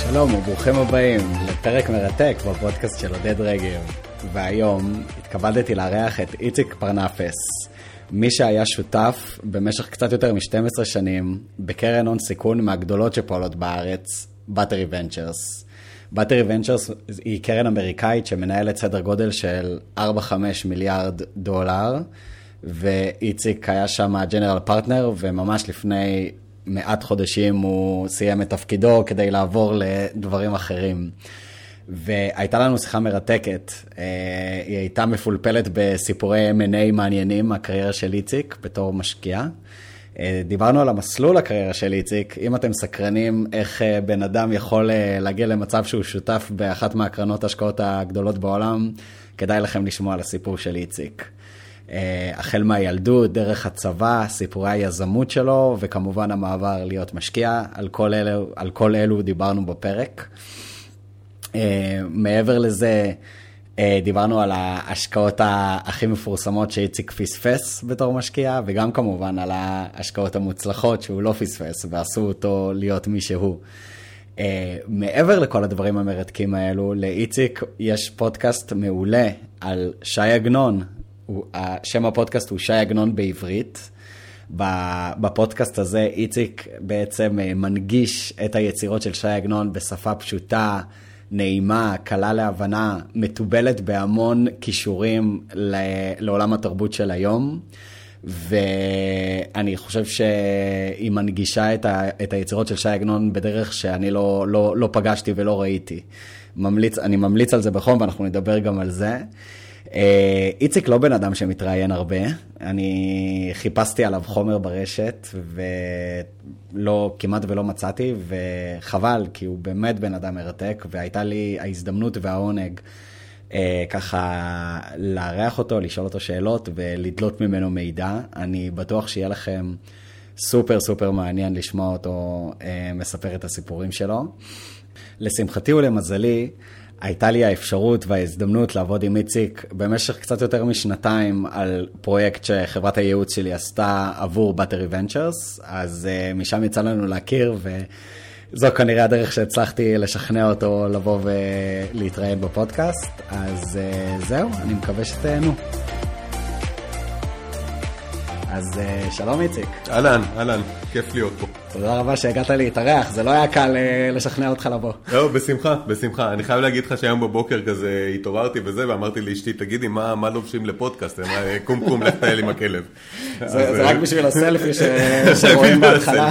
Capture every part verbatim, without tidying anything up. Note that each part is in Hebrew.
שלום וברוכים הבאים לפרק מרתק בפודקאסט של עודד רגב. והיום התכבדתי לארח את איציק פרנפס, מי שהיה שותף במשך קצת יותר מ-שתים עשרה שנים בקרן הון סיכון מהגדולות שפועלות בארץ, Battery Ventures. Battery Ventures היא קרן אמריקאית שמנהלת סדר גודל של ארבע חמש מיליארד דולר, ואיציק היה שם הג'נרל פרטנר, וממש לפני מעט חודשים הוא סיים את תפקידו כדי לעבור לדברים אחרים. והייתה לנו שיחה מרתקת, היא הייתה מפולפלת בסיפורי אם אנד איי מעניינים, הקריירה של איציק בתור משקיע. דיברנו על המסלול הקריירה של איציק. אם אתם סקרנים איך בן אדם יכול להגיע למצב שהוא שותף באחת מהקרנות השקעות הגדולות בעולם, כדאי לכם לשמוע על הסיפור של איציק. החל מהילדות, דרך הצבא, סיפורי היזמות שלו, וכמובן המעבר להיות משקיע. על כל אלו, על כל אלו דיברנו בפרק. מעבר לזה, דיברנו על ההשקעות הכי מפורסמות שאיציק פספס בתור משקיע, וגם כמובן על ההשקעות המוצלחות שהוא לא פספס, ועשו אותו להיות מי שהוא. מעבר לכל הדברים המרתקים האלו, לאיציק יש פודקאסט מעולה על שי עגנון. שם הפודקאסט הוא שי עגנון בעברית. בפודקאסט הזה איציק בעצם מנגיש את היצירות של שי עגנון בשפה פשוטה, נעימה, קלה להבנה, מטובלת בהמון קישורים לעולם התרבות של היום, ואני חושב שהיא מנגישה את, ה, את היצירות של שי עגנון בדרך שאני לא, לא, לא פגשתי ולא ראיתי. ממליץ, אני ממליץ על זה בחום, ואנחנו נדבר גם על זה. איציק לא בן אדם שמתראיין הרבה, אני חיפשתי עליו חומר ברשת ולא, כמעט ולא מצאתי, וחבל, כי הוא באמת בן אדם מרתק, והייתה לי ההזדמנות והעונג ככה לארח אותו, לשאול אותו שאלות ולדלות ממנו מידע. אני בטוח שיהיה לכם סופר סופר מעניין לשמוע אותו מספר את הסיפורים שלו. לשמחתי ולמזלי, הייתה לי האפשרות וההזדמנות לעבוד עם איציק במשך קצת יותר משנתיים על פרויקט שחברת הייעוץ שלי עשתה עבור Battery Ventures, אז uh, משם יצא לנו להכיר, וזו כנראה הדרך שהצלחתי לשכנע אותו לבוא ולהתראיין בפודקאסט. אז uh, זהו, אני מקווה שתהנו. אז uh, שלום איציק. אהלן, אהלן, כיף להיות פה. תודה רבה שהגעת להתארח, זה לא היה קל uh, לשכנע אותך לבוא. לא, בשמחה, בשמחה. אני חייב להגיד לך שהיום בבוקר כזה התעוררתי וזה, ואמרתי לאשתי, תגידי, מה, מה לובשים לפודקאסט? קום קום, לך טייל עם הכלב. זה, אז, זה רק בשביל הסלפי ש... שרואים בהתחלה.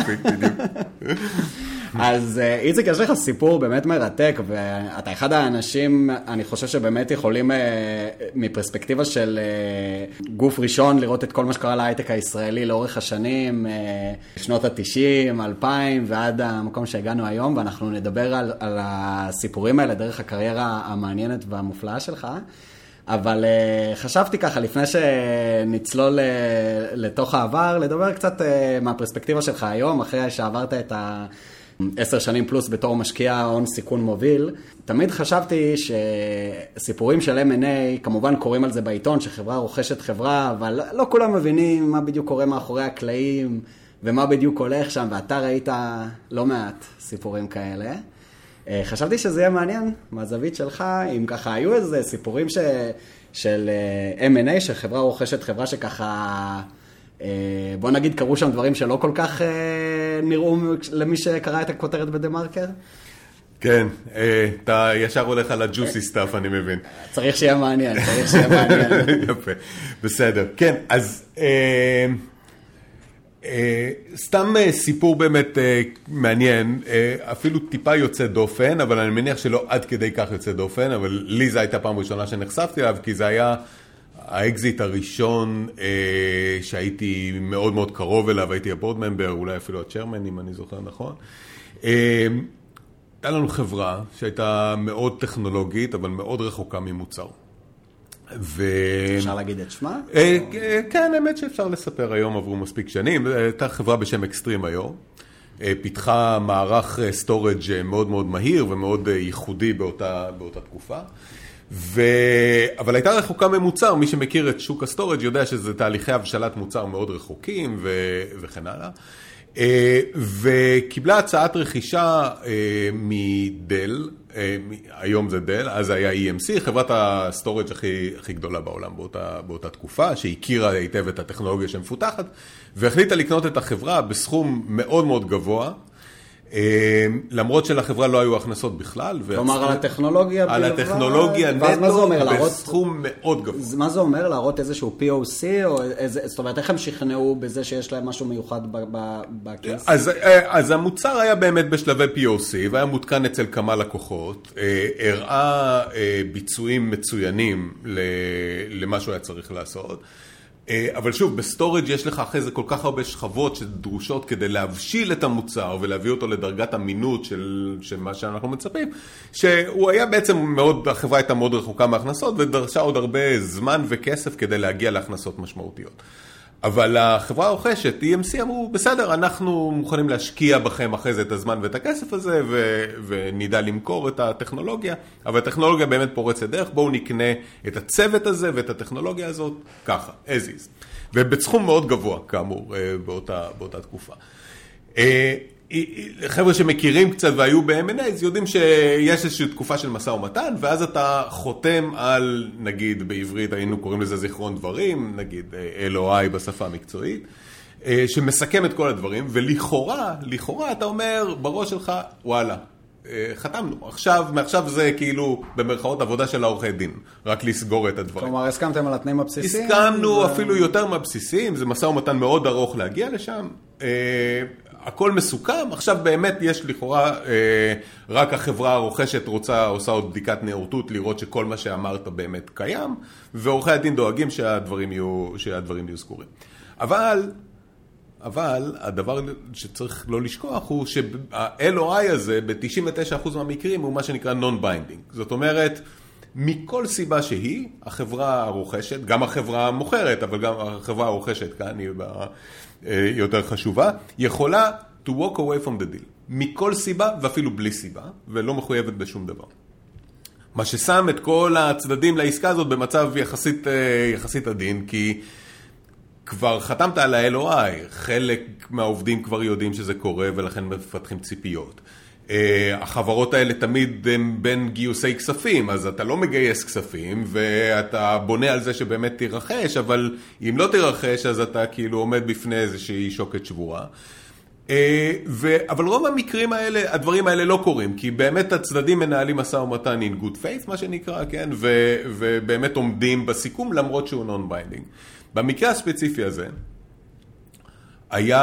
אז איציק, יש לך סיפור באמת מרתק, ואתה אחד האנשים, אני חושב שבאמת יכולים מפרספקטיבה של גוף ראשון לראות את כל מה שקרה להייטק הישראלי לאורך השנים, שנות ה-תשעים, אלפיים ועד המקום שהגענו היום, ואנחנו נדבר על, על הסיפורים האלה דרך הקריירה המעניינת והמופלאה שלך. אבל uh, חשבתי ככה, לפני שנצלול uh, לתוך העבר, לדבר קצת uh, מהפרספקטיבה שלך היום, אחרי שעברת את העשר שנים פלוס בתור משקיע הון סיכון מוביל. תמיד חשבתי שסיפורים של אם אנד איי, כמובן קוראים על זה בעיתון, שחברה רוכשת חברה, אבל לא כולם מבינים מה בדיוק קורה מאחורי הקלעים, ומה בדיוק הולך שם, ואתה ראית לא מעט סיפורים כאלה. חשבתי שזה יהיה מעניין, מהזווית שלך, אם ככה היו איזה סיפורים ש... של אם אנד איי, שחברה רוכשת חברה שככה, בוא נגיד, קראו שם דברים שלא כל כך נראו למי שקרא את הכותרת בדה-מרקר? כן, אתה ישר הולך על הג'וסי סטאפ, אני מבין. צריך שיהיה מעניין, צריך שיהיה מעניין. יפה, בסדר. כן, אז... Uh, סתם uh, סיפור באמת uh, מעניין, uh, אפילו טיפה יוצא דופן, אבל אני מניח שלא עד כדי כך יוצא דופן, אבל לי זו הייתה פעם ראשונה שנחשפתי אליו, כי זה היה האקזיט הראשון uh, שהייתי מאוד מאוד קרוב אליו, הייתי הבורד ממבר, אולי אפילו הצ'רמן, אם אני זוכר נכון. Uh, הייתה לנו חברה שהייתה מאוד טכנולוגית, אבל מאוד רחוקה ממוצר. ו... אפשר להגיד את שמה? כן, האמת שאפשר לספר. היום עברו מספיק שנים. הייתה חברה בשם אקסטרים היום. פיתחה מערך סטורג' מאוד מאוד מהיר ומאוד ייחודי באותה, באותה תקופה. ו... אבל הייתה רחוקה ממוצר. מי שמכיר את שוק הסטורג' יודע שזה תהליכי הבשלת מוצר מאוד רחוקים ו... וכן הלאה. וקיבלה הצעת רכישה מדל, היום זה דל, אז היה אי אם סי, חברת הסטורג' הכי, הכי גדולה בעולם באותה, באותה תקופה, שהכירה היטב את הטכנולוגיה שמפותחת, והחליטה לקנות את החברה בסכום מאוד מאוד גבוה, למרות שלחברה לא היו הכנסות בכלל. כלומר, על הטכנולוגיה על הטכנולוגיה נטו בסכום מאוד גבוה. מה זה אומר? להראות איזשהו פי או סי? זאת אומרת, איך הם שכנעו בזה שיש להם משהו מיוחד בכיס? אז המוצר היה באמת בשלבי פי או סי, והיה מותקן אצל כמה לקוחות, הראה ביצועים מצוינים למה שהוא היה צריך לעשות. אבל שוב, בסטורג' יש לך אחרי זה כל כך הרבה שכבות שדרושות כדי להבשיל את המוצר ולהביא אותו לדרגת אמינות של, של מה שאנחנו מצפים, שהוא היה בעצם מאוד, החברה הייתה מאוד רחוקה מהכנסות ודרשה עוד הרבה זמן וכסף כדי להגיע להכנסות משמעותיות. אבל החברה הרוכשת, אי אם סי, אמרו, בסדר, אנחנו מוכנים להשקיע בכם אחרי זה את הזמן ואת הכסף הזה, ו- ונדע למכור את הטכנולוגיה, אבל הטכנולוגיה באמת פורצת דרך, בואו נקנה את הצוות הזה ואת הטכנולוגיה הזאת, ככה, as is. ובסכום מאוד גבוה, כאמור, באותה, באותה תקופה. חבר'ה שמכירים קצת והיו ב-אם אנד איז יודעים שיש איזושהי תקופה של מסע ומתן, ואז אתה חותם על, נגיד בעברית היינו קוראים לזה זיכרון דברים, נגיד אל או איי בשפה המקצועית, שמסכם את כל הדברים, ולכאורה, לכאורה אתה אומר בראש שלך, וואלה, חתמנו. עכשיו, מעכשיו זה כאילו במרכאות עבודה של העורכי דין, רק לסגור את הדברים. כלומר, הסכמתם על התנאים הבסיסיים? הסכמנו ו... אפילו יותר מהבסיסיים, זה מסע ומתן מאוד ארוך להגיע לשם. הכל מסוכם, עכשיו באמת יש לכאורה, אה, רק החברה הרוכשת רוצה, עושה עוד בדיקת נאותות, לראות שכל מה שאמרת באמת קיים, ועורכי הדין דואגים שהדברים יהיו, שהדברים יהיו סגורים. אבל, אבל הדבר שצריך לא לשכוח הוא שה-אל או איי הזה, ב-תשעים ותשעה אחוז מהמקרים, הוא מה שנקרא non-binding. זאת אומרת, מכל סיבה שהיא, החברה הרוכשת, גם החברה המוכרת, אבל גם החברה הרוכשת כאן היא יותר חשובה, יכולה to walk away from the deal. מכל סיבה ואפילו בלי סיבה, ולא מחויבת בשום דבר. מה ששם את כל הצדדים לעסקה הזאת במצב יחסית, יחסית עדין, כי כבר חתמת על ה-אל או איי, חלק מהעובדים כבר יודעים שזה קורה ולכן מפתחים ציפיות. החברות האלה תמיד הם בין גיוסי כספים, אז אתה לא מגייס כספים, ואתה בונה על זה שבאמת תירחש, אבל אם לא תירחש, אז אתה כאילו עומד בפני איזושהי שוקת שבורה. ו... אבל רוב המקרים האלה, הדברים האלה לא קורים, כי באמת הצדדים מנהלים מסע ומתן in good faith, מה שנקרא, כן? ו... ובאמת עומדים בסיכום, למרות שהוא non-binding. במקרה הספציפי הזה, היה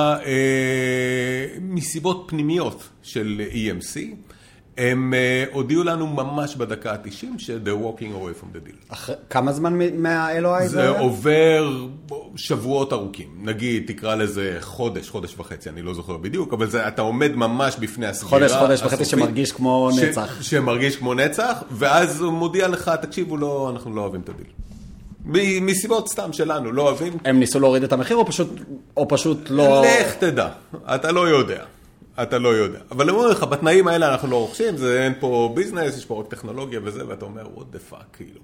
אה, מסיבות פנימיות של אי אם סי, הם אה, הודיעו לנו ממש בדקה ה-תשעים ש- they're walking away from the deal. אחרי, כמה זמן מה-אל או איי זה? זה עובר שבועות ארוכים, נגיד תקרא לזה חודש, חודש וחצי, אני לא זוכר בדיוק, אבל זה, אתה עומד ממש בפני הסגירה. חודש, חודש וחצי שמרגיש כמו ש- נצח. שמרגיש כמו נצח, ואז הוא מודיע לך, תקשיבו, לא, אנחנו לא אוהבים את הדיל. מסיבות סתם שלנו, לא אוהבים. הם ניסו להוריד את המחיר או פשוט, או פשוט לא... לך תדע, אתה לא יודע, אתה לא יודע. אבל אני אומר לך, בתנאים האלה אנחנו לא רוכשים, זה אין פה ביזנס, יש פה רק טכנולוגיה וזה, ואתה אומר, what the fuck, כאילו.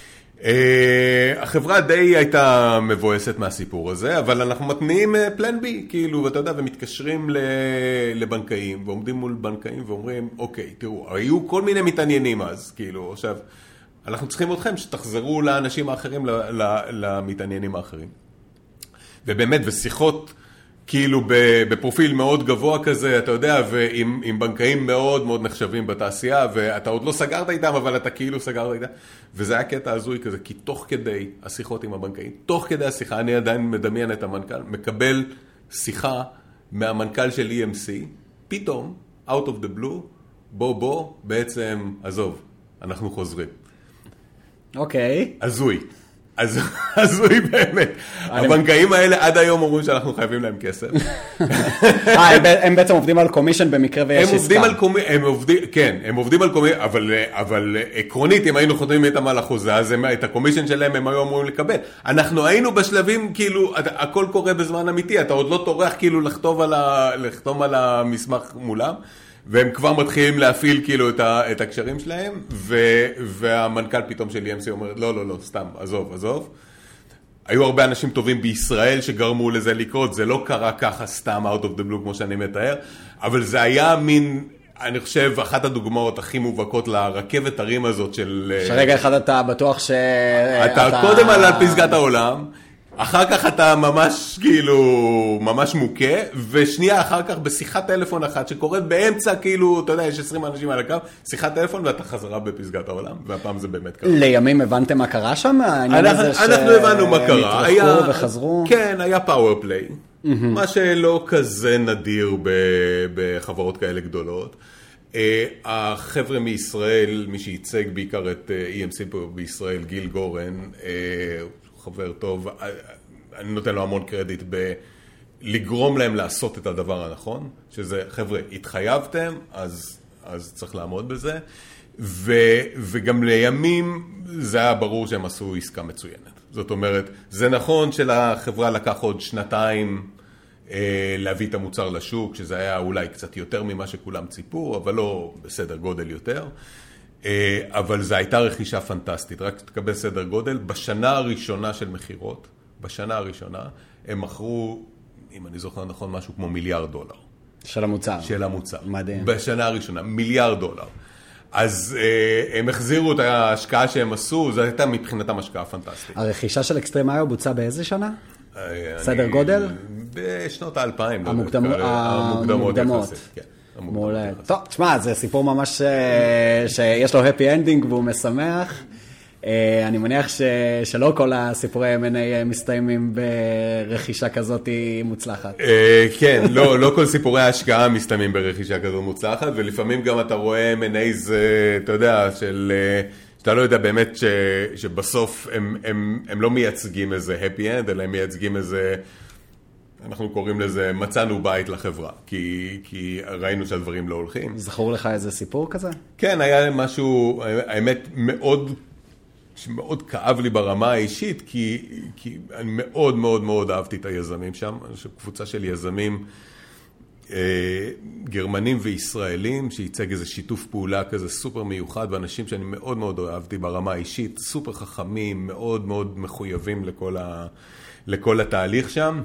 החברה די הייתה מבואסת מהסיפור הזה, אבל אנחנו מתניעים פלן בי, כאילו, ואתה יודע, ומתקשרים לבנקאים, ועומדים מול בנקאים ואומרים, אוקיי, תראו, היו כל מיני מתעניינים אז, כאילו, עכשיו... אנחנו צריכים אתכם שתחזרו לאנשים האחרים, למתעניינים האחרים. ובאמת, ושיחות כאילו בפרופיל מאוד גבוה כזה, אתה יודע, ועם עם בנקאים מאוד מאוד נחשבים בתעשייה, ואתה עוד לא סגרת איתם, אבל אתה כאילו סגרת איתם. וזה היה קטע הזוי כזה, כי תוך כדי השיחות עם הבנקאים, תוך כדי השיחה, אני עדיין מדמיין את המנכ"ל, מקבל שיחה מהמנכ"ל של אי אם סי, פתאום, out of the blue, בוא בוא, בעצם, עזוב, אנחנו חוזרים. אוקיי. הזוי. הזוי באמת. הבנקאים האלה עד היום אומרים שאנחנו חייבים להם כסף. הם בעצם עובדים על קומישן במקרה ויש עסקה. הם עובדים על קומישן, כן, הם עובדים על קומישן, אבל עקרונית, אם היינו חותמים איתם על החוזה, אז את הקומישן שלהם הם היו אמורים לקבל. אנחנו היינו בשלבים, כאילו, הכל קורה בזמן אמיתי, אתה עוד לא טורח כאילו לחתום על המסמך מולם. והם כבר מתחילים להפעיל כאילו את, ה, את הקשרים שלהם, ו, והמנכ"ל פתאום של אי אם סי אומר, לא, לא, לא, סתם, עזוב, עזוב. היו הרבה אנשים טובים בישראל שגרמו לזה לקרות, זה לא קרה ככה סתם out of the blue כמו שאני מתאר, אבל זה היה מין, אני חושב, אחת הדוגמאות הכי מובהקות לרכבת הרים הזאת של... שרגע אחד אתה בטוח ש... אתה קודם על פסגת העולם, אחר כך אתה ממש כאילו, ממש מוכה, ושנייה אחר כך בשיחת טלפון אחת שקורית באמצע, כאילו, אתה יודע, יש עשרים אנשים על הקו, שיחת טלפון ואתה חזרה בפסגת העולם, והפעם זה באמת קרה. לימים הבנתם מה קרה שם? אנחנו הבנו מה קרה. התרחקו וחזרו? כן, היה פאוור פליי, מה שלא כזה נדיר בחברות כאלה גדולות. החבר'ה מישראל, מי שייצג בעיקר את אי אם סי פה בישראל, גיל גורן, חבר טוב, אני נותן לו המון קרדיט בלגרום להם לעשות את הדבר הנכון, שזה, חבר'ה, התחייבתם, אז, אז צריך לעמוד בזה, ו, וגם לימים זה היה ברור שהם עשו עסקה מצוינת. זאת אומרת, זה נכון שלחברה לקח עוד שנתיים אה, להביא את המוצר לשוק, שזה היה אולי קצת יותר ממה שכולם ציפו, אבל לא בסדר גודל יותר. אבל זו הייתה רכישה פנטסטית, רק תקבל סדר גודל. בשנה הראשונה של מחירות, בשנה הראשונה, הם מכרו, אם אני זוכר נכון, משהו כמו מיליארד דולר. של המוצר. של המוצר. מדהים. בשנה הראשונה, מיליארד דולר. אז הם החזירו את ההשקעה שהם עשו, זו הייתה מבחינתם השקעה פנטסטית. הרכישה של אקסטרים איו בוצעה באיזה שנה? סדר גודל? בשנות האלפיים. המוקדמות יחסית, כן. מעולה. טוב, תשמע, זה סיפור ממש שיש לו הפי אנדינג והוא משמח. אני מניח שלא כל הסיפורי אם אנד איי מסתיימים ברכישה כזאת מוצלחת. כן, לא כל סיפורי ההשקעה מסתיימים ברכישה כזאת מוצלחת, ולפעמים גם אתה רואה אם אנד איי זה, אתה יודע, של... שאתה לא יודע באמת שבסוף הם לא מייצגים איזה הפי אנד, אלא הם מייצגים איזה... אנחנו קוראים לזה, מצאנו בית לחברה, כי, כי ראינו שהדברים לא הולכים. זכור לך איזה סיפור כזה? כן, היה משהו, האמת, מאוד, שמאוד כאב לי ברמה האישית, כי, כי אני מאוד מאוד מאוד אהבתי את היזמים שם, אני חושב קבוצה של יזמים אה, גרמנים וישראלים, שייצג איזה שיתוף פעולה כזה סופר מיוחד, ואנשים שאני מאוד מאוד אהבתי ברמה האישית, סופר חכמים, מאוד מאוד מחויבים לכל, ה, לכל התהליך שם.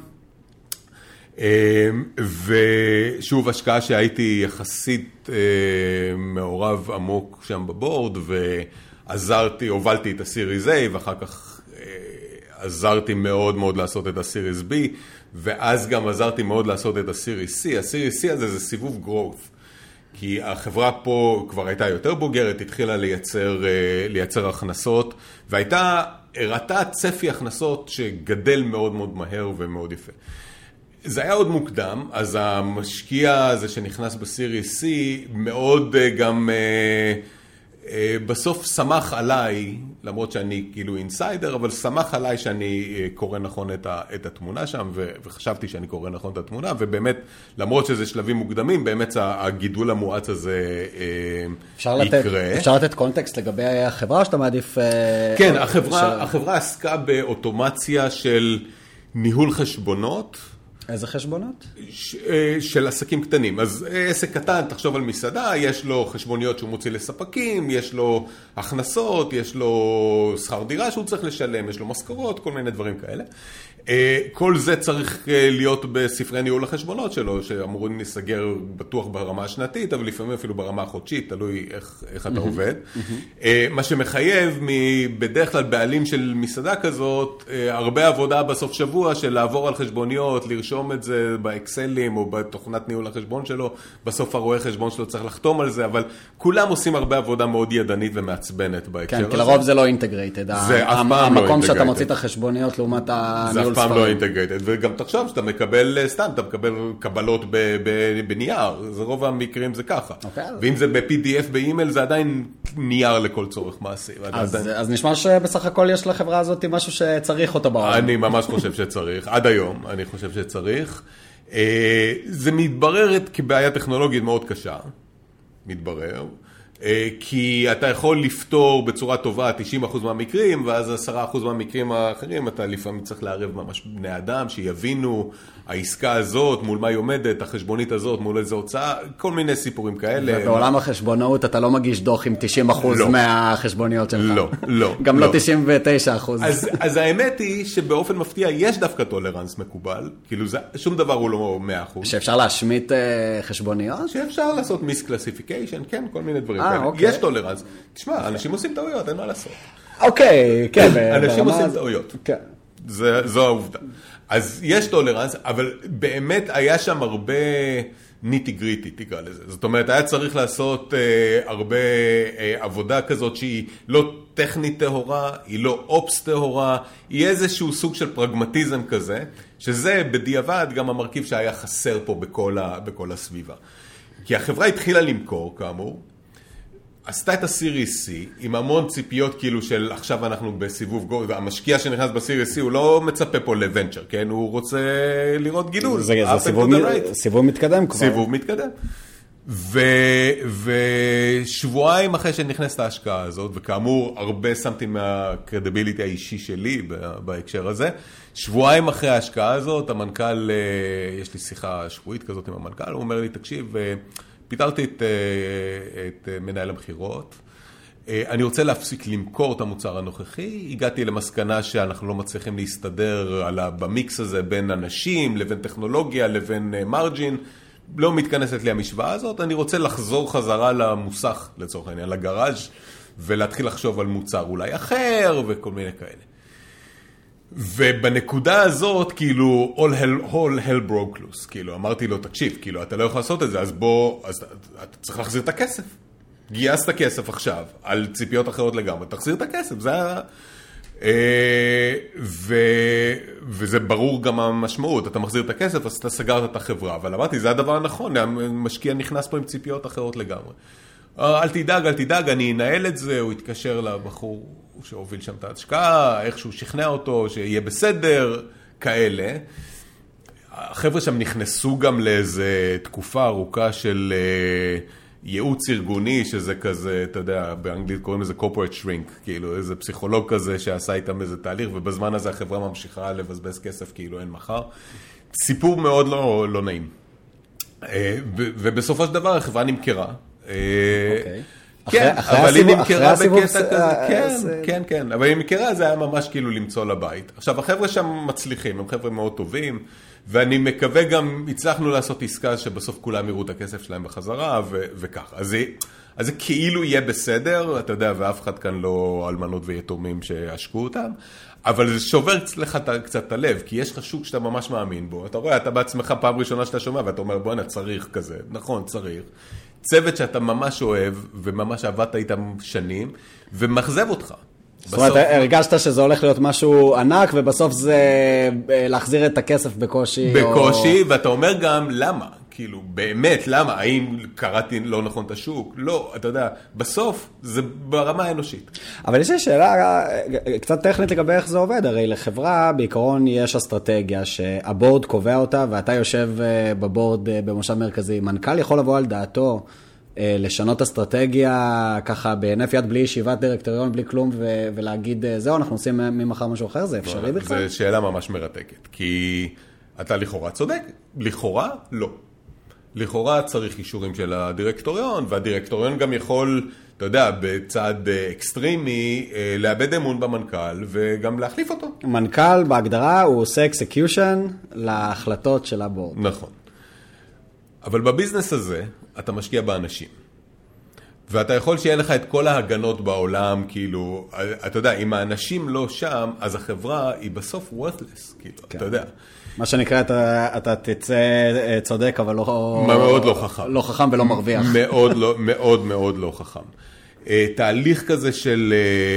ושוב, השקעה שהייתי יחסית מעורב עמוק שם בבורד, ועזרתי, הובלתי את הסיריז A, ואחר כך עזרתי מאוד מאוד לעשות את הסיריז B, ואז גם עזרתי מאוד לעשות את הסיריז C. הסיריז C הזה זה סיבוב growth, כי החברה פה כבר הייתה יותר בוגרת, התחילה לייצר, לייצר הכנסות, והייתה, הראתה צפי הכנסות שגדל מאוד מאוד מהר ומאוד יפה. זה היה עוד מוקדם, אז המשקיע הזה שנכנס בסיריס C מאוד גם בסוף שמח עליי, למרות שאני כאילו אינסיידר, אבל שמח עליי שאני קורא נכון את התמונה שם, וחשבתי שאני קורא נכון את התמונה, ובאמת, למרות שזה שלבים מוקדמים, באמת הגידול המואץ הזה יקרה. אפשר לתת קונטקסט לגבי החברה, או שאתה מעדיף... כן, החברה עסקה באוטומציה של ניהול חשבונות, איזה חשבונות? של עסקים קטנים. אז עסק קטן, תחשוב על מסעדה, יש לו חשבוניות שהוא מוציא לספקים, יש לו הכנסות, יש לו שכר דירה שהוא צריך לשלם, יש לו משכורות, כל מיני דברים כאלה. כל זה צריך להיות בספרי ניהול החשבונות שלו, שאמורים להיסגר בטוח ברמה השנתית, אבל לפעמים אפילו ברמה החודשית, תלוי איך, איך אתה עובד. מה שמחייב בדרך כלל בעלים של מסעדה כזאת, הרבה עבודה בסוף שבוע של לעבור על חשבוניות, לרשום את זה באקסלים או בתוכנת ניהול החשבון שלו, בסוף הרואה חשבון שלו צריך לחתום על זה, אבל כולם עושים הרבה עבודה מאוד ידנית ומעצבנת בהקשר הזה. כן, כי לרוב זה לא אינטגרייטד. זה אף פעם לא אינטגרייטד. המקום שאתה מוציא את החשבוניות לעומת הניהול פעם לא אינטגרייטד, וגם תחשוב שאתה מקבל סתם, אתה מקבל קבלות בנייר, זה רוב המקרים זה ככה. ואם זה ב-פי די אף באימייל, זה עדיין נייר לכל צורך מעשי. אז נשמע שבסך הכל יש לחברה הזאת משהו שצריך אותו בעולם. אני ממש חושב שצריך, עד היום אני חושב שצריך. זה מתבררת כבעיה טכנולוגית מאוד קשה, מתברר. כי אתה יכול לפתור בצורה טובה תשעים אחוז מהמקרים, ואז עשרה אחוז מהמקרים האחרים, אתה לפעמים צריך לערב ממש בני אדם, שיבינו העסקה הזאת, מול מה היא עומדת, החשבונית הזאת, מול איזו הוצאה, כל מיני סיפורים כאלה. ובעולם החשבונאות אתה לא מגיש דוח עם תשעים אחוז לא. מהחשבוניות שלך. לא, לא. גם לא. לא תשעים ותשעה אחוז. אז, אז האמת היא שבאופן מפתיע יש דווקא טולרנס מקובל, כאילו זה, שום דבר הוא לא מאה אחוז. שאפשר להשמיט uh, חשבוניות? שאפשר לעשות מיסקלסיפיקיישן, כן, כל מיני דברים. אה, אוקיי. יש טולרנס. תשמע, אנשים עושים טעויות, אין מה לעשות. אוקיי, כן. אנשים עושים טעויות. כן. זה, זו העובדה. אז יש טולרנס, אבל באמת היה שם הרבה ניטי גריטי, תקרא לזה. זאת אומרת, היה צריך לעשות אה, הרבה אה, עבודה כזאת שהיא לא טכנית טהורה, היא לא אופס טהורה, היא איזשהו סוג של פרגמטיזם כזה, שזה בדיעבד גם המרכיב שהיה חסר פה בכל, ה, בכל הסביבה. כי החברה התחילה למכור, כאמור, עשתה את ה-Series C עם המון ציפיות כאילו של עכשיו אנחנו בסיבוב גו, והמשקיע שנכנס ב-Series C הוא לא מצפה פה לוונצ'ר, כן? הוא רוצה לראות גידול. זה, זה סיבוב, מ... סיבוב מתקדם כבר. סיבוב מתקדם. ו... ושבועיים אחרי שנכנסת ההשקעה הזאת, וכאמור הרבה שמתי מהקרדיביליטי האישי שלי בהקשר הזה, שבועיים אחרי ההשקעה הזאת, המנכ"ל, יש לי שיחה שבועית כזאת עם המנכ"ל, הוא אומר לי, תקשיב, פיתרתי את, את מנהל המחירות, אני רוצה להפסיק למכור את המוצר הנוכחי, הגעתי למסקנה שאנחנו לא מצליחים להסתדר על, במיקס הזה בין אנשים, לבין טכנולוגיה, לבין מרג'ין, לא מתכנסת לי המשוואה הזאת, אני רוצה לחזור חזרה למוסך, לצורך העניין, לגראז' ולהתחיל לחשוב על מוצר אולי אחר וכל מיני כאלה. ובנקודה הזאת, כאילו, all hell, all hell broke loose, כאילו, אמרתי לו, תקשיב, כאילו, אתה לא יכול לעשות את זה, אז בוא, אז אתה צריך להחזיר את הכסף. גייסת כסף עכשיו, על ציפיות אחרות לגמרי, תחזיר את הכסף, זה היה... ו... וזה ברור גם המשמעות, אתה מחזיר את הכסף, אז אתה סגרת את החברה, אבל אמרתי, זה הדבר הנכון, המשקיע נכנס פה עם ציפיות אחרות לגמרי. אל תדאג, אל תדאג, אני אנהל את זה, הוא התקשר לבחור שהוביל שם את ההשקעה, איכשהו שכנע אותו, שיהיה בסדר, כאלה. החבר'ה שם נכנסו גם לאיזה תקופה ארוכה של ייעוץ ארגוני, שזה כזה, אתה יודע, באנגלית קוראים לזה corporate shrink, כאילו איזה פסיכולוג כזה שעשה איתם איזה תהליך, ובזמן הזה החברה ממשיכה לבזבז כסף, כאילו אין מחר. סיפור מאוד לא, לא נעים. ובסופו של דבר החברה נמכרה. אוקיי. כן, אבל היא נמכרה בקטע כזה, כן, כן, כן, אבל היא נמכרה, זה היה ממש כאילו למצוא לבית. עכשיו, החבר'ה שם מצליחים, הם חבר'ה מאוד טובים, ואני מקווה גם, הצלחנו לעשות עסקה שבסוף כולם יראו את הכסף שלהם בחזרה, וכך. אז זה כאילו יהיה בסדר, אתה יודע, ואף אחד כאן לא אלמנות ויתומים שהשקו אותם, אבל זה שובר לך קצת את הלב, כי יש לך שוק שאתה ממש מאמין בו. אתה רואה, אתה בעצמך פעם ראשונה שאתה שומע, ואתה אומר, בוא הנה, צריך כזה. נכון, צריך. צוות שאתה ממש אוהב, וממש עבדת איתם שנים, ומחזב אותך. זאת אומרת, הרגשת שזה הולך להיות משהו ענק, ובסוף זה להחזיר את הכסף בקושי. בקושי, ואתה אומר גם, למה? כאילו, באמת, למה? האם קראתי לא נכון את השוק? לא, אתה יודע, בסוף זה ברמה האנושית. אבל יש לי שאלה קצת טכנית לגבי איך זה עובד. הרי לחברה, בעיקרון יש אסטרטגיה שהבורד קובע אותה, ואתה יושב בבורד במושב מרכזי. מנכ"ל יכול לבוא על דעתו, לשנות אסטרטגיה, ככה בהינף יד בלי ישיבת דירקטוריון, בלי כלום, ו- ולהגיד, זהו, אנחנו עושים ממחר משהו אחר, זה אפשרי בכלל? זו שאלה ממש מרתקת, כי אתה לכאורה צודק, לכאורה לא. לכאורה צריך אישורים של הדירקטוריון, והדירקטוריון גם יכול, אתה יודע, בצעד אקסטרימי, לאבד אמון במנכ"ל, וגם להחליף אותו. מנכ"ל בהגדרה הוא עושה אקסקיושן להחלטות של הבורד. נכון. אבל בביזנס הזה, אתה משקיע באנשים. ואתה יכול שיהיה לך את כל ההגנות בעולם, כאילו, אתה יודע, אם האנשים לא שם, אז החברה היא בסוף worthless, כאילו, כן. אתה יודע. מה שנקרא, אתה, אתה תצא צודק, אבל לא... מאוד לא חכם. לא חכם ולא מרוויח. מאוד, לא, מאוד, מאוד לא חכם. תהליך כזה של,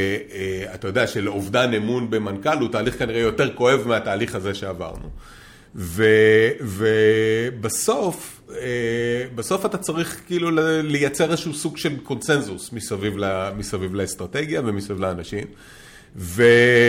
אתה יודע, של אובדן אמון במנכ"ל, הוא תהליך כנראה יותר כואב מהתהליך הזה שעברנו. ו, ובסוף, בסוף אתה צריך כאילו לייצר איזשהו סוג של קונצנזוס מסביב, לה, מסביב לאסטרטגיה ומסביב לאנשים. ו,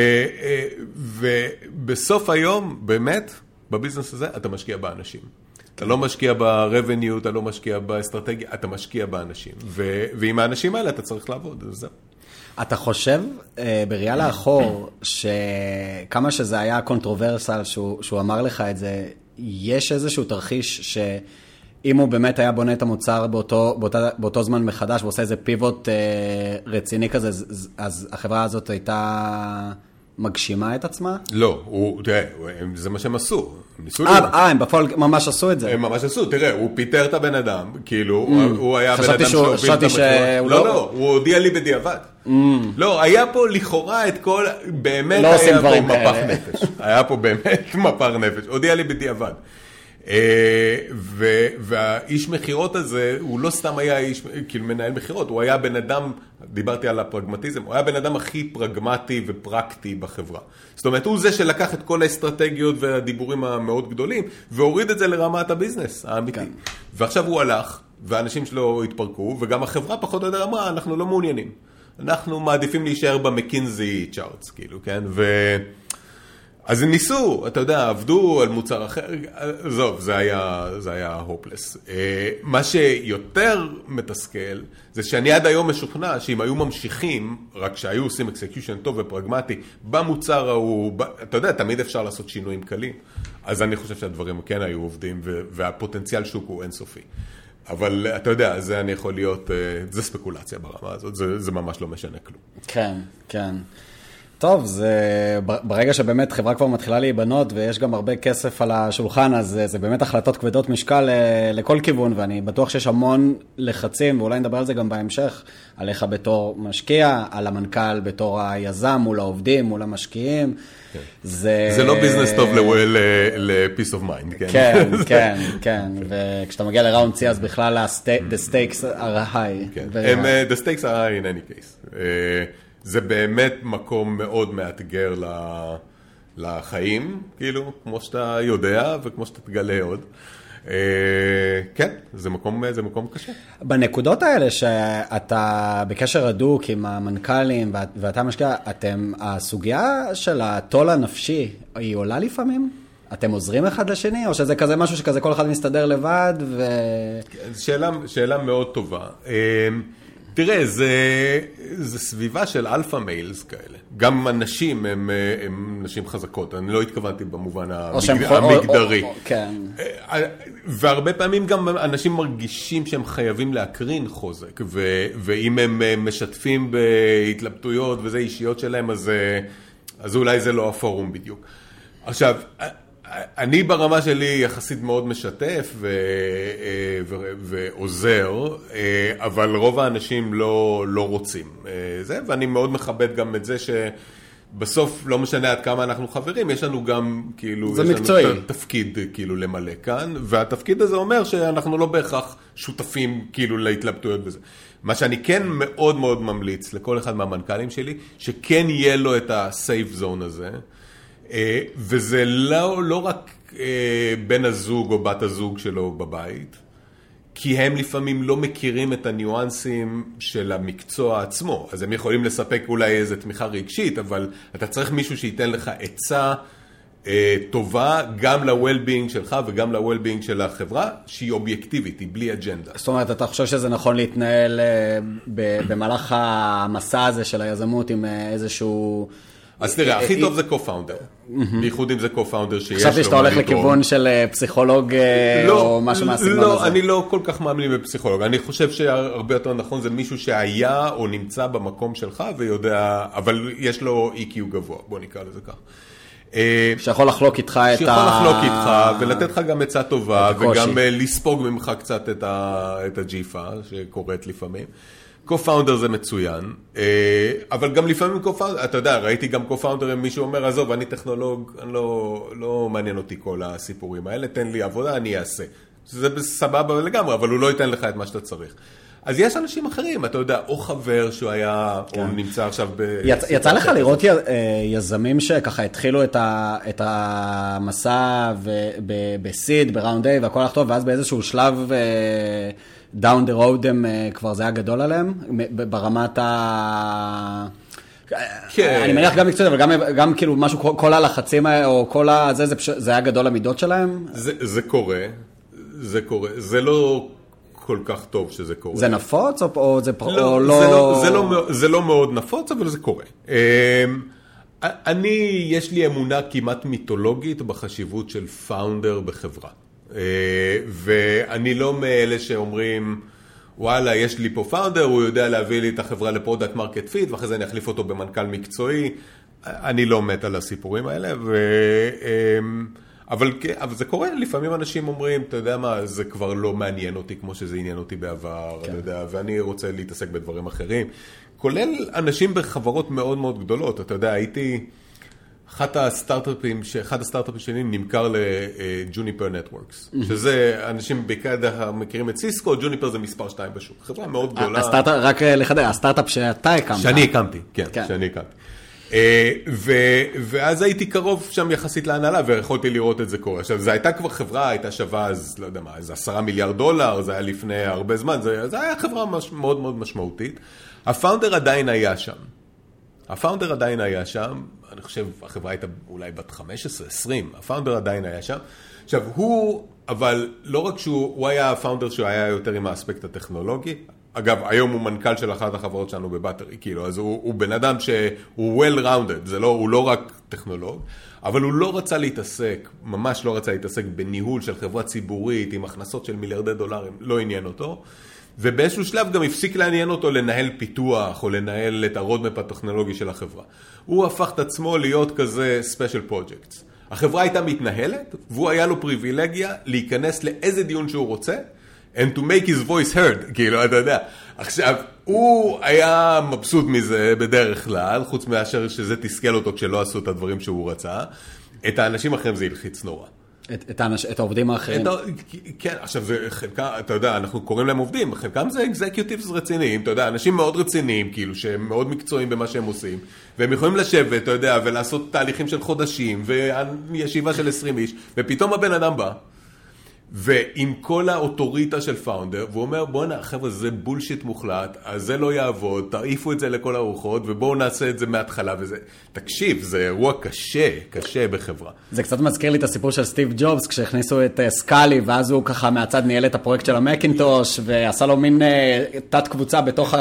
ובסוף היום, באמת, בביזנס הזה, אתה משקיע באנשים. אתה לא משקיע ב-revenue, אתה לא משקיע באסטרטגיה, אתה משקיע באנשים. ועם האנשים האלה אתה צריך לעבוד, זהו. אתה חושב, בראייה לאחור, שכמה שזה היה קונטרוברסל, שהוא, שהוא אמר לך את זה, יש איזשהו תרחיש שאם הוא באמת היה בונה את המוצר באותו, באותה, באותו זמן מחדש, ועושה איזה פיבוט רציני כזה, אז החברה הזאת הייתה מגשימה את עצמה? לא, הוא, תראה, זה מה שהם עשו. אה, הם בפועל ממש עשו את זה. הם ממש עשו, תראה, הוא פיטר את הבן אדם, כאילו, הוא היה בן אדם שהוביל את המחיר. לא, לא, הוא הודיע לי בדיעבד. לא, היה פה לכאורה את כל, באמת היה פה מפח נפש. היה פה באמת מפח נפש. הודיע לי בדיעבד. והאיש מחירות הזה, הוא לא סתם היה איש, כאילו מנהל מחירות, הוא היה בן אדם, דיברתי על הפרגמטיזם, הוא היה בן אדם הכי פרגמטי ופרקטי בחברה. זאת אומרת, הוא זה שלקח את כל האסטרטגיות והדיבורים המאוד גדולים, והוריד את זה לרמת הביזנס האמיתי. ועכשיו הוא הלך, והאנשים שלו התפרקו, וגם החברה פחות או יותר אמרה, אנחנו לא מעוניינים. אנחנו מעדיפים להישאר במקינזי צ'ארטס, כאילו, כן? ו... אז הם ניסו, אתה יודע, עבדו על מוצר אחר, זוב, זה היה, זה היה הופלס. מה שיותר מתסכל, זה שאני עד היום משוכנע שאם היו ממשיכים, רק שהיו עושים אקסקיושן טוב ופרגמטי, במוצר ההוא, אתה יודע, תמיד אפשר לעשות שינויים קלים, אז אני חושב שהדברים כן היו עובדים, והפוטנציאל שוק הוא אינסופי. אבל אתה יודע, זה אני יכול להיות, זה ספקולציה ברמה הזאת, זה, זה ממש לא משנה כלום. כן, כן. טוב, זה, ברגע שבאמת חברה כבר מתחילה להיבנות ויש גם הרבה כסף על השולחן, אז זה, זה באמת החלטות כבדות משקל לכל כיוון, ואני בטוח שיש המון לחצים, ואולי נדבר על זה גם בהמשך, עליך בתור משקיע, על המנכ"ל בתור היזם, מול העובדים, מול המשקיעים. כן. זה... זה לא ביזנס טוב ל-peace of mind, כן? כן, כן, כן. וכשאתה מגיע לראונד C, אז בכלל the stakes are high. כן. The stakes are high in any case. זה באמת מקום מאוד מאתגר לחיים, כאילו, כמו שאתה יודע וכמו שאתה תגלה עוד. כן, זה מקום, זה מקום קשה. בנקודות האלה שאתה בקשר הדוק עם המנכ"לים ואתה משקיע, אתם, הסוגיה של התול הנפשי היא עולה לפעמים? אתם עוזרים אחד לשני, או שזה כזה משהו שכזה כל אחד מסתדר לבד? ו... שאלה, שאלה מאוד טובה. תראה, זה, זה סביבה של אלפא מיילס כאלה. גם הנשים הם, הם נשים חזקות. אני לא התכוונתי במובן המגד... המגדרי. או, או, כן. והרבה פעמים גם אנשים מרגישים שהם חייבים להקרין חוזק, ו, ואם הם משתפים בהתלבטויות וזה אישיות שלהם, אז, אז אולי זה לא הפורום בדיוק. עכשיו, אני ברמה שלי יחסית מאוד משתף ו... ו... ועוזר, אבל רוב האנשים לא, לא רוצים זה, ואני מאוד מכבד גם את זה שבסוף לא משנה עד כמה אנחנו חברים, יש לנו גם כאילו, זה יש מקצועי. לנו תפקיד כאילו למלא כאן, והתפקיד הזה אומר שאנחנו לא בהכרח שותפים כאילו להתלבטויות בזה. מה שאני כן מאוד מאוד ממליץ לכל אחד מהמנכ"לים שלי, שכן יהיה לו את ה-safe zone הזה, וזה לא, לא רק בן הזוג או בת הזוג שלו בבית, כי הם לפעמים לא מכירים את הניואנסים של המקצוע עצמו. אז הם יכולים לספק אולי איזו תמיכה רגשית, אבל אתה צריך מישהו שייתן לך עצה טובה, גם ל-well-being שלך וגם ל-well-being של החברה, שהיא אובייקטיבית, היא בלי אג'נדה. זאת אומרת, אתה חושב שזה נכון להתנהל במהלך המסע הזה של היזמות עם איזשהו... אז תראה, הכי טוב זה co-founder. בייחוד אם זה co-founder שיש לו... חשבתי שאתה הולך לכיוון של פסיכולוג או משהו מהסגנון הזה. לא, אני לא כל כך מאמין בפסיכולוג. אני חושב שהרבה יותר נכון זה מישהו שהיה או נמצא במקום שלך ויודע, אבל יש לו אי קיו גבוה, בוא נקרא לזה כך. שיכול לחלוק איתך את ה... שיכול לחלוק איתך ולתת לך גם עצה טובה וגם לספוג ממך קצת את הג'יפה שקורית לפעמים. co-founder זה מצוין, אבל גם לפעמים co-founder, אתה יודע, ראיתי גם co-founder אם מישהו אומר, עזוב, אני טכנולוג, אני לא, לא מעניין אותי כל הסיפורים האלה, תן לי עבודה, אני אעשה. זה סבבה לגמרי, אבל הוא לא ייתן לך את מה שאתה צריך. אז יש אנשים אחרים, אתה יודע, או חבר שהוא היה, כן. או נמצא עכשיו ב... יצ... יצא לך לראות י... יזמים שככה התחילו את, ה... את המסע ו... ב... בסיד, בראונד איי והכל לכתוב, ואז באיזשהו שלב... down the road הם כבר זה היה גדול עליהם, ברמת ה... כן. אני מניח גם מקצועית, אבל גם, גם כאילו משהו, כל הלחצים או כל הזה, זה, זה היה גדול למידות שלהם? זה, זה קורה. זה קורה. זה לא כל כך טוב שזה קורה. זה נפוץ או זה לא? לא, זה לא, זה לא מאוד נפוץ, אבל זה קורה. אני, יש לי אמונה כמעט מיתולוגית בחשיבות של פאונדר בחברה. ואני לא מאלה שאומרים, וואלה, יש לי פה פאונדר, הוא יודע להביא לי את החברה לפרודקט מרקט פיט, ואחרי זה אני אחליף אותו במנכ"ל מקצועי. אני לא מת על הסיפורים האלה, ו... אבל, אבל זה קורה, לפעמים אנשים אומרים, אתה יודע מה, זה כבר לא מעניין אותי כמו שזה עניין אותי בעבר, כן. אני יודע, ואני רוצה להתעסק בדברים אחרים. כולל אנשים בחברות מאוד מאוד גדולות, אתה יודע, הייתי... אחת הסטארט-אפים, אחד הסטארט-אפים שלי נמכר לג'וניפר נטוורקס, שזה, אנשים בעיקר מכירים את סיסקו, ג'וניפר זה מספר שתיים בשוק, חברה מאוד גדולה. הסטארט-אפ, רק לחדד, הסטארט-אפ שאתה הקמת. שאני הקמתי, כן, שאני הקמתי. ואז הייתי קרוב שם יחסית להנהלה, ויכולתי לראות את זה קורה. עכשיו, זו הייתה כבר חברה, הייתה שווה, אז לא יודע מה, איזה עשרה מיליארד דולר, זה היה לפני הרבה זמן, זה היה חברה מאוד מאוד משמעותית. הפאונדר עדיין היה שם. הפאונדר עדיין היה שם, אני חושב, החברה הייתה אולי בת חמש עשרה עשרים, הפאונדר עדיין היה שם. עכשיו, הוא, אבל לא רק שהוא, הוא היה הפאונדר שהוא היה יותר עם האספקט הטכנולוגי, אגב, היום הוא מנכ"ל של אחת החברות שלנו בבטרי, כאילו, אז הוא, הוא בן אדם שהוא well-rounded, זה לא, הוא לא רק טכנולוג, אבל הוא לא רצה להתעסק, ממש לא רצה להתעסק בניהול של חברה ציבורית עם הכנסות של מיליארדי דולרים, לא עניין אותו. ובאיזשהו שלב גם הפסיק לעניין אותו לנהל פיתוח או לנהל את הרודמפ הטכנולוגי של החברה. הוא הפך את עצמו להיות כזה special projects. החברה הייתה מתנהלת, והוא היה לו פריבילגיה להיכנס לאיזה דיון שהוא רוצה, and to make his voice heard, כאילו, אתה יודע. עכשיו, הוא היה מבסוט מזה בדרך כלל, חוץ מאשר שזה תסכל אותו כשלא עשו את הדברים שהוא רצה. את האנשים אחרים זה ילחיץ נורא. את, את, האנש, את העובדים האחרים. את, כן, עכשיו זה חלקם, אתה יודע, אנחנו קוראים להם עובדים, חלקם זה אקזקיוטיבס רציניים, אתה יודע, אנשים מאוד רציניים, כאילו, שהם מאוד מקצועיים במה שהם עושים, והם יכולים לשבת, אתה יודע, ולעשות תהליכים של חודשים, וישיבה של עשרים איש, ופתאום הבן אדם בא, ועם כל האוטוריטה של פאונדר, והוא אומר, בואו נה, חבר'ה, זה בולשיט מוחלט, אז זה לא יעבוד, תעיפו את זה לכל הרוחות, ובואו נעשה את זה מההתחלה, וזה, תקשיב, זה אירוע קשה, קשה בחברה. זה קצת מזכיר לי את הסיפור של סטיב ג'ובס, כשהכניסו את סקאלי, ואז הוא ככה מהצד ניהל את הפרויקט של המקינטוש, ועשה לו מין תת קבוצה בתוך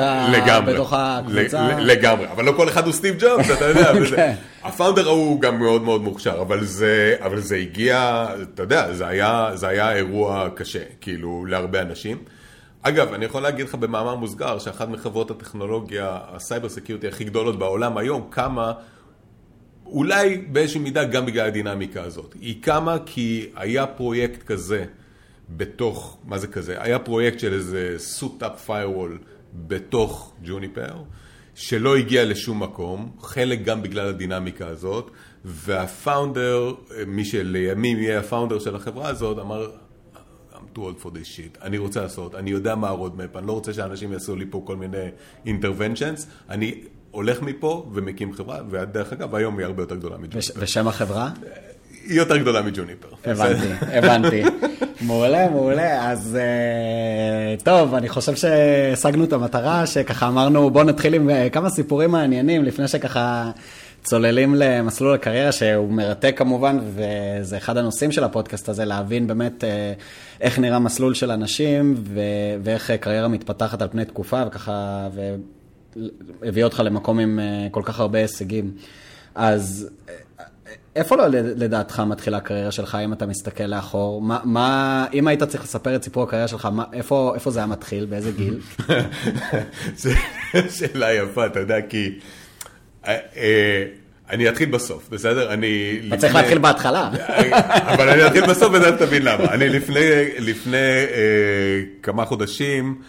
הקבוצה. לגמרי, אבל לא כל אחד הוא סטיב ג'ובס, אתה יודע, וזה. הפאונדר הוא גם מאוד מאוד מוכשר, אבל זה, אבל זה הגיע, אתה יודע, זה היה, זה היה אירוע קשה, כאילו, להרבה אנשים. אגב, אני יכול להגיד לך במאמר מוסגר, שאחת מחברות הטכנולוגיה, הסייבר סקיוריטי הכי גדולות בעולם היום, קמה, אולי באיזושהי מידה גם בגלל הדינמיקה הזאת. היא קמה כי היה פרויקט כזה בתוך, מה זה כזה? היה פרויקט של איזה סוט-אפ firewall בתוך ג'וניפר, שלא הגיע לשום מקום, חלק גם בגלל הדינמיקה הזאת, והפאונדר, מי שלימים יהיה הפאונדר של החברה הזאת, אמר, I'm too old for this shit, אני רוצה לעשות, אני יודע מה הרודמפ, אני לא רוצה שאנשים יעשו לי פה כל מיני interventions, אני הולך מפה ומקים חברה, ודרך אגב, היום היא הרבה יותר גדולה מג'וניפר. ושם החברה? היא יותר גדולה מג'וניפר. הבנתי, הבנתי. מעולה, מעולה. אז טוב, אני חושב שהשגנו את המטרה, שככה אמרנו, בוא נתחיל עם כמה סיפורים מעניינים, לפני שככה צוללים למסלול הקריירה, שהוא מרתק כמובן, וזה אחד הנושאים של הפודקאסט הזה, להבין באמת איך נראה מסלול של אנשים, ואיך קריירה מתפתחת על פני תקופה, וככה, והביא אותך למקום עם כל כך הרבה הישגים. אז איפה לא לדעתך מתחילה הקריירה שלך, אם אתה מסתכל לאחור? מה, מה, אם היית צריך לספר את סיפור הקריירה שלך, מה, איפה, איפה זה היה מתחיל? באיזה גיל? שאלה יפה, אתה יודע, כי אני אתחיל בסוף, בסדר? אני... אתה צריך להתחיל בהתחלה. אבל אני אתחיל בסוף ואתה תבין למה. אני לפני, לפני כמה חודשים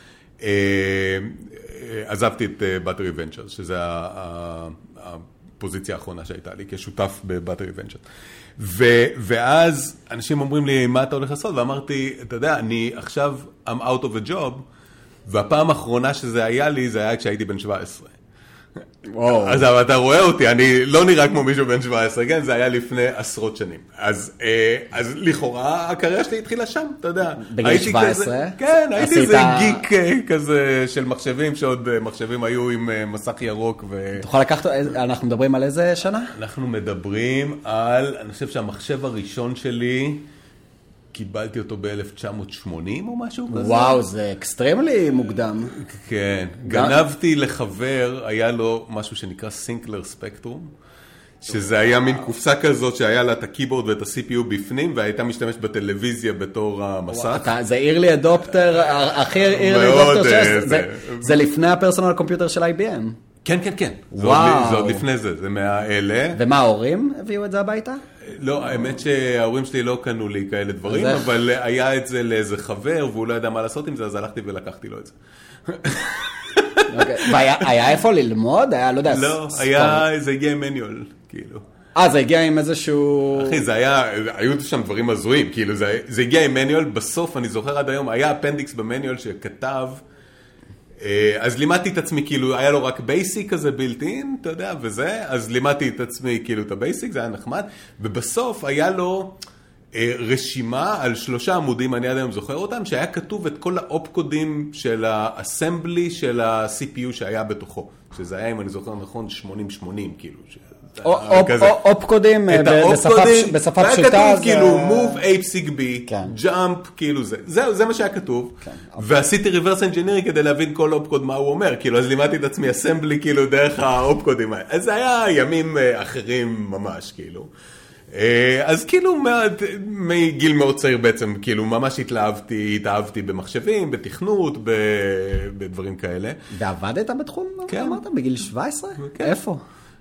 עזבתי את Battery Ventures, שזה ה... הפוזיציה האחרונה שהייתה לי, כשותף בבטרי ונצ'ר. ואז אנשים אומרים לי, מה אתה הולך לעשות? ואמרתי, אתה יודע, אני עכשיו, I'm out of a job, והפעם האחרונה שזה היה לי, זה היה כשהייתי בן שבע עשרה. וואו. אז אתה רואה אותי, אני לא נראה כמו מישהו בן שבע עשרה, כן? זה היה לפני עשרות שנים. אז, אז לכאורה, הקריירה שלי התחילה שם, אתה יודע. בגיל שבע עשרה? כן, הייתי איזה גיק כזה של מחשבים, שעוד מחשבים היו עם מסך ירוק. ו... תוכל לקחת, אנחנו מדברים על איזה שנה? אנחנו מדברים על, אני חושב שהמחשב הראשון שלי קיבלתי אותו ב-אלף תשע מאות שמונים או משהו כזה. וואו, זה אקסטרימלי מוקדם. כן, גנבתי לחבר, היה לו משהו שנקרא סינקלר ספקטרום, שזה היה מין קופסה כזאת שהיה לה את הקיבורד ואת ה-סי פי יו בפנים, והייתה משתמש בטלוויזיה בתור המסך. זה אירלי אדופטר, הכי אירלי אדופטר, זה לפני הפרסונל קומפיוטר של איי בי אם. כן, כן, כן. וואו. זה עוד לפני זה, זה מהאלה. ומה, ההורים הביאו את זה הביתה? לא, האמת שההורים שלי לא קנו לי כאלה דברים, אבל היה את זה לאיזה חבר, והוא לא ידע מה לעשות עם זה, אז הלכתי ולקחתי לו את זה. והיה איפה ללמוד? היה, לא יודע. לא, היה, זה הגיע עם מניול, כאילו. אה, זה הגיע עם איזשהו... אחי, זה היה, היו שם דברים הזויים, כאילו, זה, זה הגיע עם מניול, בסוף, אני זוכר עד היום, היה אפנדיקס במניול שכתב, אז לימדתי את עצמי, כאילו, היה לו רק בייסיק כזה בילטין, אתה יודע, וזה, אז לימדתי את עצמי, כאילו, את הבייסיק, זה היה נחמד, ובסוף היה לו רשימה על שלושה עמודים, אני עד היום זוכר אותם, שהיה כתוב את כל האופקודים של האסמבלי של ה-סי פי יו שהיה בתוכו, שזה היה, אם אני זוכר נכון, שמונים שמונים, כאילו, אופקודים בשפה פשוטה. והיה כתוב כאילו move ape sig b, jump, כאילו זה. זה מה שהיה כתוב. ועשיתי reverse engineering כדי להבין כל אופקוד מה הוא אומר. כאילו אז לימדתי את עצמי assembly כאילו דרך האופקודים האלה. אז זה היה ימים אחרים ממש כאילו. אז כאילו מגיל מאוד צעיר בעצם כאילו ממש התלהבתי, התאהבתי במחשבים, בתכנות, בדברים כאלה. ועבדת בתחום? אמרת בגיל שבע עשרה? איפה?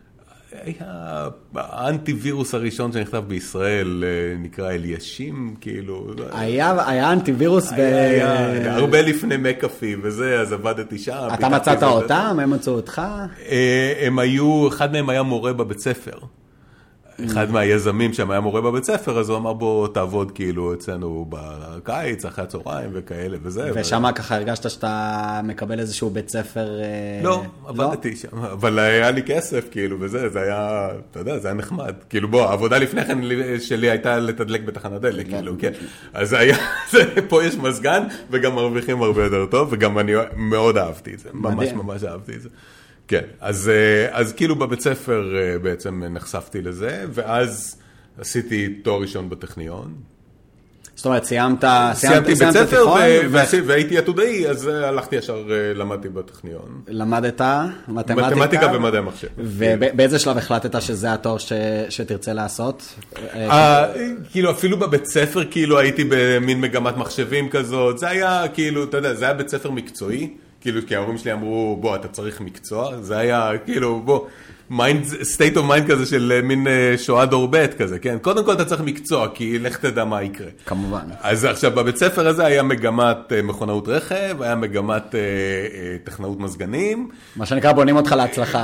היה האנטיווירוס הראשון שנכתב בישראל, נקרא אלישים, כאילו. היה אנטיווירוס ב... הרבה לפני מקאפי וזה, אז עבדתי שם. אתה מצאת אותם? הם מצאו אותך? הם היו, אחד מהם היה מורה בבית ספר. אחד מהיזמים שם היה מורה בבית ספר, אז הוא אמר בוא תעבוד כאילו אצלנו בקיץ, אחרי הצהריים וכאלה וזה. ושם ככה הרגשת שאתה מקבל איזשהו בית ספר? לא, עבדתי שם, אבל היה לי כסף כאילו וזה, זה היה, אתה יודע, זה היה נחמד. כאילו בוא, העבודה לפני כן שלי הייתה לתדלק בתחנת דלק, כאילו, כן. אז היה, פה יש מזגן וגם מרוויחים הרבה יותר טוב, וגם אני מאוד אהבתי את זה, ממש ממש אהבתי את זה. כן, אז, אז כאילו בבית ספר בעצם נחשפתי לזה, ואז עשיתי תואר ראשון בטכניון. זאת אומרת, סיימת, סיימתי בית ספר והייתי עתודאי, אז הלכתי ישר, למדתי בטכניון. למדת מתמטיקה? מתמטיקה ומדעי המחשב. ובאיזה שלב החלטת שזה התואר שתרצה לעשות? כאילו אפילו בבית ספר כאילו הייתי במין מגמת מחשבים כזאת, זה היה כאילו, אתה יודע, זה היה בית ספר מקצועי. כאילו, כי ההורים שלי אמרו, בוא, אתה צריך מקצוע, זה היה, כאילו, בוא, mind, state of mind כזה של מין שואה דור ב' כזה, כן? קודם כל אתה צריך מקצוע, כי לך תדע מה יקרה. כמובן. אז עכשיו, בבית ספר הזה היה מגמת מכונאות רכב, היה מגמת טכנאות מזגנים. מה שנקרא, בונים אותך להצלחה.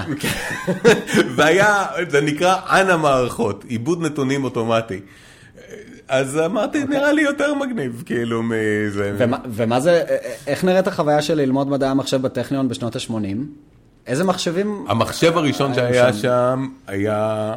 והיה, זה נקרא אנה מערכות, עיבוד נתונים אוטומטי. אז אמרתי, נראה לי יותר מגניב, כאילו, מזה. ומה זה, איך נראית החוויה של ללמוד מדעי המחשב בטכניון בשנות ה-שמונים? איזה מחשבים? המחשב הראשון שהיה שם היה,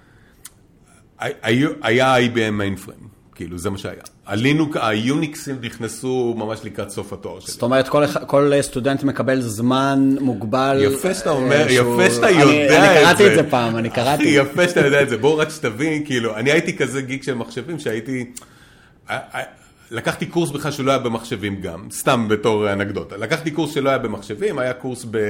היה איי בי אם mainframe, כאילו, זה מה שהיה. הלינוק, היוניקסים נכנסו ממש לקראת סוף התואר שלי. זאת אומרת, כל סטודנט מקבל זמן מוגבל. יפה שאתה אומר, יפה שאתה יודע את זה. אני קראתי את זה פעם, אני קראתי. יפה שאתה יודע את זה. בואו רק שתבין, כאילו, אני הייתי כזה גיק של מחשבים, שהייתי, לקחתי קורס בכלל שלא היה במחשבים גם, סתם בתור אנקדוטה. לקחתי קורס שלא היה במחשבים, היה קורס ב...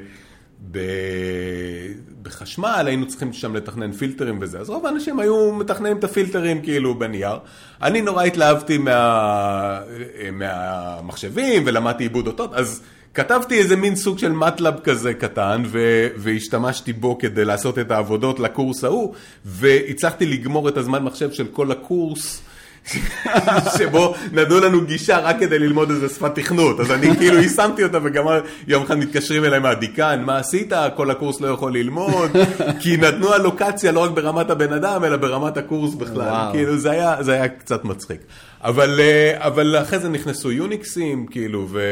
בחשמל, היינו צריכים שם לתכנן פילטרים וזה, אז רוב האנשים היו מתכננים את הפילטרים כאילו בנייר. אני נורא התלהבתי מה... מהמחשבים ולמדתי עיבוד אותות, אז כתבתי איזה מין סוג של מטלב כזה קטן, ו... והשתמשתי בו כדי לעשות את העבודות לקורס ההוא, והצלחתי לגמור את הזמן מחשב של כל הקורס, שבו נדעו לנו גישה רק כדי ללמוד איזה שפת תכנות, אז אני כאילו יישמתי אותה וגם יום אחד מתקשרים אליי מהדיקן, מה עשית? כל הקורס לא יכול ללמוד, כי נתנו אלוקציה לא רק ברמת הבן אדם, אלא ברמת הקורס בכלל, כאילו זה היה, זה היה קצת מצחיק. אבל, אבל אחרי זה נכנסו יוניקסים, כאילו, ו,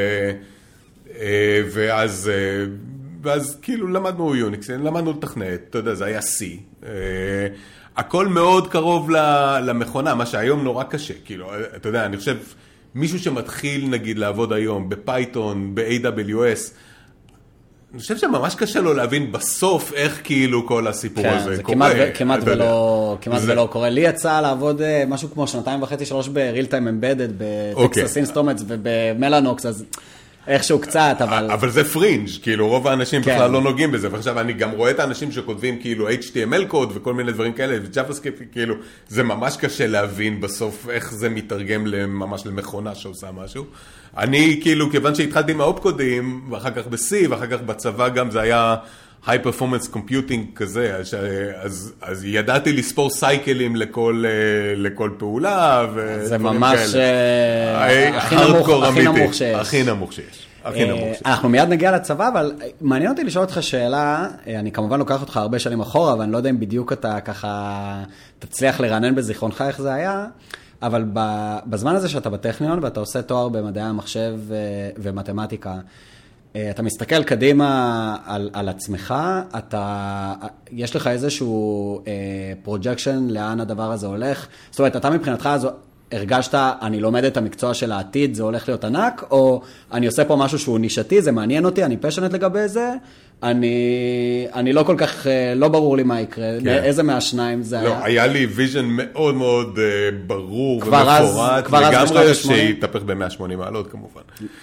ואז, ואז כאילו למדנו יוניקסים, למדנו לתכנת, אתה יודע, זה היה C. הכל מאוד קרוב למכונה, מה שהיום נורא קשה, כאילו, אתה יודע, אני חושב, מישהו שמתחיל, נגיד, לעבוד היום בפייתון, ב-איי דאבליו אס, אני חושב שממש קשה לו להבין בסוף איך כאילו כל הסיפור כן, הזה זה קורה. כמעט, ו- כמעט, ולא, כמעט זה... ולא קורה. לי יצא לעבוד משהו כמו שנתיים וחצי, שלוש ב-real time embedded, בטקסס אינסטרומנטס ובמלנוקס, אז איכשהו קצת, אבל... אבל זה פרינג', כאילו רוב האנשים כן. בכלל לא נוגעים בזה, ועכשיו אני גם רואה את האנשים שכותבים כאילו אייץ' טי אם אל קוד וכל מיני דברים כאלה, ו-JavaScript, כאילו, זה ממש קשה להבין בסוף איך זה מתרגם ממש למכונה שעושה משהו. אני כאילו, כיוון שהתחלתי עם האופקודים, ואחר כך ב-C, ואחר כך בצבא גם זה היה high performance computing כזה, אז, אז, אז ידעתי לספור סייקלים לכל, לכל פעולה, זה ממש הכי נמוך, הכי נמוך שיש. הכי נמוך שיש. הכי נמוך שיש. אנחנו מיד נגיע לצבא, אבל מעניין אותי לשאול אותך שאלה, אני כמובן לוקח אותך הרבה שנים אחורה, אבל אני לא יודע אם בדיוק אתה ככה תצליח לרענן בזיכרונך איך זה היה, אבל בזמן הזה שאתה בטכניון ואתה עושה תואר במדעי המחשב ומתמטיקה, אתה מסתכל קדימה על, על עצמך, אתה, יש לך איזשהו פרוג'קשן לאן הדבר הזה הולך, זאת אומרת, אתה מבחינתך הזו, הרגשת, אני לומד את המקצוע של העתיד, זה הולך להיות ענק, או אני עושה פה משהו שהוא נישתי, זה מעניין אותי, אני פשנט לגבי זה, אני, אני לא כל כך, לא ברור לי מה יקרה, כן. איזה מהשניים זה לא, היה. היה לי ויז'ן מאוד מאוד uh, ברור כבר ומפורט, כבר לגמרי שהתהפך ב-מאה ושמונים מעלות כמובן.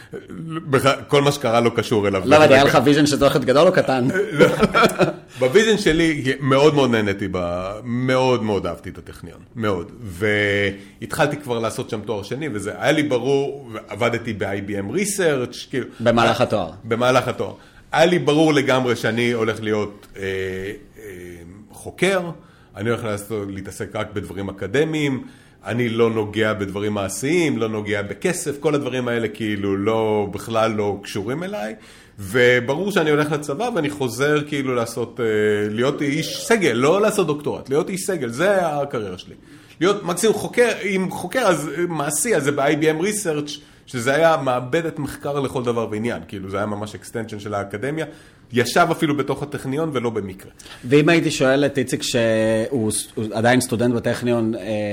כל מה שקרה לא קשור אליו. לא, אבל היה לך ויז'ן שזה הולך להיות גדול או קטן? בוויז'ן שלי מאוד מאוד נהניתי, מאוד מאוד אהבתי את הטכניון, מאוד. והתחלתי כבר לעשות שם תואר שני, וזה היה לי ברור, עבדתי ב-איי בי אם Research. במהלך התואר. במהלך התואר. היה לי ברור לגמרי שאני הולך להיות אה, אה, חוקר, אני הולך לעשות, להתעסק רק בדברים אקדמיים, אני לא נוגע בדברים מעשיים, לא נוגע בכסף, כל הדברים האלה כאילו לא, בכלל לא קשורים אליי, וברור שאני הולך לצבא ואני חוזר כאילו לעשות, אה, להיות איש סגל, לא לעשות דוקטורט, להיות איש סגל, זה הקריירה שלי. להיות מקסימום חוקר, אם חוקר אז מעשי, אז זה ב-איי בי אם Research, שזה היה מעבדת מחקר לכל דבר ועניין, כאילו זה היה ממש אקסטנשן של האקדמיה, ישב אפילו בתוך הטכניון ולא במקרה. ואם הייתי שואל את איציק שהוא עדיין סטודנט בטכניון,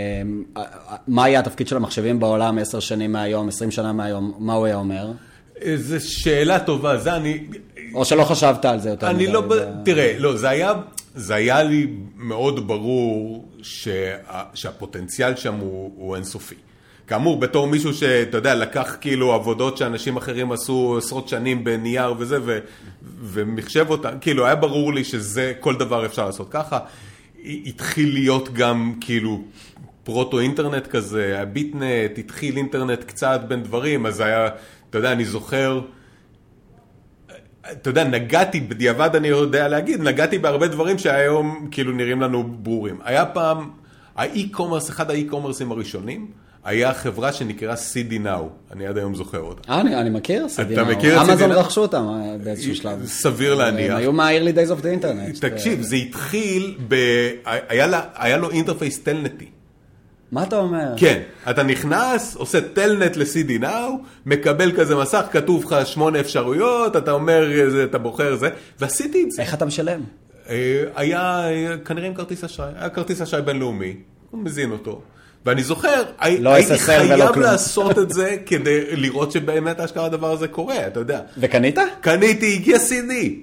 מה היה התפקיד של המחשבים בעולם עשר שנים מהיום, עשרים שנה מהיום, מה הוא היה אומר? זו שאלה טובה, זה אני... או שלא חשבת על זה יותר. אני לא... תראה, לא, זה היה... זה היה לי מאוד ברור שהפוטנציאל שם הוא אינסופי. כאמור, בתור מישהו שאתה יודע, לקח כאילו עבודות שאנשים אחרים עשו עשרות שנים בנייר וזה, ו, ומחשב אותה, כאילו היה ברור לי שזה כל דבר אפשר לעשות ככה. התחיל להיות גם כאילו פרוטו אינטרנט כזה, הביטנט, התחיל אינטרנט קצת בין דברים, אז היה, אתה יודע, אני זוכר, אתה יודע, נגעתי, בדיעבד אני יודע להגיד, נגעתי בהרבה דברים שהיום כאילו נראים לנו ברורים. היה פעם, האי-קומרס, אחד האי-קומרסים הראשונים, היה חברה שנקרא סי די Now, אני עד היום זוכר אותה. אה, אני, אני מכיר סי די Now. אתה מכיר את סי די Now? אמזון רכשו אותם באיזשהו שלב. סביר להניח. הם היו מה-early days of the internet. תקשיב, זה התחיל, ב... היה, לה... היה לו אינטרפייס טלנטי. מה אתה אומר? כן, אתה נכנס, עושה טלנט ל-סי די Now, מקבל כזה מסך, כתוב לך שמונה אפשרויות, אתה אומר, אתה בוחר זה, ועשיתי את זה. איך אתה משלם? היה, כנראה עם כרטיס אשראי, היה כרטיס אשראי בינלאומי, הוא מזין אותו. ואני זוכר, לא הייתי חייב לעשות את זה כדי לראות שבאמת השקעה הדבר הזה קורה, אתה יודע. וקנית? קניתי, הגיע סי די.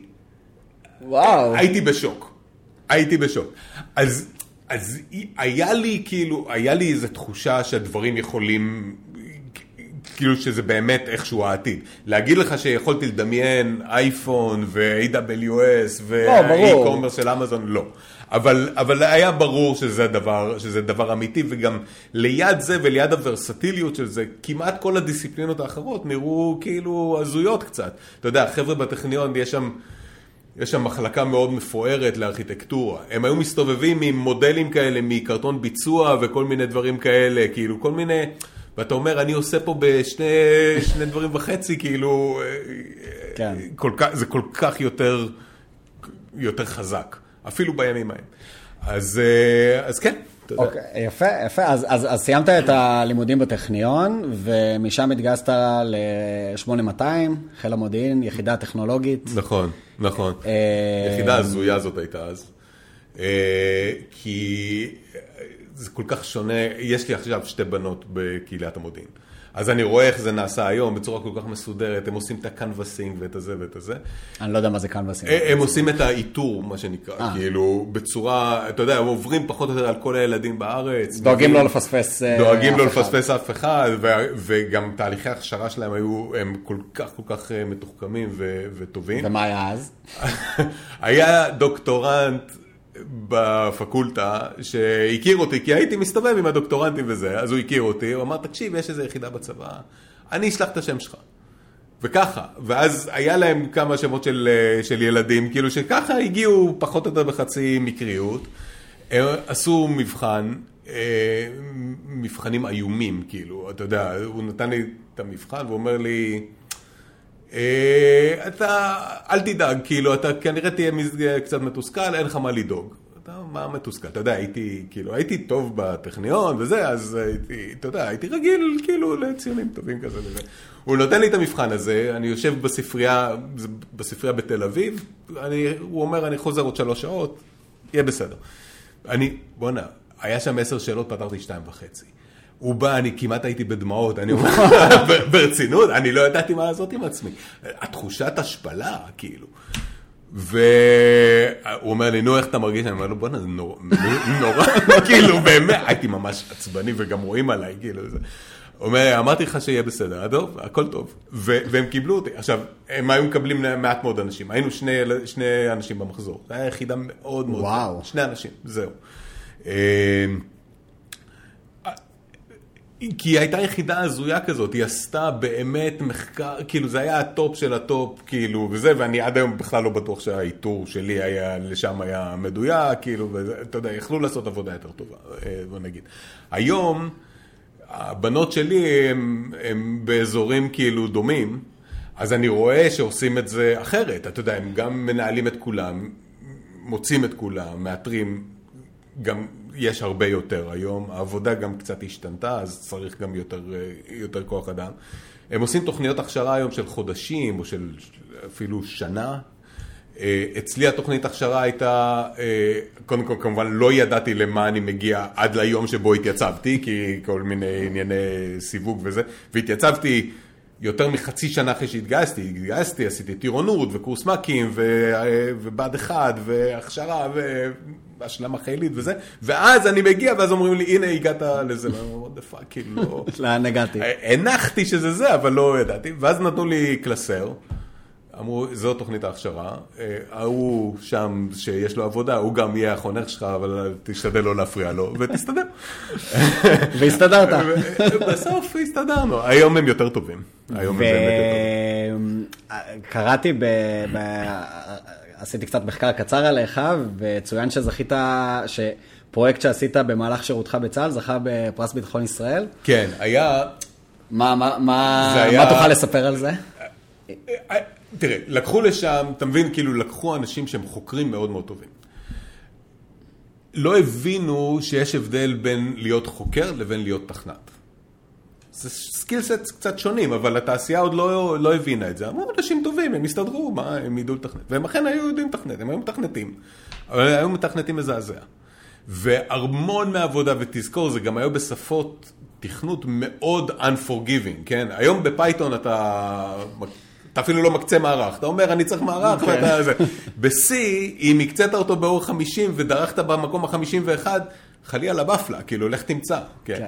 וואו. הייתי בשוק. הייתי בשוק. אז, אז היה לי כאילו, היה לי איזו תחושה שהדברים יכולים, כאילו שזה באמת איכשהו העתיד. להגיד לך שיכולתי לדמיין אייפון ו-איי דאבליו אס ו-e-commerce של אמזון, לא. אבל, אבל היה ברור שזה דבר, שזה דבר אמיתי, וגם ליד זה וליד הוורסטיליות של זה, כמעט כל הדיסציפלינות האחרות נראו כאילו הזויות קצת. אתה יודע, חבר'ה בטכניון, יש שם, יש שם מחלקה מאוד מפוארת לארכיטקטורה. הם היו מסתובבים עם מודלים כאלה, מקרטון ביצוע וכל מיני דברים כאלה, כאילו כל מיני, ואתה אומר, אני עושה פה בשני שני דברים וחצי, כאילו, כן. כל כך, זה כל כך יותר, יותר חזק. אפילו בימים ההם. אז, אז כן. אוקיי, יפה, יפה. אז, אז, אז סיימת את הלימודים בטכניון, ומשם התגייסת ל-שמונה מאתיים, חיל המודיעין, יחידה טכנולוגית. נכון, נכון. יחידה הזויה זאת הייתה אז. כי זה כל כך שונה, יש לי עכשיו שתי בנות בקהילת המודיעין. אז אני רואה איך זה נעשה היום בצורה כל כך מסודרת, הם עושים את הקנבסינג ואת הזה ואת הזה. אני לא יודע מה זה קנבסינג. הם עושים את האיתור, מה שנקרא, כאילו בצורה, אתה יודע, הם עוברים פחות או יותר על כל הילדים בארץ. דואגים לא לפספס אף אחד. דואגים לא לפספס אף אחד, וגם תהליכי ההכשרה שלהם היו, הם כל כך כל כך מתוחכמים וטובים. ומה היה אז? היה דוקטורנט בפקולטה שהכיר אותי, כי הייתי מסתובב עם הדוקטורנטים וזה, אז הוא הכיר אותי, הוא אמר, תקשיב, יש איזו יחידה בצבא, אני אשלח את השם שלך. וככה, ואז היה להם כמה שמות של, של ילדים, כאילו שככה הגיעו פחות או יותר בחצי מקריות, הם עשו מבחן, מבחנים איומים, כאילו, אתה יודע, הוא נתן לי את המבחן, והוא אומר לי, אתה, אל תדאג, כאילו, אתה כנראה תהיה קצת מתוסכל, אין לך מה לדאוג. אתה, מה מתוסכל? אתה יודע, הייתי, כאילו, הייתי טוב בטכניון וזה, אז הייתי, אתה יודע, הייתי רגיל, כאילו, לציונים טובים כזה וזה. הוא נותן לי את המבחן הזה, אני יושב בספרייה, בספרייה בתל אביב, אני, הוא אומר, אני חוזר עוד שלוש שעות, יהיה בסדר. אני, בוא נע, היה שם עשר שאלות, פתרתי שתיים וחצי. הוא בא, אני כמעט הייתי בדמעות, אני אומר, ברצינות, אני לא ידעתי מה לעשות עם עצמי. התחושת השפלה, כאילו. והוא אומר לי, נו, איך אתה מרגיש? אני אומר לו, בוא נע, זה נורא, נורא, כאילו, באמת, הייתי ממש עצבני וגם רואים עליי, כאילו, זה. הוא אומר, אמרתי לך שיהיה בסדר, טוב, הכל טוב. והם קיבלו אותי. עכשיו, הם היו מקבלים מעט מאוד אנשים. היינו שני אנשים במחזור. זה היה יחידה מאוד מאוד. וואו. שני אנשים, זהו. כי היא הייתה יחידה הזויה כזאת, היא עשתה באמת מחקר, כאילו זה היה הטופ של הטופ, כאילו, וזה, ואני עד היום בכלל לא בטוח שהאיתור שלי היה, לשם היה מדויק, כאילו, ואתה יודע, יכלו לעשות עבודה יותר טובה, בוא נגיד. היום, הבנות שלי הם, הם באזורים כאילו דומים, אז אני רואה שעושים את זה אחרת, אתה יודע, הם גם מנהלים את כולם, מוצאים את כולם, מאתרים, גם יש הרבה יותר היום, העבודה גם קצת השתנתה, אז צריך גם יותר, יותר כוח אדם. הם עושים תוכניות הכשרה היום של חודשים, או של אפילו שנה. אצלי התוכנית הכשרה הייתה, קודם כל כמובן לא ידעתי למה אני מגיע עד ליום שבו התייצבתי, כי כל מיני ענייני סיווג וזה, והתייצבתי יותר מחצי שנה אחרי שהתגייסתי, התגייסתי, עשיתי טירונות וקורס מקים ובד אחד והכשרה והשלמה חילית וזה, ואז אני מגיע ואז אומרים לי, הנה הגעת לזה, what the fuck, כאילו, לאן הגעתי? הנחתי שזה זה, אבל לא ידעתי, ואז נתנו לי קלסר, אמרו, זו תוכנית ההכשרה, הוא שם שיש לו עבודה, הוא גם יהיה החונך שלך, אבל תשתדל לא להפריע לו, ותסתדר. והסתדרת. בסוף הסתדרנו. היום הם יותר טובים. היום הם באמת יותר טובים. קראתי, עשיתי קצת מחקר קצר עליך, וצוין שזכית, שפרויקט שעשית במהלך שירותך בצה"ל, זכה בפרס ביטחון ישראל. כן, היה... מה תוכל לספר על זה? תראה, לקחו לשם, אתה מבין, כאילו לקחו אנשים שהם חוקרים מאוד מאוד טובים. לא הבינו שיש הבדל בין להיות חוקר לבין להיות תכנת. זה סקילסט קצת שונים, אבל התעשייה עוד לא, לא הבינה את זה. אמרו, אנשים טובים, הם הסתדרו, מה, הם ידעו לתכנת. והם אכן היו יודעים לתכנת, הם היו מתכנתים. אבל היו מתכנתים מזעזע. והרמון מהעבודה, ותזכור, זה גם היו בשפות תכנות מאוד unforgiving, כן? היום בפייתון אתה... אתה אפילו לא מקצה מערך, אתה אומר, אני צריך מערך, ואתה זה. ב-C, אם הקצת אותו באור חמישים, ודרכת במקום ה-חמישים ואחת, חלי על הבפלה, כאילו, לך תמצא, כן.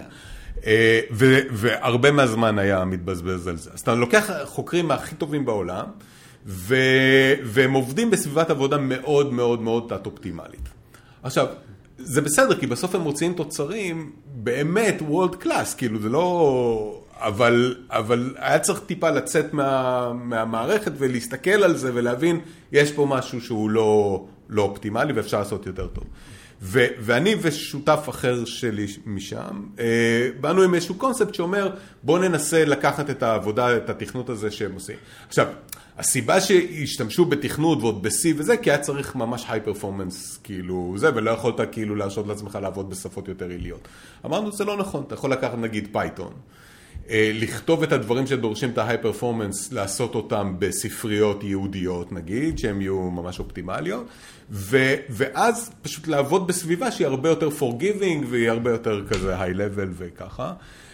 והרבה מהזמן היה מתבזבז על זה. אז אתה לוקח חוקרים הכי טובים בעולם, והם עובדים בסביבת עבודה מאוד מאוד מאוד תת-אופטימלית. עכשיו, זה בסדר, כי בסוף הם מוציאים תוצרים באמת world class, כאילו, זה לא... אבל, אבל היה צריך טיפה לצאת מה, מהמערכת ולהסתכל על זה ולהבין, יש פה משהו שהוא לא, לא אופטימלי ואפשר לעשות יותר טוב. ו, ואני ושותף אחר שלי משם, באנו עם איזשהו קונספט שאומר, בוא ננסה לקחת את העבודה, את התכנות הזה שהם עושים. עכשיו, הסיבה שהשתמשו בתכנות ועוד ב-C וזה, כי היה צריך ממש היי פרפורמנס, כאילו זה, ולא יכולת כאילו להרשות לעצמך לעבוד בשפות יותר עיליות. אמרנו, זה לא נכון, אתה יכול לקחת נגיד פייתון. לכתוב את הדברים שדורשים את ההיי פרפורמנס, לעשות אותם בספריות יהודיות נגיד, שהן יהיו ממש אופטימליות, ו, ואז פשוט לעבוד בסביבה שהיא הרבה יותר forgiving, והיא הרבה יותר כזה high level וככה.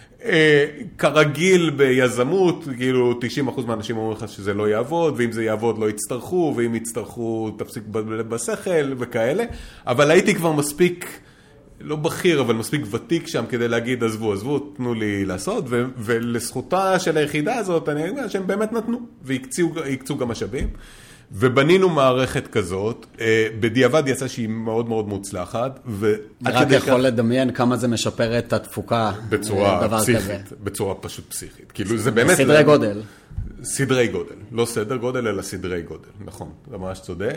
כרגיל ביזמות, כאילו תשעים אחוז מהאנשים אומרים לך שזה לא יעבוד, ואם זה יעבוד לא יצטרכו, ואם יצטרכו תפסיק בשכל וכאלה, אבל הייתי כבר מספיק, לא בכיר, אבל מספיק ותיק שם כדי להגיד, עזבו, עזבו, תנו לי לעשות, ו- ולזכותה של היחידה הזאת, אני אומר שהם באמת נתנו, ויקצו גם משאבים, ובנינו מערכת כזאת, בדיעבד יצא שהיא מאוד מאוד מוצלחת, רק יכול לדמיין כמה זה משפר את התפוקה, בצורה פסיכית, בצורה פשוט פסיכית, כאילו זה באמת... סדרי גודל. סדרי גודל, לא סדר גודל, אלא סדרי גודל, נכון, זה ממש צודק,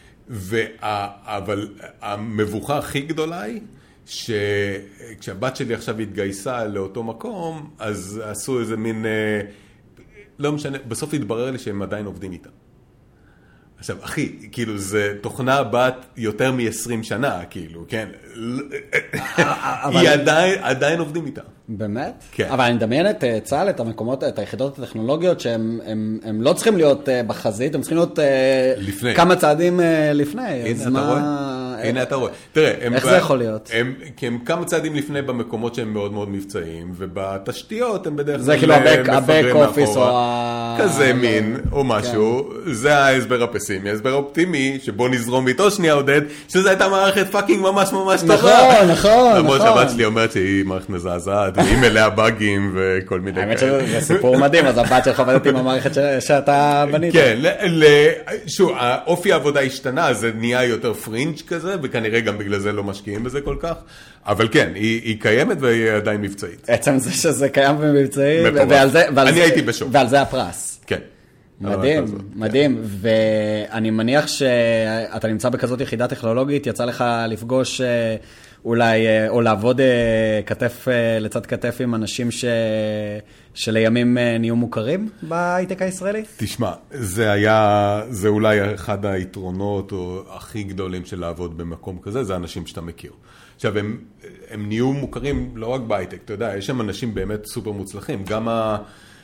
אבל המבוכה הכי גדולה היא, שכשהבת שלי עכשיו התגייסה לאותו מקום, אז עשו איזה מין, לא משנה, בסוף התברר לי שהם עדיין עובדים איתה. עכשיו, אחי, כאילו, זה תוכנה בת יותר מ-עשרים שנה, כאילו, כן? היא עדיין, עדיין עובדים איתה. באמת? כן. אבל אני מדמיין את צה"ל, את המקומות, את היחידות הטכנולוגיות, שהם הם, הם לא צריכים להיות בחזית, הם צריכים להיות לפני. כמה צעדים לפני. הנה, אתה רואה? הנה אתה רואה. תראה, איך זה יכול להיות? הם, כי הם כמה צעדים לפני במקומות שהם מאוד מאוד מבצעיים, ובתשתיות הם בדרך כלל זה כאילו הבק אופיס או ה... כזה מין, או משהו. זה ההסבר הפסימי, ההסבר האופטימי, שבו נזרום איתו שנייה עודד, שזו הייתה מערכת פאקינג ממש ממש טובה. נכון, נכון, למרות שהבת שלי אומרת שהיא מערכת מזעזעת, היא מלאה באגים וכל מיני כאלה. האמת שזה סיפור מדהים, אז הבת שלך עובדת עם המערכת שאתה בנית. כן, שוב, האופי העבודה השתנה, זה נהיה יותר פרינג' כזה, וכנראה גם בגלל זה לא משקיעים בזה כל כך, אבל כן, היא, היא קיימת והיא עדיין מבצעית. עצם זה שזה קיים במבצעים, אני הייתי בשוק. ועל זה הפרס. כן. מדהים, מדהים, ואני מניח שאתה נמצא בכזאת יחידה טכנולוגית, יצא לך לפגוש אולי, או לעבוד כתף לצד כתף עם אנשים ש... שלימים נהיו מוכרים בהייטק הישראלי? תשמע, זה היה, זה אולי אחד היתרונות או הכי גדולים של לעבוד במקום כזה, זה אנשים שאתה מכיר. עכשיו, הם, הם נהיו מוכרים לא רק בהייטק, אתה יודע, יש שם אנשים באמת סופר מוצלחים, גם ה...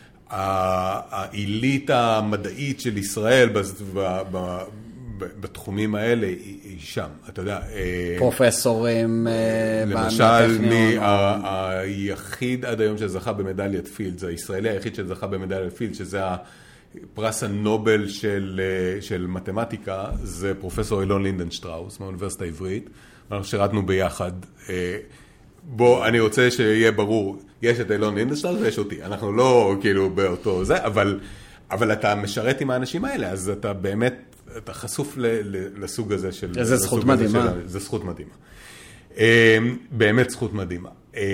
העילית המדעית של ישראל בתחומים האלה היא שם, אתה יודע. פרופסורים למשל, היחיד עד היום שזכה במדליית פילד, זה הישראלי היחיד שזכה במדליית פילד, שזה הפרס הנובל של, של מתמטיקה, זה פרופסור אילון לינדנשטראוס מהאוניברסיטה העברית, אנחנו שירתנו ביחד. בוא, אני רוצה שיהיה ברור, יש את אילון לינדנשטראוס ויש אותי, אנחנו לא כאילו באותו זה, אבל, אבל אתה משרת עם האנשים האלה, אז אתה באמת, אתה חשוף ל, ל, לסוג הזה של... זה זכות מדהימה. של, זה זכות מדהימה. באמת זכות מדהימה.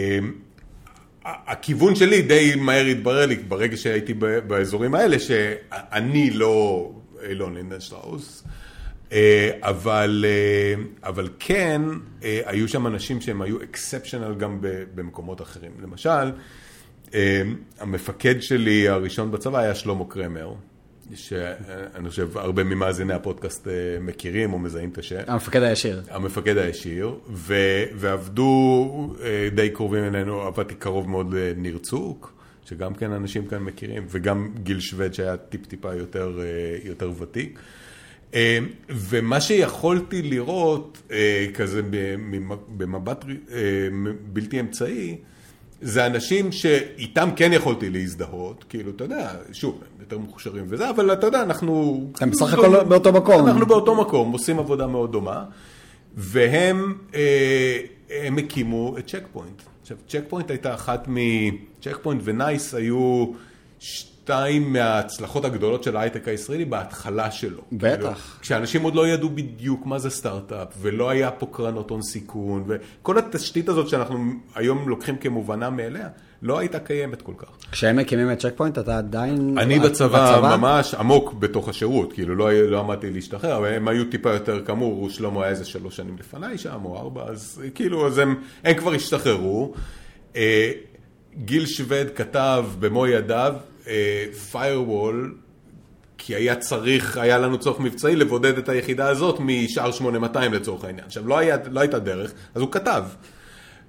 הכיוון שלי די מהר התברר לי, ברגע שהייתי באזורים האלה, שאני לא אילון לינדנשטראוס, אבל, אבל כן, היו שם אנשים שהם היו אקספשנל גם במקומות אחרים. למשל, המפקד שלי הראשון בצבא היה שלמה קרמר, שאני חושב הרבה ממאזיני הפודקאסט מכירים או מזהים את השם. המפקד הישיר. המפקד הישיר, ו- ועבדו די קרובים אלינו, עבדתי קרוב מאוד לניר צוק, שגם כן אנשים כאן מכירים, וגם גיל שוויד שהיה טיפ-טיפה יותר, יותר ותיק. ומה שיכולתי לראות כזה במבט בלתי אמצעי, זה אנשים שאיתם כן יכולתי להזדהות, כאילו, אתה יודע, שוב, הם יותר מוכשרים וזה, אבל אתה יודע, אנחנו... הם בסך הכל באותו מקום. אנחנו באותו מקום, עושים עבודה מאוד דומה, והם הם הקימו את צ'ק פוינט. עכשיו, צ'ק פוינט הייתה אחת מ... צ'ק פוינט ונייס היו שתיים מההצלחות הגדולות של ההייטק הישראלי בהתחלה שלו. בטח. כאילו, כשאנשים עוד לא ידעו בדיוק מה זה סטארט-אפ, ולא היה פה קרנות הון סיכון, וכל התשתית הזאת שאנחנו היום לוקחים כמובנה מאליה, לא הייתה קיימת כל כך. כשהם מקימים את צ'ק פוינט, אתה עדיין... אני בצבא, בצבא ממש עמוק בתוך השירות, כאילו לא, לא עמדתי להשתחרר, אבל הם היו טיפה יותר כאמור, שלמה היה איזה שלוש שנים לפניי שם, או ארבע, אז כאילו, אז הם, הם כבר השתחררו. גיל שוויד כתב במו ידיו, firewall, כי היה צריך, היה לנו צורך מבצעי לבודד את היחידה הזאת משאר שמונה מאתיים לצורך העניין. עכשיו, לא, היה, לא הייתה דרך, אז הוא כתב.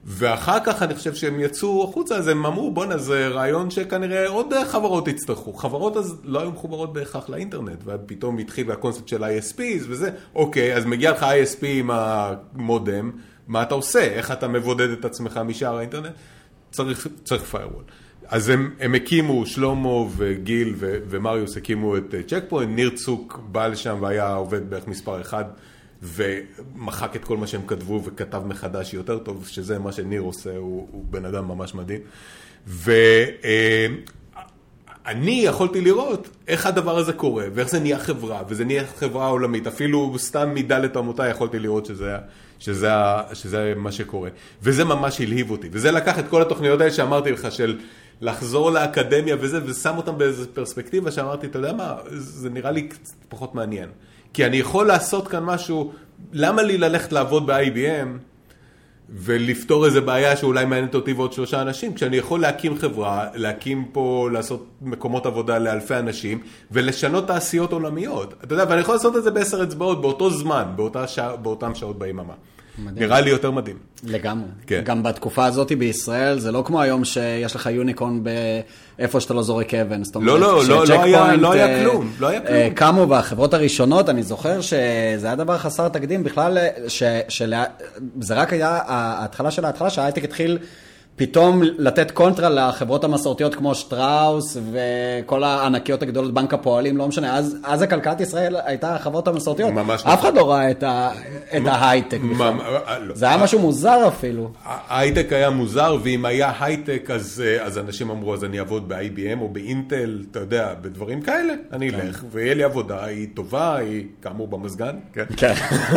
ואחר כך אני חושב שהם יצאו החוצה, אז הם אמרו, בוא זה רעיון שכנראה עוד חברות יצטרכו. חברות אז לא היו מחוברות בהכרח לאינטרנט, ופתאום התחיל הקונספט של איי אס פיז וזה, אוקיי, אז מגיע לך איי אס פי עם המודם, מה אתה עושה? איך אתה מבודד את עצמך משאר האינטרנט? צריך, צריך firewall. אז הם, הם הקימו, שלומו וגיל ו, ומריוס הקימו את צ'ק פוינט, ניר צוק בא לשם והיה עובד בערך מספר אחד, ומחק את כל מה שהם כתבו וכתב מחדש יותר טוב, שזה מה שניר עושה, הוא, הוא בן אדם ממש מדהים. ואני יכולתי לראות איך הדבר הזה קורה, ואיך זה נהיה חברה, וזה נהיה חברה עולמית, אפילו סתם מדלת עמותה יכולתי לראות שזה, שזה, שזה מה שקורה. וזה ממש הלהיב אותי, וזה לקח את כל התוכניות האלה שאמרתי לך, של לחזור לאקדמיה וזה, ושם אותם באיזו פרספקטיבה שאמרתי, אתה יודע מה, זה נראה לי פחות מעניין. כי אני יכול לעשות כאן משהו, למה לי ללכת לעבוד ב-איי בי אם ולפתור איזו בעיה שאולי מעניינת אותי ועוד שלושה אנשים, כשאני יכול להקים חברה, להקים פה, לעשות מקומות עבודה לאלפי אנשים, ולשנות תעשיות עולמיות. אתה יודע, ואני יכול לעשות את זה בעשר אצבעות, באותו זמן, באותה שע, באותם שעות ביממה. מדהים. נראה לי יותר מדהים. לגמרי. כן. גם בתקופה הזאת בישראל, זה לא כמו היום שיש לך יוניקון באיפה שאתה לא זורק אבן. לא, לא, לא, לא היה, לא היה כלום. לא היה כלום. קמו בחברות הראשונות, אני זוכר שזה היה דבר חסר תקדים, בכלל, שזה רק היה ההתחלה של ההתחלה, שההייטק התחיל פתאום לתת קונטרה לחברות המסורתיות כמו שטראוס וכל הענקיות הגדולות, בנק הפועלים, לא משנה. אז, אז הכלכלת ישראל הייתה החברות המסורתיות. אף אחד לא ראה את, ה, את ההייטק בכלל. זה היה משהו מוזר אפילו. ההייטק היה מוזר, ואם היה הייטק, אז, אז אנשים אמרו, אז אני אעבוד ב-איי בי אם או באינטל, אתה יודע, בדברים כאלה, אני אלך, ויהיה לי עבודה, היא טובה, היא כאמור במזגן. כן. כן.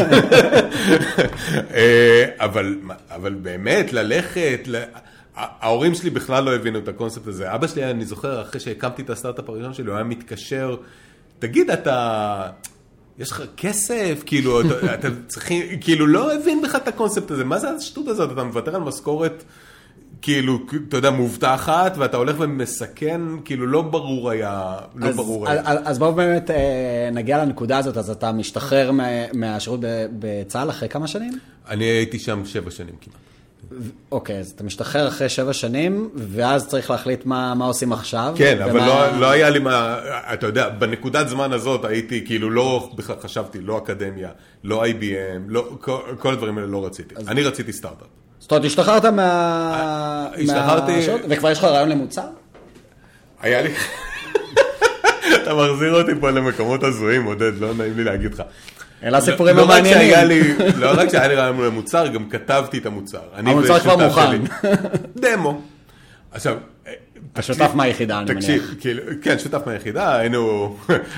אבל, אבל באמת, ללכת... ההורים שלי בכלל לא הבינו את הקונספט הזה. אבא שלי, אני זוכר, אחרי שהקמתי את הסטארט-אפ הראשון שלי, הוא היה מתקשר, תגיד, אתה, יש לך כסף? כאילו, אתה, אתה צריכים, כאילו, לא הבין בכלל את הקונספט הזה. מה זה השטות הזאת? אתה מוותר על משכורת, כאילו, אתה יודע, מובטחת, ואתה הולך ומסכן, כאילו, לא ברור היה, לא אז, ברור אז, היה. אז בואו באמת נגיע לנקודה הזאת, אז אתה משתחרר מה, מהשירות בצה"ל אחרי כמה שנים? אני הייתי שם שבע שנים כמעט. אוקיי, אז אתה משתחרר אחרי שבע שנים, ואז צריך להחליט מה, מה עושים עכשיו. כן, אבל לא, לא היה לי מה, אתה יודע, בנקודת זמן הזאת הייתי, כאילו לא, בכלל חשבתי, לא אקדמיה, לא איי בי אם, לא, כל, כל הדברים האלה לא רציתי. אז... אני רציתי סטארט-אפ. זאת אומרת, השתחררת מה... השתחררתי... מהשעות, וכבר יש לך רעיון למוצר? היה לי... אתה מחזיר אותי פה למקומות הזויים, עודד, לא נעים לי להגיד לך. אלא סיפורים המעניינים. לא רק שהיה לי רעיון למוצר, גם כתבתי את המוצר. המוצר כבר מוכן. דמו. עכשיו... השותף מהיחידה, אני מניח. כן, שותף מהיחידה, היינו...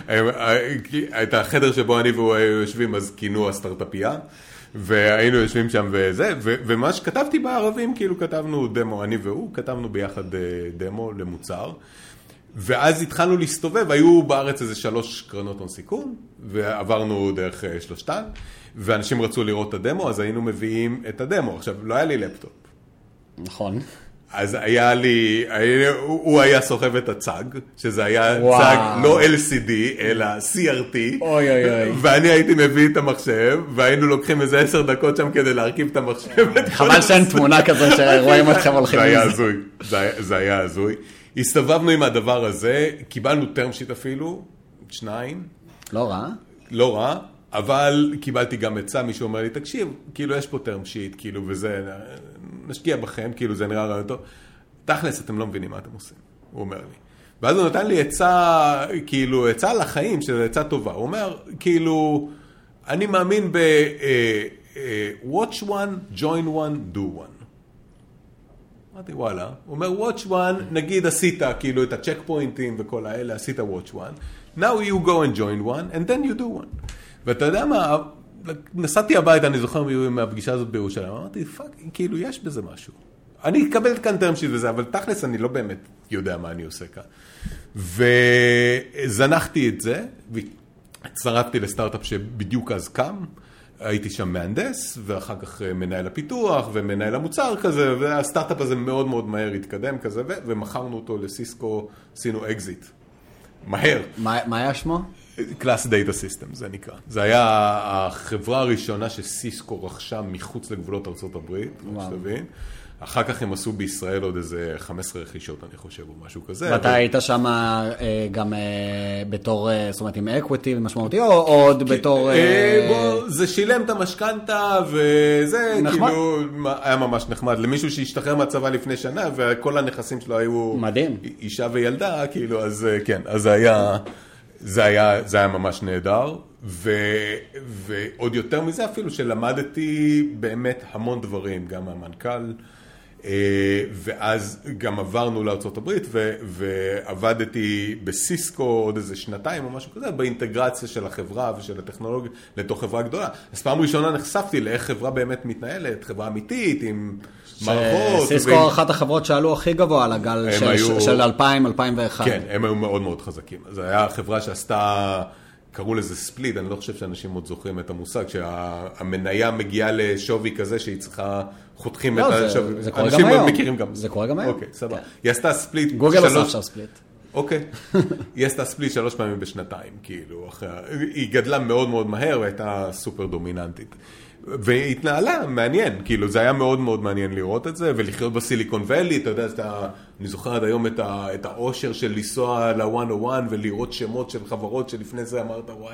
את החדר שבו אני והוא יושבים, אז כינו הסטארט-אפייה, והיינו יושבים שם וזה, ומה שכתבתי בערבים, כאילו כתבנו דמו, אני והוא, כתבנו ביחד דמו למוצר, ואז התחלנו להסתובב, היו בארץ איזה שלוש קרנות הון סיכון, ועברנו דרך שלושתן, ואנשים רצו לראות את הדמו, אז היינו מביאים את הדמו. עכשיו, לא היה לי לפטופ. נכון. אז היה לי, היה, הוא היה סוחב את הצג, שזה היה וואו. צג לא אל סי די, אלא סי אר טי. אוי אוי אוי. ואני הייתי מביא את המחשב, והיינו לוקחים איזה עשר דקות שם כדי להרכיב את המחשב. חבל שאין תמונה כזו שרואים אתכם הולכים. זה היה הזוי, זה, זה היה הזוי. הסתובבנו עם הדבר הזה, קיבלנו טרם שיט אפילו, שניים. לא רע. לא רע. אבל קיבלתי גם עצה, מישהו אומר לי, תקשיב, כאילו יש פה טרם שיט, כאילו וזה, נשקיע בכם, כאילו זה נראה רעיון טוב. תכלס, אתם לא מבינים מה אתם עושים, הוא אומר לי. ואז הוא נתן לי עצה, כאילו, עצה לחיים, שזו עצה טובה. הוא אומר, כאילו, אני מאמין ב- uh, uh, watch one, join one, do one. אמרתי, וואלה. הוא אומר, watch one, נגיד עשית, כאילו, את הצ'ק פוינטים וכל האלה, עשית watch one. Now you go and join one, and then you do one. ואתה יודע מה, נסעתי הביתה, אני זוכר מהפגישה הזאת בירושלים, אמרתי, פאק, כאילו יש בזה משהו. אני אקבל כאן טרם שיט וזה, אבל תכלס אני לא באמת יודע מה אני עושה כאן. וזנחתי את זה, והצטרפתי לסטארט-אפ שבדיוק אז קם, הייתי שם מהנדס, ואחר כך מנהל הפיתוח ומנהל המוצר כזה, והסטארט-אפ הזה מאוד מאוד מהר התקדם כזה, ומכרנו אותו לסיסקו, עשינו אקזיט. מהר. מה, מה היה שמו? Class Data System, זה נקרא. זה היה החברה הראשונה שסיסקו רכשה מחוץ לגבולות ארצות הברית, שתבין. אחר כך הם עשו בישראל עוד איזה חמש עשרה רכישות, אני חושב, או משהו כזה. ואתה היית שם גם בתור, זאת אומרת, עם אקוויטי משמעותי, או עוד בתור... בוא, זה שילם את המשכנתה, וזה כאילו היה ממש נחמד. למישהו שהשתחרר מהצבא לפני שנה, וכל הנכסים שלו היו... מדהים. אישה וילדה, כאילו, אז כן, אז זה היה... זה היה, זה היה ממש נהדר, ו, ועוד יותר מזה אפילו שלמדתי באמת המון דברים, גם מהמנכ"ל, ואז גם עברנו לארצות הברית, ו, ועבדתי בסיסקו עוד איזה שנתיים או משהו כזה, באינטגרציה של החברה ושל הטכנולוגיה לתוך חברה גדולה. אז פעם ראשונה נחשפתי לאיך חברה באמת מתנהלת, חברה אמיתית עם מערכות. סיסקו ועם... אחת החברות שעלו הכי גבוה על הגל של, היו... של אלפיים אלפיים ואחת. כן, הם היו מאוד מאוד חזקים. זו הייתה חברה שעשתה... קראו לזה ספליט, אני לא חושב שאנשים עוד זוכרים את המושג, שהמניה מגיעה לשווי כזה שהיא צריכה, חותכים את השווי. אנשים עוד מכירים גם. זה קורה גם היום. אוקיי, סבבה. היא עשתה ספליט. גוגל עושה עכשיו ספליט. אוקיי. היא עשתה ספליט שלוש פעמים בשנתיים, כאילו. היא גדלה מאוד מאוד מהר והייתה סופר דומיננטית. והתנהלה, מעניין, כאילו, זה היה מאוד מאוד מעניין לראות את זה, ולחיות בסיליקון ואלי, אתה יודע, אתה, אני זוכר עד היום את, ה, את האושר של לנסוע ל-מאה ואחת ולראות שמות של חברות שלפני זה אמרת, וואי,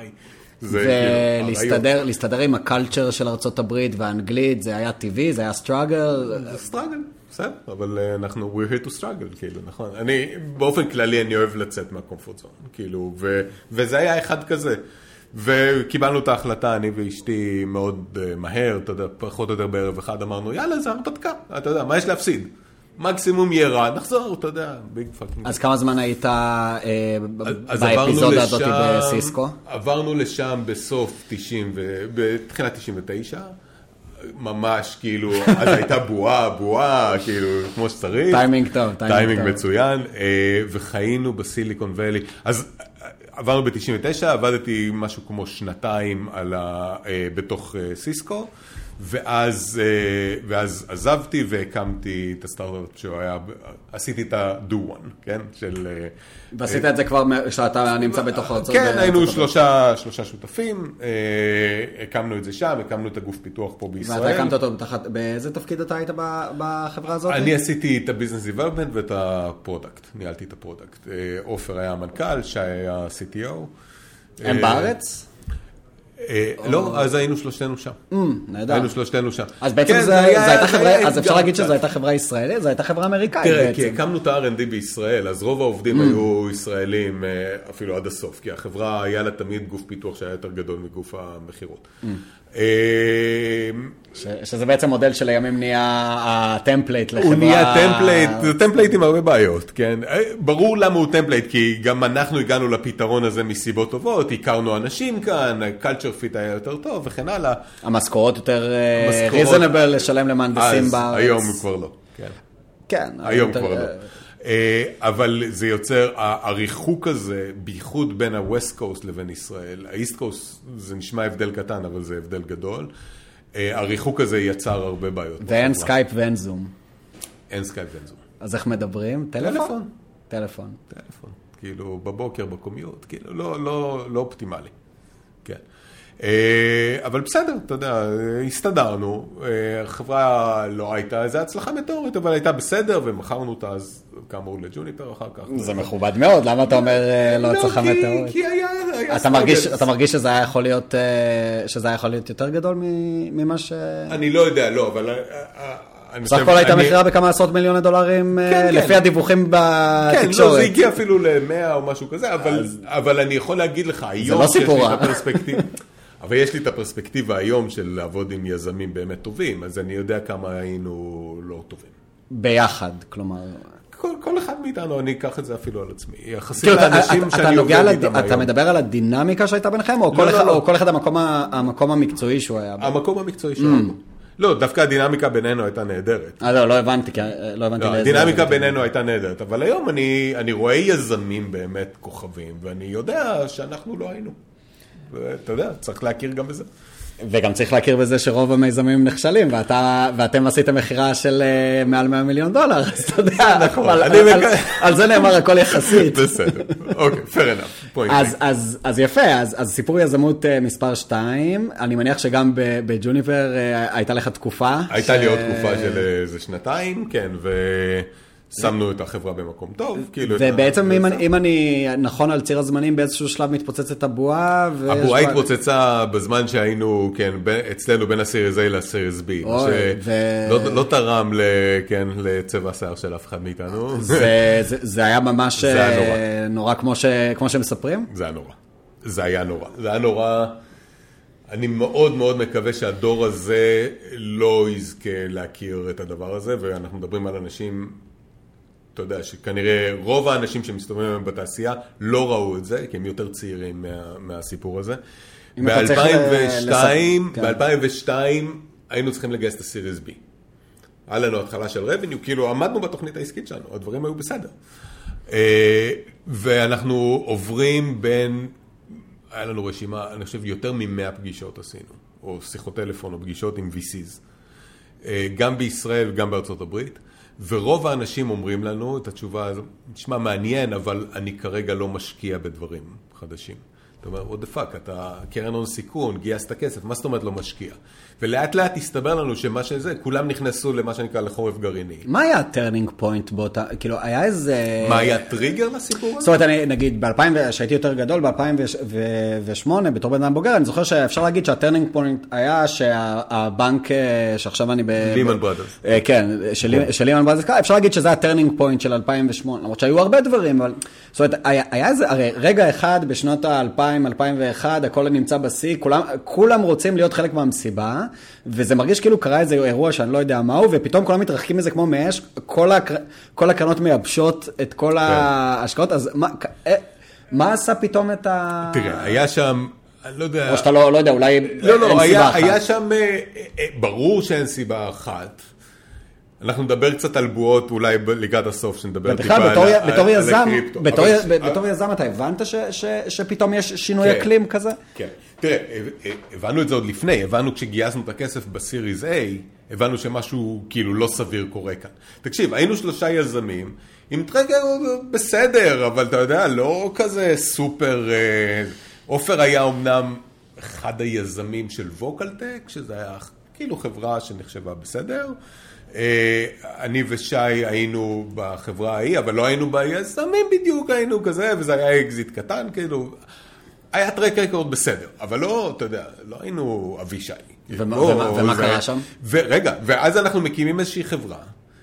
ולהסתדר עם הקלצ'ר של ארצות הברית והאנגלית, זה היה טבעי, זה היה סטראגל. זה סטראגל, בסדר, אבל אנחנו, we're here to struggle, כאילו, נכון. אני, באופן כללי, אני אוהב לצאת מהקומפורט זון, כאילו, וזה היה אחד כזה. וקיבלנו את ההחלטה, אני ואשתי מאוד מהר, אתה יודע, פחות או יותר בערב אחד, אמרנו, יאללה, זה הרפתקה, אתה יודע, מה יש להפסיד? מקסימום יהיה רע, נחזור, אתה יודע, ביג פאקינג. אז כמה זמן היית באפיזודה הזאת בסיסקו? עברנו לשם בסוף תשעים, בתחילת תשעים ותשע, ממש, כאילו, אז הייתה בועה, בועה, כאילו, כמו שצריך. טיימינג טוב, טיימינג מצוין, וחיינו בסיליקון ואלי. אז עברנו ב-תשעים ותשע, עבדתי משהו כמו שנתיים על ה, בתוך סיסקו, ואז, ואז עזבתי והקמתי את הסטארט-אפ שהוא היה, עשיתי את ה-Do One, כן? של... ועשית את זה כבר שאתה נמצא בתוך ארצות? כן, היינו שלושה, שלושה שותפים, הקמנו את זה שם, הקמנו את הגוף פיתוח פה בישראל. ואתה הקמת אותו בתחת, באיזה תפקיד אתה היית בחברה הזאת? אני עשיתי את ה-Business Development ואת הפרודקט, ניהלתי את הפרודקט. אופר היה המנכ"ל, שי היה ה-סי טי או. הם בארץ? לא, אז היינו שלושתנו שם. נהדר. היינו שלושתנו שם. אז בעצם זה הייתה חברה, אז אפשר להגיד שזו הייתה חברה ישראלית, זו הייתה חברה אמריקאית בעצם. תראה, כי הקמנו את ה-אר אנד די בישראל, אז רוב העובדים היו ישראלים אפילו עד הסוף, כי החברה היה לה תמיד גוף פיתוח שהיה יותר גדול מגוף המחירות. שזה בעצם מודל שלימים נהיה הטמפלייט לחברה... הוא נהיה טמפלייט, זה טמפלייט עם הרבה בעיות, כן? ברור למה הוא טמפלייט, כי גם אנחנו הגענו לפתרון הזה מסיבות טובות, הכרנו אנשים כאן, הקלצ'ר פיט היה יותר טוב וכן הלאה. המשכורות יותר ריזונבל לשלם למהנדסים בארץ. אז היום כבר לא, כן. כן. היום כבר לא. אבל זה יוצר, הריחוק הזה, בייחוד בין ה-West Coast לבין ישראל, ה-East Coast זה נשמע הבדל קטן, אבל זה הבדל גדול, הריחוק הזה יצר הרבה בעיות. ואין סקייפ ואין זום. אין סקייפ ואין זום. אז איך מדברים? טלפון? טלפון. טלפון. כאילו בבוקר, בקומיוט, כאילו לא, לא, לא אופטימלי. כן. אבל בסדר, אתה יודע, הסתדרנו, החברה לא הייתה, זו הצלחה מטאורית, אבל הייתה בסדר, ומכרנו אותה אז כאמור לג'וניפר אחר כך. זה מכובד מאוד, למה אתה אומר לא הצלחה מטאורית? כי היה... אתה מרגיש שזה היה יכול להיות, שזה היה יכול להיות יותר גדול ממה ש... אני לא יודע, לא, אבל... סך הכל הייתה מכירה בכמה עשרות מיליוני דולרים, לפי הדיווחים בתקשורת. כן, לא, זה הגיע אפילו ל-מאה או משהו כזה, אבל אני יכול להגיד לך, היום שיש לי את הפרספקטיבה, אבל יש לי את הפרספקטיבה היום של לעבוד עם יזמים באמת טובים, אז אני יודע כמה היינו לא טובים. ביחד, כלומר... כל, כל אחד מאיתנו, אני אקח את זה אפילו על עצמי. יחסית לאנשים שאני עובד איתם היום. אתה מדבר על הדינמיקה שהייתה ביניכם, או כל אחד, או כל אחד המקום המקצועי שהוא היה בו? המקום המקצועי שהוא היה בו. לא, דווקא הדינמיקה בינינו הייתה נהדרת. אה, לא, לא הבנתי, לא הבנתי לאיזה... הדינמיקה בינינו הייתה נהדרת, אבל היום אני, אני רואה יזמים באמת כוכבים, ואני יודע שאנחנו לא היינו. ואתה יודע, צריך להכיר גם בזה. וגם צריך להכיר בזה שרוב המיזמים נכשלים, ואתה, ואתם עשיתם מחירה של מעל מאה מיליון דולר, אז אתה יודע, על זה נאמר הכל יחסית. בסדר, אוקיי, fair enough. אז יפה, אז סיפור יזמות מספר שתיים, אני מניח שגם בג'וניפר הייתה לך תקופה. הייתה לי עוד תקופה של איזה שנתיים, כן, ו... שמנו את החברה במקום טוב. ובעצם אם אני נכון על ציר הזמנים, באיזשהו שלב מתפוצצת הבועה. הבועה התפוצצה בזמן שהיינו, כן, אצלנו בין הסיריס A לסיריס B, שלא תרם לצבע השיער של אף אחד מאיתנו. זה היה ממש נורא כמו שמספרים? זה היה נורא. זה היה נורא. זה היה נורא. אני מאוד מאוד מקווה שהדור הזה לא יזכה להכיר את הדבר הזה, ואנחנו מדברים על אנשים, אתה יודע, שכנראה רוב האנשים שמסתובבים בתעשייה לא ראו את זה, כי הם יותר צעירים מה, מהסיפור הזה. ב-אלפיים ושתיים, ב-אלפיים ושתיים היינו צריכים לגייס את הסיריס B. היה לנו התחלה של רבניו, כאילו עמדנו בתוכנית העסקית שלנו, הדברים היו בסדר. ואנחנו עוברים בין... היה לנו רשימה, אני חושב, יותר מ-מאה פגישות עשינו, או שיחות טלפון, או פגישות עם וי סיז. גם בישראל וגם בארצות הברית, ורוב האנשים אומרים לנו את התשובה הזו, נשמע מעניין, אבל אני כרגע לא משקיע בדברים חדשים. זאת אומרת, what the fuck, אתה קרן הון סיכון, גייסת כסף, מה זאת אומרת לא משקיע? ולאט לאט הסתבר לנו שמה שזה, כולם נכנסו למה שנקרא לחורף גרעיני. מה היה הטרנינג פוינט באותה, כאילו, היה איזה... מה היה טריגר לסיפור הזה? זאת אומרת, אני, נגיד, ב-אלפיים, שהייתי יותר גדול, ב-אלפיים ושמונה, בתור בן אדם בוגר, אני זוכר שאפשר להגיד שהטרנינג פוינט היה שהבנק, שעכשיו אני ב... לימן ברודרס. כן, של לימן ברודרס, אפשר להגיד שזה הטרנינג פוינט של אלפיים ושמונה, למרות שהיו הרבה דברים, אבל... זאת אומרת, היה איזה, הרי רגע אחד בשנות ה-אלפיים, אלפיים ואחת, הכל נמצא בסי, כולם, כולם רוצים להיות חלק מהמסיבה, וזה מרגיש כאילו קרה איזה אירוע שאני לא יודע מהו, ופתאום כולם מתרחקים מזה כמו מאש, כל, הקר... כל הקרנות מייבשות את כל כן. ההשקעות, אז מה, מה עשה פתאום את ה... תראה, היה שם, אני לא יודע... או שאתה לא, לא יודע, אולי לא, לא, אין היה, סיבה אחת. היה שם, ברור שאין סיבה אחת. אנחנו נדבר קצת על בועות, אולי לקראת הסוף, שנדבר טיפה על הקריפטו. בתור יזם, בתור יזם אתה הבנת שפתאום יש שינוי אקלים כזה? כן. תראה, הבנו את זה עוד לפני, הבנו כשגייסנו את הכסף בסיריס A, הבנו שמשהו כאילו לא סביר קורה כאן. תקשיב, היינו שלושה יזמים, עם טרגר בסדר, אבל אתה יודע, לא כזה סופר... אופר היה אומנם אחד היזמים של ווקלטק, שזה היה כאילו חברה שנחשבה בסדר, אני ושי היינו בחברה ההיא, אבל לא היינו ביזמים בדיוק, היינו כזה, וזה היה אקזיט קטן, כאילו, היה טרק רקורד בסדר, אבל לא, אתה יודע, לא היינו אבישי. ומה קרה שם? ורגע, ואז אנחנו מקימים איזושהי חברה,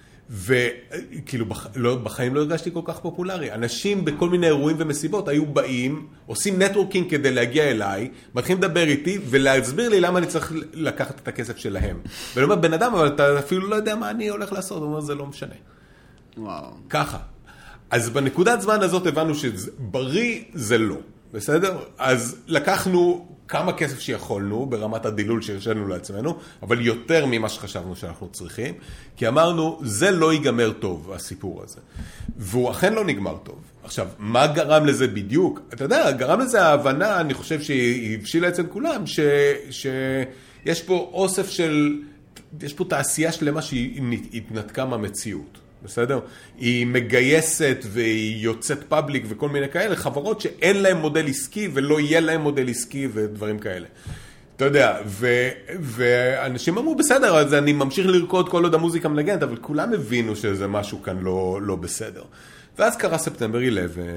וכאילו בחיים לא הרגשתי כל כך פופולרי. אנשים בכל מיני אירועים ומסיבות היו באים, עושים נטוורקינג כדי להגיע אליי, מתחילים לדבר איתי ולהסביר לי למה אני צריך לקחת את הכסף שלהם. ואני אומר, בן אדם, אבל אתה אפילו לא יודע מה אני הולך לעשות. הוא אומר, זה לא משנה. וואו. ככה. אז בנקודת זמן הזאת הבנו שבריא זה לא. בסדר? אז לקחנו כמה כסף שיכולנו ברמת הדילול שהרשנו לעצמנו, אבל יותר ממה שחשבנו שאנחנו צריכים, כי אמרנו, זה לא ייגמר טוב, הסיפור הזה. והוא אכן לא נגמר טוב. עכשיו, מה גרם לזה בדיוק? אתה יודע, גרם לזה ההבנה, אני חושב שהיא הבשילה אצל כולם, ש, שיש פה אוסף של, יש פה תעשייה שלמה שהיא התנתקה מהמציאות. בסדר? היא מגייסת והיא יוצאת פאבליק וכל מיני כאלה, חברות שאין להם מודל עסקי ולא יהיה להם מודל עסקי ודברים כאלה. אתה יודע, ו- ואנשים אמרו, בסדר, אז אני ממשיך לרקוד כל עוד המוזיקה מנגנת, אבל כולם הבינו שזה משהו כאן לא, לא בסדר. ואז קרה ספטמבר אחת עשרה,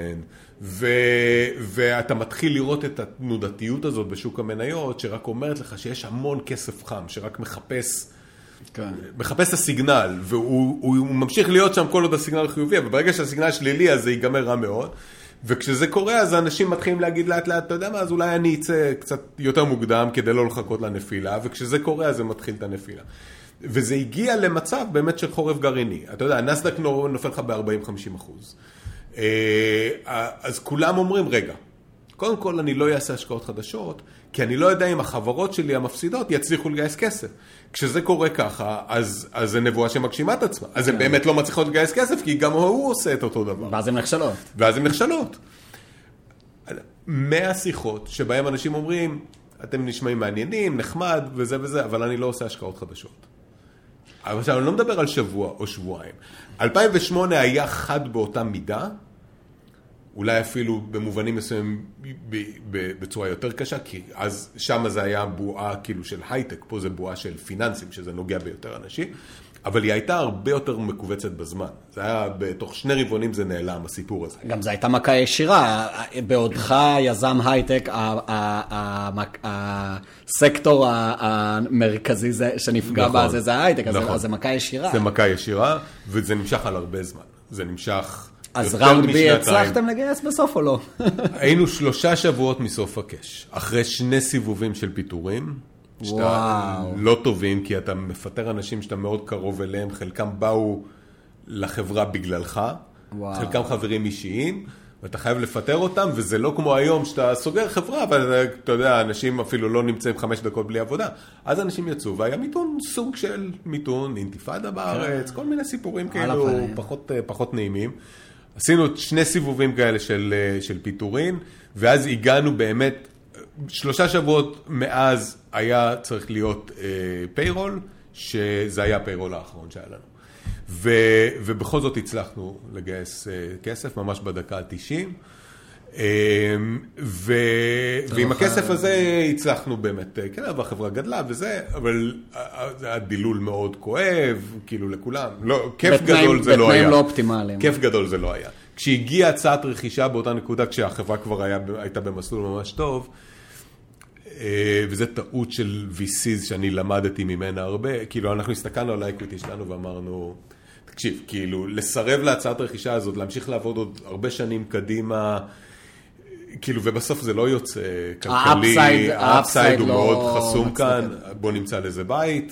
ו- ואתה מתחיל לראות את התנודתיות הזאת בשוק המניות, שרק אומרת לך שיש המון כסף חם, שרק מחפש... כן. מחפש את הסיגנל, והוא הוא, הוא ממשיך להיות שם כל עוד הסיגנל חיובי, אבל ברגע שהסיגנל שלילי, אז זה ייגמר רע מאוד. וכשזה קורה, אז האנשים מתחילים להגיד לאט לאט, אתה יודע מה, אז אולי אני אצא קצת יותר מוקדם, כדי לא לחכות לנפילה, וכשזה קורה, אז זה מתחיל את הנפילה. וזה הגיע למצב באמת של חורף גרעיני. אתה יודע, הנסדק נופל לך ב-ארבעים חמישים אחוז. אז כולם אומרים, רגע, קודם כל אני לא אעשה השקעות חדשות, כי אני לא יודע אם החברות שלי המפסידות יצליחו לגייס כסף. כשזה קורה ככה, אז, אז זה נבואה שמגשימה את עצמה. אז הן באמת לא מצליחות לגייס כסף, כי גם הוא עושה את אותו דבר. ואז הן נכשלות. ואז הן נכשלות. מאה שיחות שבהם אנשים אומרים, אתם נשמעים מעניינים, נחמד וזה וזה, אבל אני לא עושה השקעות חדשות. אבל עכשיו, אני לא מדבר על שבוע או שבועיים. אלפיים ושמונה היה חד באותה מידה, אולי אפילו במובנים מסוימים בצורה יותר קשה, כי אז שם זה היה בועה כאילו של הייטק, פה זה בועה של פיננסים, שזה נוגע ביותר אנשים, אבל היא הייתה הרבה יותר מקובצת בזמן. זה היה, בתוך שני רבעונים זה נעלם, הסיפור הזה. גם זה הייתה מכה ישירה. בעודך יזם הייטק, הסקטור המרכזי שנפגע בזה, זה הייטק, אז זה מכה ישירה. זה מכה ישירה, וזה נמשך על הרבה זמן. זה נמשך... אז ראונד בי הצלחתם לגייס בסוף או לא? היינו שלושה שבועות מסוף הקש, אחרי שני סיבובים של פיטורים, שאתה לא טובים, כי אתה מפטר אנשים שאתה מאוד קרוב אליהם, חלקם באו לחברה בגללך, חלקם חברים אישיים, ואתה חייב לפטר אותם, וזה לא כמו היום שאתה סוגר חברה, אבל אתה יודע, אנשים אפילו לא נמצאים חמש דקות בלי עבודה. אז אנשים יצאו, והיה מיתון סוג של מיתון, אינתיפאדה בארץ, כל מיני סיפורים כאלו פחות, פחות נעימים. עשינו שני סיבובים כאלה של, של פיטורין, ואז הגענו באמת, שלושה שבועות מאז היה צריך להיות אה, פיירול, שזה היה הפיירול האחרון שהיה לנו. ו, ובכל זאת הצלחנו לגייס אה, כסף, ממש בדקה ה-תשעים, אה, ו, ועם הכסף הזה הצלחנו באמת, כן, והחברה גדלה וזה, אבל זה היה דילול מאוד כואב, כאילו לכולם. לא, כיף גדול זה לא היה. בתנאים לא אופטימליים. כיף גדול זה לא היה. כשהגיעה הצעת רכישה באותה נקודה, כשהחברה כבר היה, הייתה במסלול ממש טוב, וזה טעות של וי סיז שאני למדתי ממנה הרבה, כאילו אנחנו הסתכלנו על האקוויטי שלנו ואמרנו, תקשיב, כאילו לסרב להצעת רכישה הזאת, להמשיך לעבוד עוד הרבה שנים קדימה, כאילו ובסוף זה לא יוצא כלכלי, האפסייד הוא מאוד חסום כאן, בוא נמצא לזה בית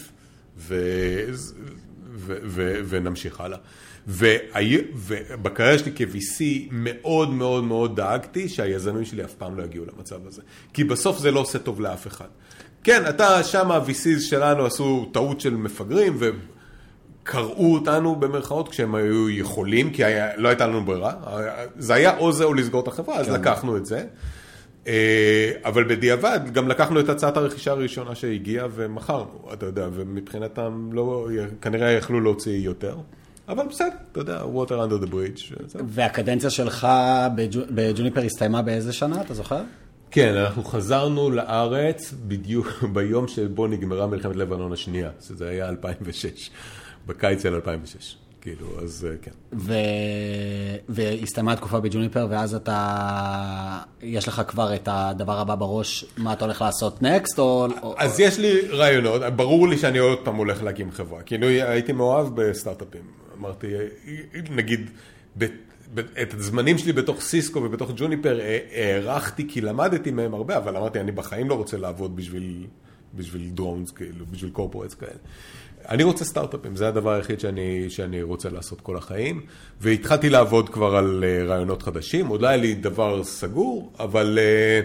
ונמשיך הלאה. ובקריירה שלי כ-וי סי מאוד מאוד מאוד דאגתי שהיזמים שלי אף פעם לא יגיעו למצב הזה. כי בסוף זה לא עושה טוב לאף אחד. כן, אתה שם, ה-וי סיז שלנו עשו טעות של מפגרים וקראו אותנו במרכאות כשהם היו יכולים, כי היה, לא הייתה לנו ברירה. זה היה או זה או לסגור את החברה, אז לקחנו את זה. אבל בדיעבד גם לקחנו את הצעת הרכישה הראשונה שהגיעה ומכרנו, אתה יודע, ומבחינתם לא, כנראה יכלו להוציא יותר. אבל בסדר, אתה יודע, water under the bridge. והקדנציה שלך בג'וניפר הסתיימה באיזה שנה, אתה זוכר? כן, אנחנו חזרנו לארץ בדיוק ביום שבו נגמרה מלחמת לבנון השנייה, שזה היה אלפיים ושש, בקיץ של אלפיים ושש, כאילו, אז כן. ו... והסתיימה התקופה בג'וניפר, ואז אתה, יש לך כבר את הדבר הבא בראש, מה אתה הולך לעשות next, או... אז יש לי רעיונות, ברור לי שאני עוד פעם הולך להקים חברה, כאילו הייתי מאוהב בסטארט-אפים. אמרתי, נגיד, את הזמנים שלי בתוך סיסקו ובתוך ג'וניפר הערכתי כי למדתי מהם הרבה, אבל אמרתי, אני בחיים לא רוצה לעבוד בשביל, בשביל דרונס, כאילו, בשביל קורפורטס כאלה. אני רוצה סטארט-אפים, זה הדבר היחיד שאני, שאני רוצה לעשות כל החיים, והתחלתי לעבוד כבר על רעיונות חדשים, עוד לא היה לי דבר סגור, אבל,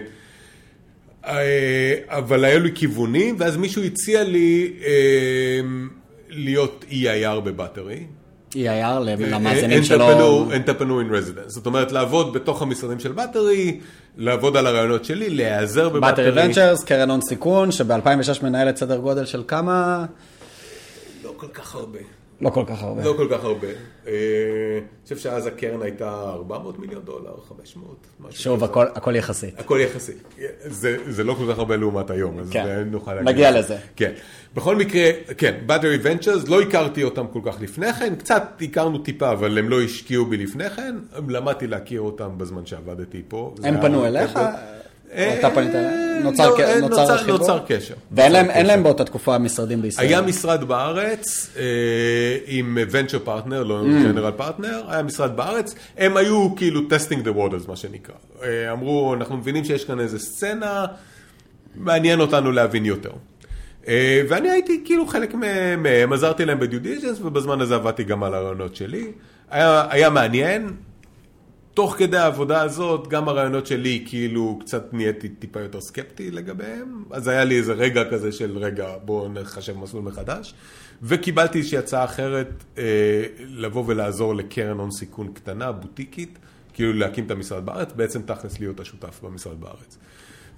אבל היה לי כיוונים, ואז מישהו הציע לי להיות אי איי אר בבטרי, אי איי אר למאזינים שלו. Entrepreneur in Residence. זאת אומרת, לעבוד בתוך המשרדים של בטרי, לעבוד על הרעיונות שלי, להיעזר בבטרי. בטרי ונצ'רס, קרן הון סיכון, שב-אלפיים ושש מנהלת סדר גודל של כמה? לא כל כך הרבה. לא כל כך הרבה. לא כל כך הרבה. אני חושב שאז הקרן הייתה ארבע מאות מיליון דולר, חמש מאות. שוב, הכל יחסית. הכל יחסית. זה לא כל כך הרבה לעומת היום, אז נוכל להגיד. נגיע לזה. כן. בכל מקרה, כן, Battery Ventures, לא הכרתי אותם כל כך לפני כן, קצת הכרנו טיפה, אבל הם לא השקיעו בי לפני כן, למדתי להכיר אותם בזמן שעבדתי פה. הם פנו אליך? אתה פנית אליהם? נוצר קשר. ואין להם באותה תקופה משרדים בישראל? היה משרד בארץ עם Venture Partner, לא General Partner, היה משרד בארץ, הם היו כאילו testing the waters, מה שנקרא. אמרו, אנחנו מבינים שיש כאן איזו סצנה, מעניין אותנו להבין יותר. ואני הייתי כאילו חלק מהם, עזרתי להם בדיו דיליג'נס, ובזמן הזה עבדתי גם על הרעיונות שלי. היה, היה מעניין. תוך כדי העבודה הזאת, גם הרעיונות שלי כאילו קצת נהייתי טיפה יותר סקפטי לגביהם. אז היה לי איזה רגע כזה של רגע, בואו נחשב מסלול מחדש. וקיבלתי איזושהי הצעה אחרת, אה, לבוא ולעזור לקרן הון סיכון קטנה, בוטיקית, כאילו להקים את המשרד בארץ, בעצם תכלס להיות השותף במשרד בארץ.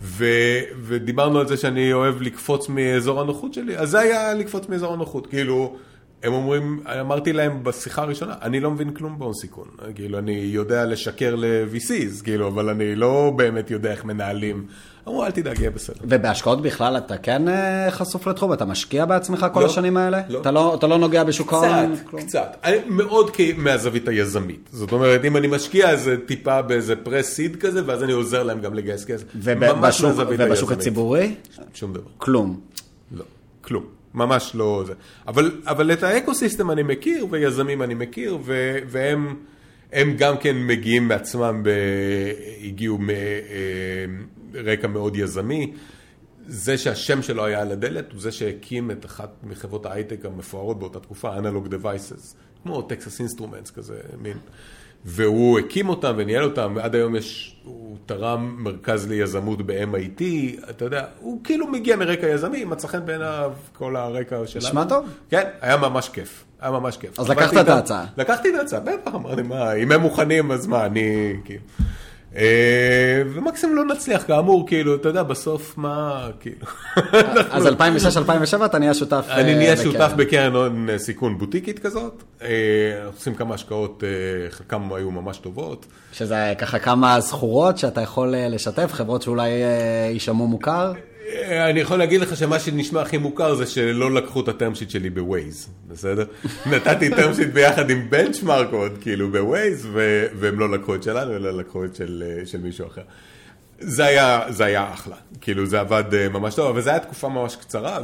ו, ודיברנו על זה שאני אוהב לקפוץ מאזור הנוחות שלי, אז זה היה לקפוץ מאזור הנוחות, כאילו, הם אומרים, אמרתי להם בשיחה הראשונה, אני לא מבין כלום בהון סיכון, כאילו, אני יודע לשקר ל-וי סי'ס, כאילו, אבל אני לא באמת יודע איך מנהלים, אמרו, אל תדאג, יהיה בסדר. ובהשקעות בכלל אתה כן חשוף לתחום? אתה משקיע בעצמך כל לא, השנים האלה? לא. אתה לא, אתה לא נוגע בשוק ההון? קצת, קצת. אני, מאוד מהזווית היזמית. זאת אומרת, אם אני משקיע איזה טיפה באיזה פרס-סיד כזה, ואז אני עוזר להם גם לגייס כסף. ובשוק, ובשוק הציבורי? שום דבר. כלום. לא, כלום. ממש לא זה. אבל, אבל את האקוסיסטם אני מכיר, ויזמים אני מכיר, ו, והם הם גם כן מגיעים בעצמם, ב, הגיעו מרקע מאוד יזמי. זה שהשם שלו היה על הדלת, הוא זה שהקים את אחת מחברות ההייטק המפוארות באותה תקופה, Analog Devices, כמו טקסס אינסטרומנטס כזה, מין. והוא הקים אותם וניהל אותם, ועד היום יש, הוא תרם מרכז ליזמות ב-אם איי טי, אתה יודע, הוא כאילו מגיע מרקע יזמי, מצא חן בעיניו כל הרקע שלנו. נשמע טוב? כן, היה ממש כיף, היה ממש כיף. אז לקחת את ההצעה. לקחתי את ההצעה, בטח, אמרתי, מה, אם הם מוכנים, אז מה, אני, כאילו. ומקסימום לא נצליח, כאמור, כאילו, אתה יודע, בסוף מה, כאילו. אז אלפיים ושש אלפיים ושבע אתה נהיה שותף בקרן. אני נהיה שותף בקרן הון סיכון בוטיקית כזאת. אנחנו עושים כמה השקעות, חלקם היו ממש טובות. שזה ככה כמה זכורות שאתה יכול לשתף, חברות שאולי יישמעו מוכר? אני יכול להגיד לך שמה שנשמע הכי מוכר זה שלא לקחו את הטרמשיט שלי בווייז, בסדר? נתתי טרמשיט ביחד עם בנצ'מרק עוד, כאילו בווייז, והם לא לקחו את שלנו, אלא לקחו את של, של מישהו אחר. זה היה, זה היה אחלה, כאילו זה עבד ממש טוב, אבל זה היה תקופה ממש קצרה,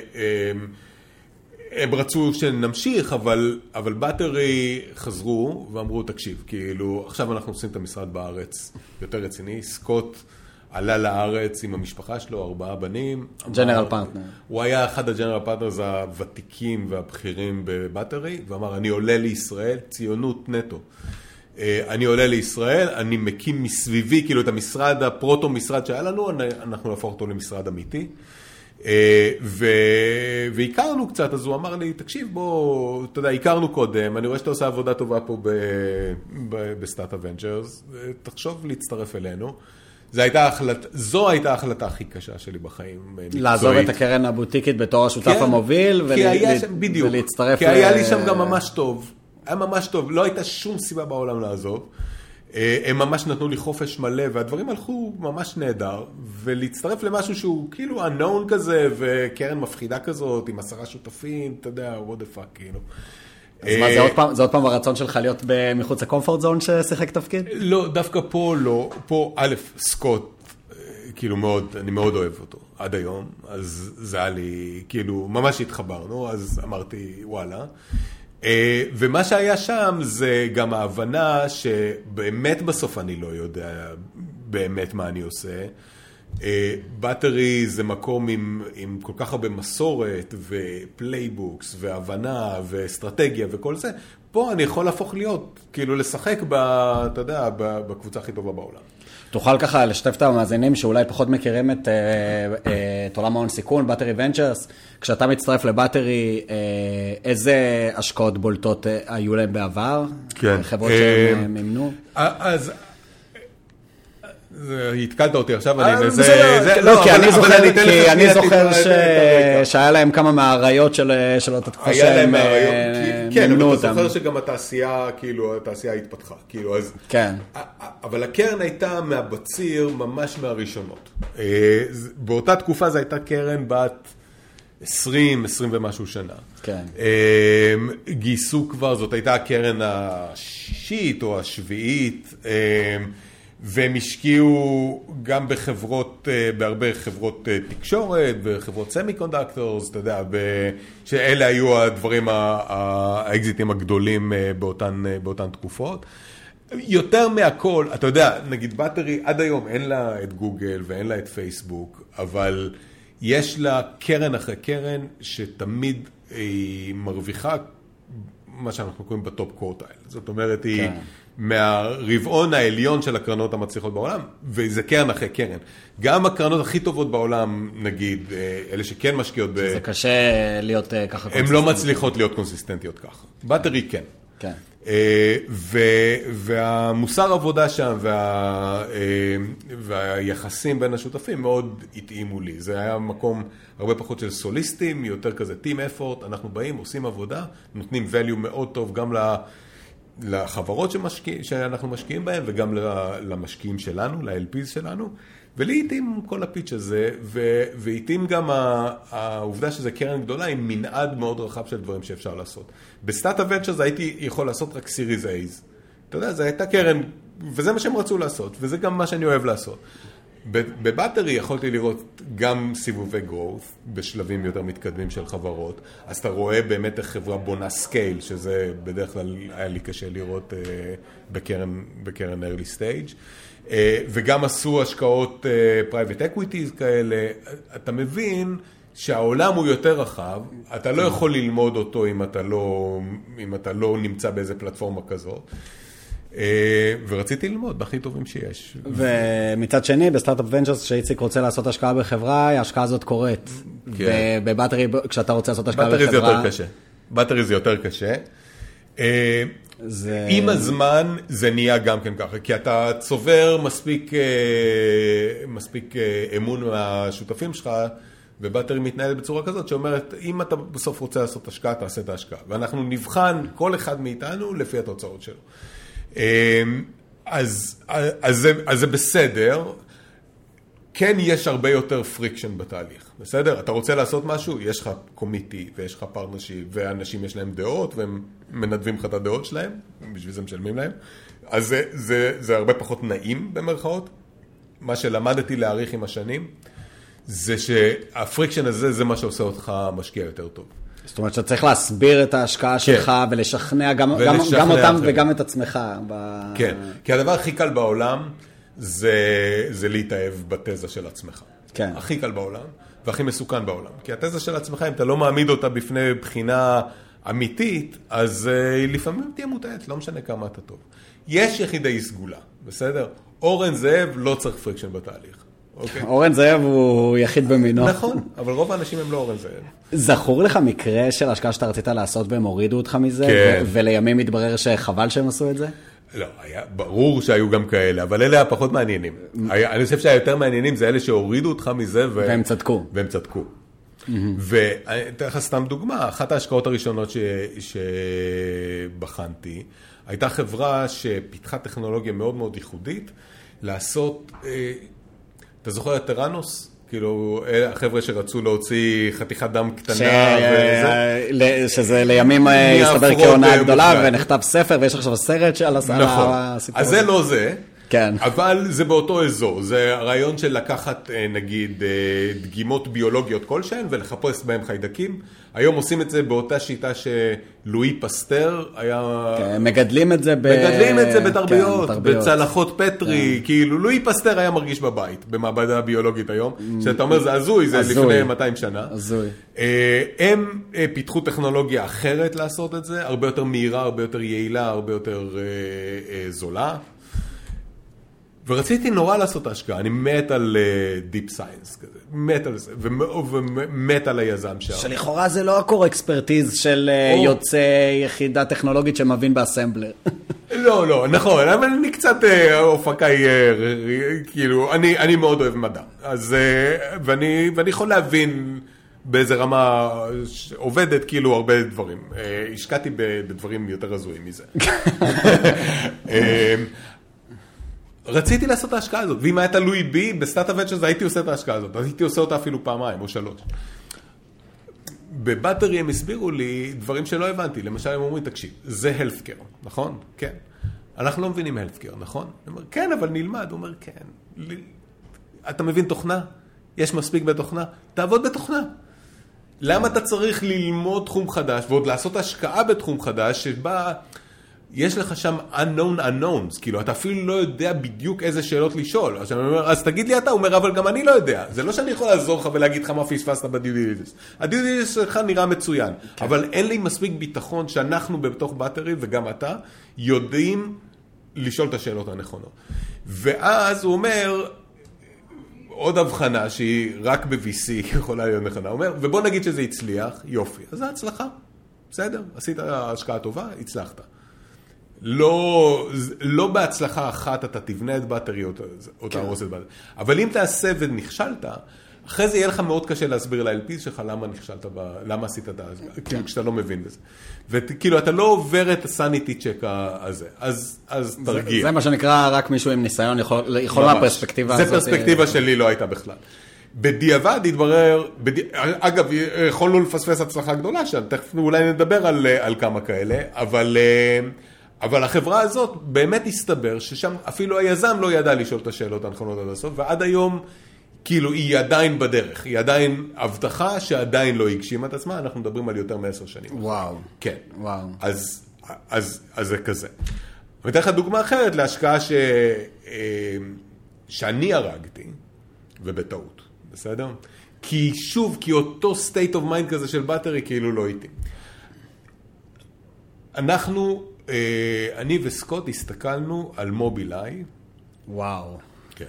והם רצו שנמשיך, אבל, אבל בטרי חזרו ואמרו, תקשיב, כאילו, עכשיו אנחנו עושים את המשרד בארץ יותר רציני, סקוט, עלה לארץ עם המשפחה שלו, ארבעה בנים. ג'נרל פרטנר. הוא היה אחד הג'נרל פרטנרס הוותיקים והבכירים בבטרי, ואמר, אני עולה לישראל, ציונות נטו. אני עולה לישראל, אני מקים מסביבי, כאילו את המשרד, הפרוטו-משרד שהיה לנו, אנחנו נהפוך אותו למשרד אמיתי. והכרנו קצת, אז הוא אמר לי, תקשיב, בוא, אתה יודע, הכרנו קודם, אני רואה שאתה עושה עבודה טובה פה בסטארט אבנצ'רס, תחשוב להצטרף אלינו. זו הייתה החלטה, זו הייתה ההחלטה הכי קשה שלי בחיים. לעזוב את הקרן הבוטיקית בתור השותף המוביל ולהצטרף. כי היה לי שם גם ממש טוב. היה ממש טוב. לא הייתה שום סיבה בעולם לעזוב. הם ממש נתנו לי חופש מלא, והדברים הלכו ממש נהדר. ולהצטרף למשהו שהוא כאילו unknown כזה, וקרן מפחידה כזאת, עם עשרה שותפים, אתה יודע, what the fuck, כאילו. אז מה, זה עוד פעם, זה עוד פעם הרצון שלך להיות מחוץ לקומפורט זון ששיחק תפקיד? לא, דווקא פה לא. פה, א', סקוט, כאילו מאוד, אני מאוד אוהב אותו עד היום, אז זה היה לי, כאילו, ממש התחברנו, אז אמרתי, וואלה. ומה שהיה שם זה גם ההבנה שבאמת בסוף אני לא יודע באמת מה אני עושה. בטרי זה מקום עם, עם כל כך הרבה מסורת ופלייבוקס והבנה ואסטרטגיה וכל זה. פה אני יכול להפוך להיות, כאילו לשחק ב, אתה יודע, בקבוצה הכי טובה בעולם. תוכל ככה לשתף את המאזינים שאולי פחות מכירים את, את עולם ההון סיכון, בטרי ונצ'רס. כשאתה מצטרף לבטרי, איזה השקעות בולטות היו להם בעבר? כן. חברות שהם מימנו? אז... התקלת אותי עכשיו, לא, כי אני זוכר שהיה להם כמה מהראיות של אותה תקופה שהם מימנו אותם. כן, אבל אתה זוכר שגם התעשייה, כאילו, התעשייה התפתחה, כאילו, אז... כן. אבל הקרן הייתה מהבציר ממש מהראשונות. באותה תקופה זו הייתה קרן בת עשרים, עשרים ומשהו שנה. כן. גייסו כבר, זאת הייתה הקרן השישית או השביעית, והם השקיעו גם בחברות, בהרבה חברות תקשורת, בחברות סמי-קונדקטורס, אתה יודע, שאלה היו הדברים, האקזיטים הגדולים באותן, באותן תקופות. יותר מהכל, אתה יודע, נגיד בטרי, עד היום אין לה את גוגל ואין לה את פייסבוק, אבל יש לה קרן אחרי קרן שתמיד היא מרוויחה מה שאנחנו קוראים בטופ קורטייל. זאת אומרת, היא... כן. מהרבעון העליון של הקרנות המצליחות בעולם, וזה קרן אחרי קרן. גם הקרנות הכי טובות בעולם, נגיד, אלה שכן משקיעות ב... זה קשה להיות ככה קונסיסטנטיות. הן לא מצליחות להיות קונסיסטנטיות ככה. בטרי כן. כן. והמוסר עבודה שם וה, והיחסים בין השותפים מאוד התאימו לי. זה היה מקום הרבה פחות של סוליסטים, יותר כזה team effort, אנחנו באים, עושים עבודה, נותנים value מאוד טוב גם לחברות שמשקיע, שאנחנו משקיעים בהן וגם למשקיעים שלנו, ל-אל פי'ס שלנו. ולעיתים כל הפיץ' הזה, ועיתים גם העובדה שזה קרן גדולה עם מנעד מאוד רחב של דברים שאפשר לעשות. בסטארט-אפ ונצ'רס הייתי יכול לעשות רק סיריז אייז. אתה יודע, זו הייתה קרן, וזה מה שהם רצו לעשות, וזה גם מה שאני אוהב לעשות. בבטרי יכולתי לראות גם סיבובי growth בשלבים יותר מתקדמים של חברות, אז אתה רואה באמת איך חברה בונה סקייל, שזה בדרך כלל היה לי קשה לראות בקרן, בקרן early stage. וגם עשו השקעות private equities כאלה. אתה מבין שהעולם הוא יותר רחב, אתה לא יכול ללמוד אותו אם אתה לא, אם אתה לא נמצא באיזה פלטפורמה כזאת. ורציתי ללמוד בהכי טובים שיש. ומצד שני, בסטארט-אפ ונצ'רס, כשאיציק רוצה לעשות השקעה בחברה, ההשקעה הזאת קורית. ובבטרי, כשאתה רוצה לעשות השקעה בחברה... בטרי זה יותר קשה. בטרי זה יותר קשה. זה... עם הזמן זה נהיה גם כן ככה, כי אתה צובר מספיק, מספיק אמון מהשותפים שלך, ובטרי מתנהלת בצורה כזאת, שאומרת, אם אתה בסוף רוצה לעשות השקעה, תעשה את ההשקעה. ואנחנו נבחן כל אחד מאיתנו לפי התוצאות שלו. אז, אז, זה, אז זה בסדר. כן, יש הרבה יותר פריקשן בתהליך. בסדר? אתה רוצה לעשות משהו, יש לך קומיטי, ויש לך פרטנרשיפ, ואנשים יש להם דעות, והם מנדבים לך את הדעות שלהם, בשביל זה משלמים להם. אז זה, זה, זה הרבה פחות נעים במרכאות. מה שלמדתי להעריך עם השנים, זה שהפריקשן הזה, זה מה שעושה אותך משקיע יותר טוב. זאת אומרת, שאתה צריך להסביר את ההשקעה שלך, ולשכנע גם, גם, גם אותם וגם את עצמך. ב... כן, כי הדבר הכי קל בעולם, זה, זה להתאהב בתזה של עצמך. כן. הכי קל בעולם, והכי מסוכן בעולם. כי התזה של עצמך, אם אתה לא מעמיד אותה בפני בחינה אמיתית, אז uh, לפעמים תהיה מוטעת, לא משנה כמה אתה טוב. יש יחידי סגולה, בסדר? אורן זאב לא צריך פריקשן בתהליך. אוקיי? אורן זאב הוא יחיד במינו. נכון, אבל רוב האנשים הם לא אורן זאב. זכור לך מקרה של השקעה שאתה רצית לעשות והם הורידו אותך מזה, כן. ו- ולימים מתברר שחבל שהם עשו את זה? לא, היה ברור שהיו גם כאלה, אבל אלה הפחות מעניינים. היה, אני חושב שהיותר מעניינים זה אלה שהורידו אותך מזה. ו... והם צדקו. והם צדקו. Mm-hmm. ואני אתן לך סתם דוגמה, אחת ההשקעות הראשונות ש... שבחנתי, הייתה חברה שפיתחה טכנולוגיה מאוד מאוד ייחודית, לעשות, אתה זוכר את טרנוס? כאילו, החבר'ה שרצו להוציא חתיכת דם קטנה. ש... וזה... שזה לימים הסתבר כעונה גדולה, ונכתב ספר, ויש עכשיו סרט על הסיפור. נכון. אז זה לא זה. כן. אבל זה באותו אזור. זה הרעיון של לקחת, נגיד, דגימות ביולוגיות כלשהן, ולחפש בהם חיידקים. היום עושים את זה באותה שיטה שלואי פסטר היה... כן, מגדלים את זה ב... מגדלים את זה בתרביות, כן, בצלחות פטרי. כן. כאילו, לואי פסטר היה מרגיש בבית, במעבדה ביולוגית היום. שאתה אומר, זה הזוי, זה הזוי. לפני מאתיים שנה. הזוי. הם פיתחו טכנולוגיה אחרת לעשות את זה, הרבה יותר מהירה, הרבה יותר יעילה, הרבה יותר זולה. ורציתי נורא לעשות ההשקעה, אני מת על דיפ סיינס כזה, מת על זה, ומת על היזם שם. שלכאורה זה לא הקור אקספרטיז של יוצא יחידה טכנולוגית שמבין באסמבלר. לא, לא, נכון, אבל אני קצת אופקה, כאילו, אני מאוד אוהב מדע, אז, ואני יכול להבין באיזה רמה עובדת, כאילו, הרבה דברים. השקעתי בדברים יותר הזויים מזה. רציתי לעשות את ההשקעה הזאת, ואם הייתה לואי בי, בסטארט-אפ ונצ'רס הייתי עושה את ההשקעה הזאת, אז הייתי עושה אותה אפילו פעמיים או שלוש. בבטרי הם הסבירו לי דברים שלא הבנתי, למשל הם אומרים, תקשיב, זה healthcare, נכון? כן. אנחנו לא מבינים healthcare, נכון? אני אומר, כן, אבל נלמד. הוא אומר, כן. אתה מבין תוכנה? יש מספיק בתוכנה? תעבוד בתוכנה. למה אתה צריך ללמוד תחום חדש, ועוד לעשות השקעה בתחום חדש, שבה... יש לך שם unknown unknowns, כאילו, אתה אפילו לא יודע בדיוק איזה שאלות לשאול. אז אני אומר, אז תגיד לי אתה, הוא אומר, אבל גם אני לא יודע. זה לא שאני יכול לעזור לך ולהגיד לך מה פספסת בדיו דיליג'נס. הדיו דיליג'נס שלך נראה מצוין, כן. אבל אין לי מספיק ביטחון שאנחנו בתוך בטרי, וגם אתה, יודעים לשאול את השאלות הנכונות. ואז הוא אומר, עוד הבחנה שהיא רק ב-וי סי יכולה להיות נכונה, הוא אומר, ובוא נגיד שזה הצליח, יופי, אז זה הצלחה. בסדר, עשית השקעה טובה, הצלחת. לא, לא בהצלחה אחת אתה תבנה את בטרי או תהרוס את בטרי. אבל אם תעשה ונכשלת, אחרי זה יהיה לך מאוד קשה להסביר ל-אל פי שלך למה נכשלת, למה עשית את זה, כשאתה לא מבין בזה. וכאילו, אתה לא עובר את הסניטי צ'ק הזה, אז, אז תרגיל. זה מה שנקרא, רק מישהו עם ניסיון יכול מהפרספקטיבה הזאת. זה פרספקטיבה שלי לא הייתה בכלל. בדיעבד התברר, אגב, יכולנו לפספס הצלחה גדולה שם, תכף אולי נדבר על, על כמה כאלה, אבל, אבל החברה הזאת באמת הסתבר ששם אפילו היזם לא ידע לשאול את השאלות הנכונות עד הסוף, ועד היום כאילו היא עדיין בדרך, היא עדיין הבטחה שעדיין לא הגשימה את עצמה, אנחנו מדברים על יותר מעשר שנים. וואו. כן. וואו. אז, אז, אז זה כזה. אני אתן לך דוגמה אחרת להשקעה ש, שאני הרגתי, ובטעות, בסדר? כי שוב, כי אותו state of mind כזה של בטרי כאילו לא איתי. אנחנו, אני וסקוט הסתכלנו על מובילאיי. וואו. כן.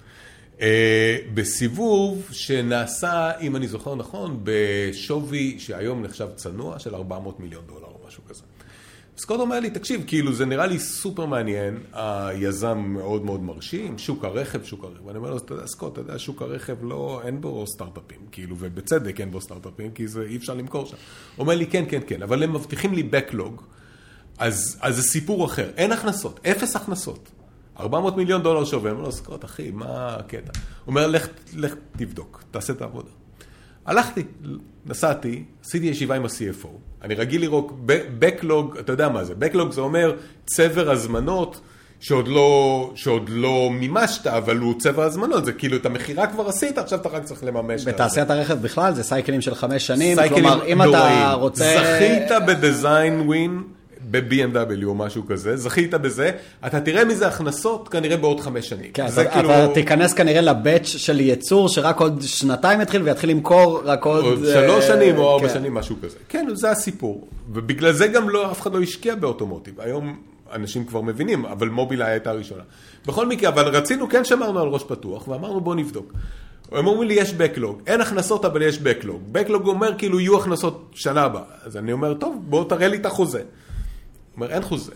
Uh, בסיבוב שנעשה, אם אני זוכר נכון, בשווי שהיום נחשב צנוע של ארבע מאות מיליון דולר או משהו כזה. סקוט אומר לי, תקשיב, כאילו זה נראה לי סופר מעניין, היזם מאוד מאוד מרשים, שוק הרכב, שוק הרכב. ואני אומר לו, אתה יודע, סקוט, אתה יודע, שוק הרכב לא, אין בו סטארט-אפים, כאילו, ובצדק אין בו סטארט-אפים, כי זה אי אפשר למכור שם. הוא אומר לי, כן, כן, כן, אבל הם מבטיחים לי בקלוג, אז, אז זה סיפור אחר. אין הכנסות, אפס הכנסות. ארבע מאות מיליון דולר שווה, אני אומר לו, סקוט, אחי, מה הקטע? הוא אומר, לך, לך תבדוק, תעשה את העבודה. הלכתי, נסעתי, עשיתי ישיבה עם ה-סי אף או, אני רגיל לראות בקלוג, אתה יודע מה זה, בקלוג זה אומר צבר הזמנות שעוד לא, שעוד לא מימשת, אבל הוא צבר הזמנות, זה כאילו את המחירה כבר עשית, עכשיו אתה רק צריך לממש. בתעשיית הרכב בכלל זה סייקלים של חמש שנים, כלומר, אם אתה רוצה... זכית בדיזיין ווין, ב-בי אם דאבליו או משהו כזה, זכית בזה, אתה תראה מזה הכנסות כנראה בעוד חמש שנים. כן, אתה, כאילו... אתה תיכנס כנראה לבאץ' של ייצור, שרק עוד שנתיים יתחיל ויתחיל למכור רק עוד... עוד שלוש שנים או ארבע כן. שנים, משהו כזה. כן, זה הסיפור. ובגלל זה גם לא, אף אחד לא השקיע באוטומוטיב. היום אנשים כבר מבינים, אבל מובילאיי הייתה הראשונה. בכל מקרה, אבל רצינו, כן שמרנו על ראש פתוח, ואמרנו בוא נבדוק. הם אומרים לי, יש בקלוג. אין הכנסות, אבל יש בקלוג. בקלוג אומר כאילו יהיו הכנסות שנה הבאה. אז אני אומר, טוב, בוא תראה לי את החוזה. אומר, אין חוזה.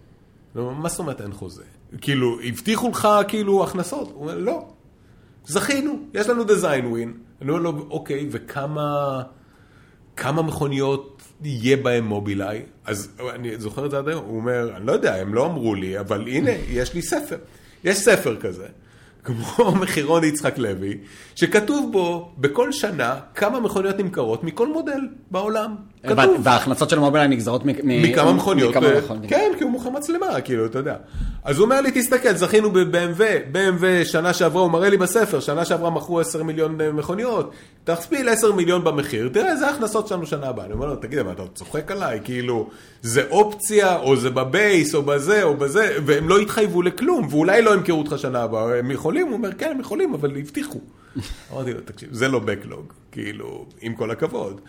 מה זאת אומרת אין חוזה? כאילו, הבטיחו לך כאילו הכנסות? הוא אומר, לא. זכינו, יש לנו דיזיין ווין. אני אומר לו, אוקיי, וכמה כמה מכוניות יהיה בהם מובילאיי? אז אני זוכר את זה עד היום. הוא אומר, אני לא יודע, הם לא אמרו לי, אבל הנה, יש לי ספר. יש ספר כזה. כמו מחירון יצחק לוי, שכתוב בו בכל שנה כמה מכוניות נמכרות מכל מודל בעולם. כתוב. וההכנסות של מובילאיי נגזרות מכמה מכוניות. כן, כי הוא מוכר מצלמה, כאילו, אתה יודע. אז הוא אומר לי, תסתכל, זכינו ב-בי אם דאבליו, בי אם דאבליו שנה שעברה, הוא מראה לי בספר, שנה שעברה מכרו עשרה מיליון מכוניות, תכפיל עשרה מיליון במחיר, תראה, זה ההכנסות שלנו שנה הבאה. אני אומר לו, תגיד, אבל אתה צוחק עליי, כאילו, זה אופציה, או זה בבייס, או בזה, או בזה, והם לא התחייבו לכלום, ואולי לא ימכרו אותך שנה הבאה. הם יכולים? הוא אומר, כן, הם יכולים, אבל הבטיחו. אמרתי לו, תקשיב, זה לא בקלוג, כאילו, עם כל הכבוד.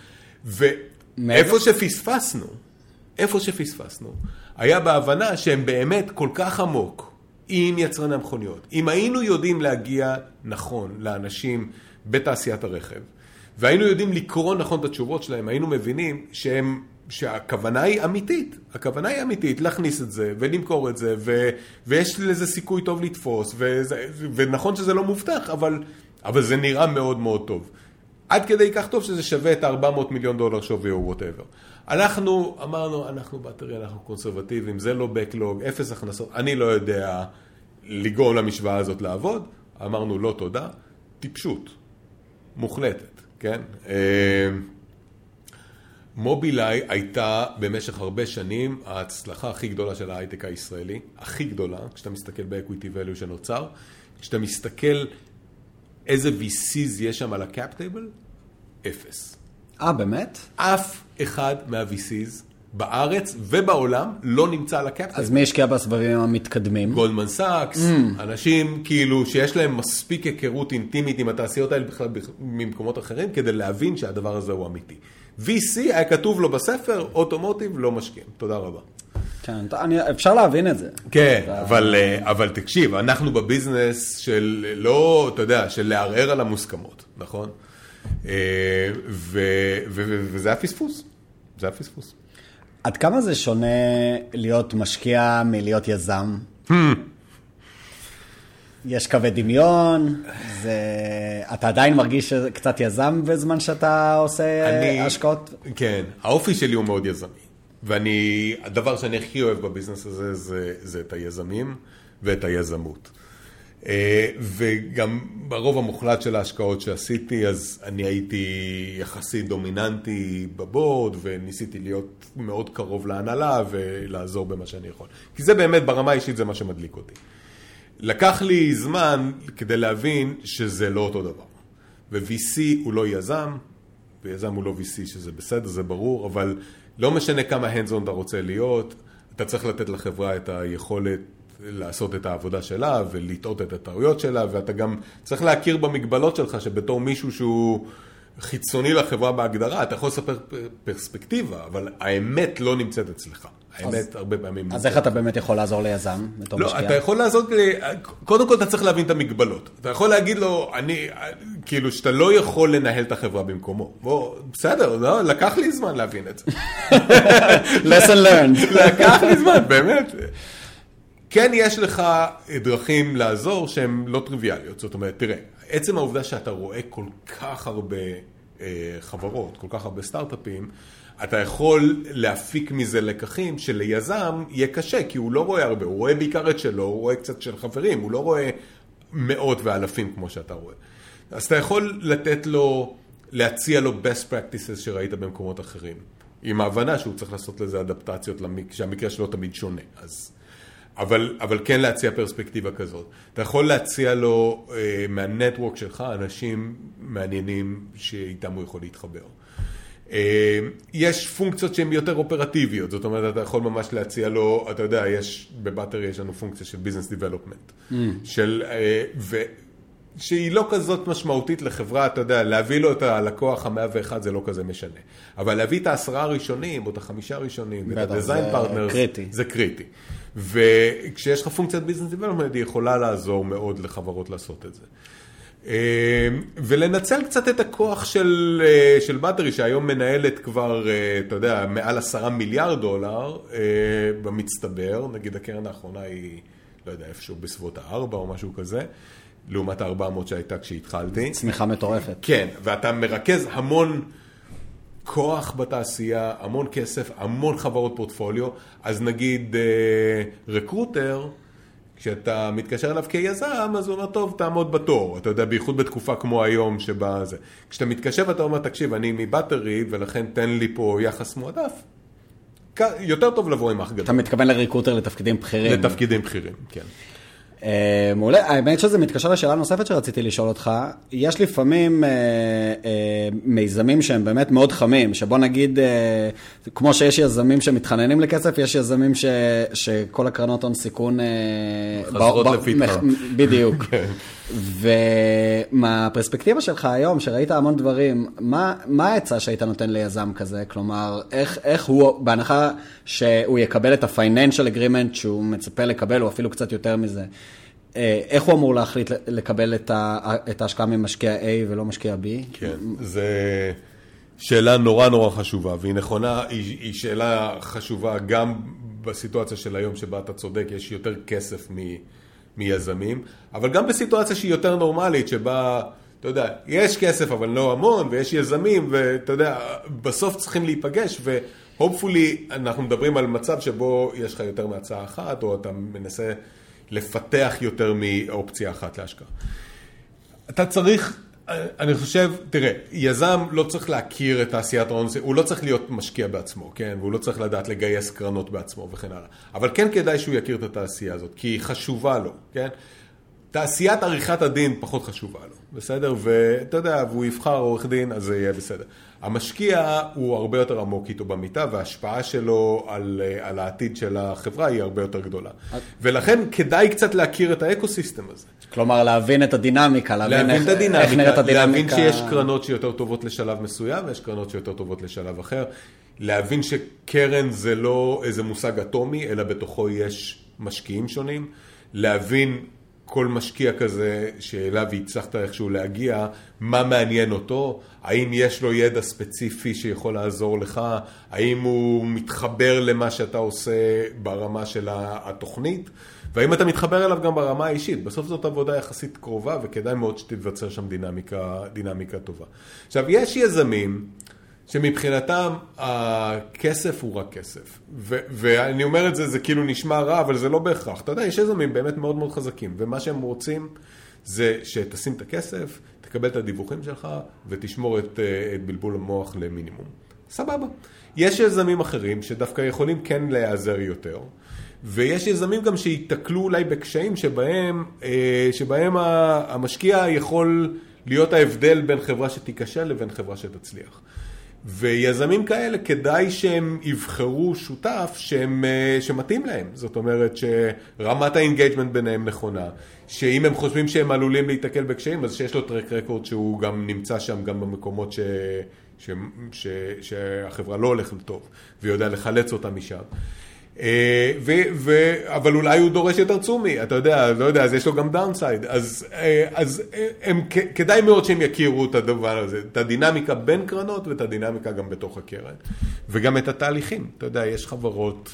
ואיפה שפספסנו, איפה שפספסנו, היה בהבנה שהם באמת כל כך עמוק עם יצרני המכוניות. אם היינו יודעים להגיע נכון לאנשים בתעשיית הרכב, והיינו יודעים לקרוא נכון את התשובות שלהם, היינו מבינים שהם, שהכוונה היא אמיתית. הכוונה היא אמיתית, להכניס את זה ולמכור את זה, ו, ויש לזה סיכוי טוב לתפוס, וזה, ונכון שזה לא מובטח, אבל, אבל זה נראה מאוד מאוד טוב. עד כדי כך טוב שזה שווה את ארבע מאות מיליון דולר שווי או whatever. אנחנו אמרנו, אנחנו בטרי, אנחנו קונסרבטיביים, זה לא בקלוג, אפס הכנסות, אני לא יודע לגרום למשוואה הזאת לעבוד, אמרנו לא תודה, טיפשות, מוחלטת, כן? מובילאיי הייתה במשך הרבה שנים ההצלחה הכי גדולה של ההייטק הישראלי, הכי גדולה, כשאתה מסתכל באקוויטי ואליו שנוצר, כשאתה מסתכל איזה וי סיז יש שם על הקאפ טייבל, אפס. אה, באמת? אף אחד מה-וי סיז בארץ ובעולם לא נמצא על הקאפ טייבל. אז מי השקיע בסבבים המתקדמים? גולדמן סאקס, mm. אנשים כאילו שיש להם מספיק היכרות אינטימית עם התעשיות האלה בכלל ממקומות אחרים, כדי להבין שהדבר הזה הוא אמיתי. וי סי היה כתוב לו בספר, אוטומוטיב לא משקיעים. תודה רבה. כן, אני, אפשר להבין את זה. כן, אבל, אבל תקשיב, אנחנו בביזנס של לא, אתה יודע, של לערער על המוסכמות, נכון? ו, ו, ו, וזה הפספוס. זה הפספוס. עד כמה זה שונה להיות משקיע מלהיות יזם? יש קווי דמיון, זה... אתה עדיין מרגיש קצת יזם בזמן שאתה עושה אני... השקעות? כן, האופי שלי הוא מאוד יזמי. ואני, הדבר שאני הכי אוהב בביזנס הזה, זה, זה את היזמים ואת היזמות. וגם ברוב המוחלט של ההשקעות שעשיתי, אז אני הייתי יחסית דומיננטי בבורד, וניסיתי להיות מאוד קרוב להנהלה ולעזור במה שאני יכול. כי זה באמת, ברמה האישית, זה מה שמדליק אותי. לקח לי זמן כדי להבין שזה לא אותו דבר. ו-וי סי הוא לא יזם, ויזם הוא לא וי סי, שזה בסדר, זה ברור, אבל לא משנה כמה hands-on אתה רוצה להיות, אתה צריך לתת לחברה את היכולת לעשות את העבודה שלה ולטעות את הטעויות שלה, ואתה גם צריך להכיר במגבלות שלך, שבתור מישהו שהוא חיצוני לחברה בהגדרה, אתה יכול לספר פרספקטיבה, אבל האמת לא נמצאת אצלך. האמת הרבה פעמים... אז איך אתה באמת יכול לעזור ליזם בתור משקיע? לא, אתה יכול לעזור... קודם כל אתה צריך להבין את המגבלות. אתה יכול להגיד לו, אני... כאילו שאתה לא יכול לנהל את החברה במקומו. בוא, בסדר, לא, לקח לי זמן להבין את זה. lesson learned. לקח לי זמן, באמת. כן, יש לך דרכים לעזור שהן לא טריוויאליות. זאת אומרת, תראה, עצם העובדה שאתה רואה כל כך הרבה חברות, כל כך הרבה סטארט-אפים, אתה יכול להפיק מזה לקחים שליזם יהיה קשה, כי הוא לא רואה הרבה, הוא רואה בעיקר את שלו, הוא רואה קצת של חברים, הוא לא רואה מאות ואלפים כמו שאתה רואה. אז אתה יכול לתת לו, להציע לו best practices שראית במקומות אחרים, עם ההבנה שהוא צריך לעשות לזה אדפטציות, שהמקרה שלו תמיד שונה. אז, אבל, אבל כן להציע פרספקטיבה כזאת. אתה יכול להציע לו אה, מהנטוורק שלך אנשים מעניינים שאיתם הוא יכול להתחבר. יש פונקציות שהן יותר אופרטיביות, זאת אומרת, אתה יכול ממש להציע לו, אתה יודע, יש, בבטרי יש לנו פונקציה של ביזנס דיבלופמנט, של, ו, שהיא לא כזאת משמעותית לחברה, אתה יודע, להביא לו את הלקוח המאה ואחת זה לא כזה משנה, אבל להביא את העשרה הראשונים, או את החמישה הראשונים, ואת הדיזיין פרטנרס, זה קריטי. וכשיש לך פונקציית ביזנס דיבלופמנט, היא יכולה לעזור מאוד לחברות לעשות את זה. ולנצל קצת את הכוח של, של בטרי, שהיום מנהלת כבר, אתה יודע, מעל עשרה מיליארד דולר במצטבר, נגיד הקרן האחרונה היא, לא יודע, איפשהו בסביבות הארבע או משהו כזה, לעומת הארבע מאות שהייתה כשהתחלתי. צמיחה מטורפת. כן, ואתה מרכז המון כוח בתעשייה, המון כסף, המון חברות פורטפוליו, אז נגיד רקרוטר, כשאתה מתקשר אליו כיזם, אז הוא אומר, טוב, תעמוד בתור. אתה יודע, בייחוד בתקופה כמו היום שבה זה. כשאתה מתקשר ואתה אומר, תקשיב, אני מבטרי, ולכן תן לי פה יחס מועדף. יותר טוב לבוא עם אח גדול. אתה מתכוון לריקרוטר לתפקידים בכירים. לתפקידים בכירים, כן. מעולה, האמת שזה מתקשר לשאלה נוספת שרציתי לשאול אותך, יש לפעמים מיזמים שהם באמת מאוד חמים, שבוא נגיד, כמו שיש יזמים שמתחננים לכסף, יש יזמים שכל הקרנות הון סיכון חזרות לפתחה. בדיוק. ומהפרספקטיבה שלך היום, שראית המון דברים, מה העצה שהיית נותן ליזם כזה? כלומר, איך הוא, בהנחה שהוא יקבל את ה-financial agreement שהוא מצפה לקבל, או אפילו קצת יותר מזה, איך הוא אמור להחליט לקבל את ההשקעה ממשקיע A ולא משקיע B? כן, זו שאלה נורא נורא חשובה, והיא נכונה, היא שאלה חשובה גם בסיטואציה של היום שבה אתה צודק, יש יותר כסף מ... מיזמים, אבל גם בסיטואציה שהיא יותר נורמלית, שבה, אתה יודע, יש כסף אבל לא המון, ויש יזמים, ואתה יודע, בסוף צריכים להיפגש, והופפולי אנחנו מדברים על מצב שבו יש לך יותר מהצעה אחת, או אתה מנסה לפתח יותר מאופציה אחת להשקעה. אתה צריך, אני חושב, תראה, יזם לא צריך להכיר את תעשיית ההון, הוא לא צריך להיות משקיע בעצמו, כן? והוא לא צריך לדעת לגייס קרנות בעצמו וכן הלאה. אבל כן כדאי שהוא יכיר את התעשייה הזאת, כי היא חשובה לו, כן? תעשיית עריכת הדין פחות חשובה לו, בסדר? ואתה יודע, והוא יבחר עורך דין, אז זה יהיה בסדר. המשקיע הוא הרבה יותר עמוק איתו במיטה, וההשפעה שלו על, על העתיד של החברה היא הרבה יותר גדולה. ולכן כדאי קצת להכיר את האקוסיסטם הזה. כלומר, להבין את הדינמיקה, להבין איך, את הדינמיקה, איך נראית הדינמיקה. להבין שיש קרנות שיותר טובות לשלב מסוים, ויש קרנות שיותר טובות לשלב אחר. להבין שקרן זה לא איזה מושג אטומי, אלא בתוכו יש משקיעים שונים. להבין כל משקיע כזה שאליו הצלחת איכשהו להגיע, מה מעניין אותו, האם יש לו ידע ספציפי שיכול לעזור לך, האם הוא מתחבר למה שאתה עושה ברמה של התוכנית, והאם אתה מתחבר אליו גם ברמה האישית. בסוף זאת עבודה יחסית קרובה, וכדאי מאוד שתתווצר שם דינמיקה, דינמיקה טובה. עכשיו, יש יזמים שמבחינתם הכסף הוא רק כסף. ו- ואני אומר את זה, זה כאילו נשמע רע, אבל זה לא בהכרח. אתה יודע, יש יזמים באמת מאוד מאוד חזקים, ומה שהם רוצים זה שתשים את הכסף, תקבל את הדיווחים שלך, ותשמור את, את בלבול המוח למינימום. סבבה. יש יזמים אחרים שדווקא יכולים כן להיעזר יותר, ויש יזמים גם שיתקלו אולי בקשיים שבהם, שבהם המשקיע יכול להיות ההבדל בין חברה שתיכשל לבין חברה שתצליח. ויזמים כאלה כדאי שהם יבחרו שותף שהם, שמתאים להם. זאת אומרת שרמת האינגייג'מנט ביניהם נכונה, שאם הם חושבים שהם עלולים להתקל בקשיים, אז שיש לו טרק רקורד שהוא גם נמצא שם גם במקומות ש, ש, ש, שהחברה לא הולך לטוב, ויודע לחלץ אותה משם. ו, ו, אבל אולי הוא דורש יותר צומי, אתה יודע, לא יודע, אז יש לו גם דאונסייד, אז, אז הם, כדאי מאוד שהם יכירו את הדבר הזה, את הדינמיקה בין קרנות ואת הדינמיקה גם בתוך הקרן, וגם את התהליכים. אתה יודע, יש חברות,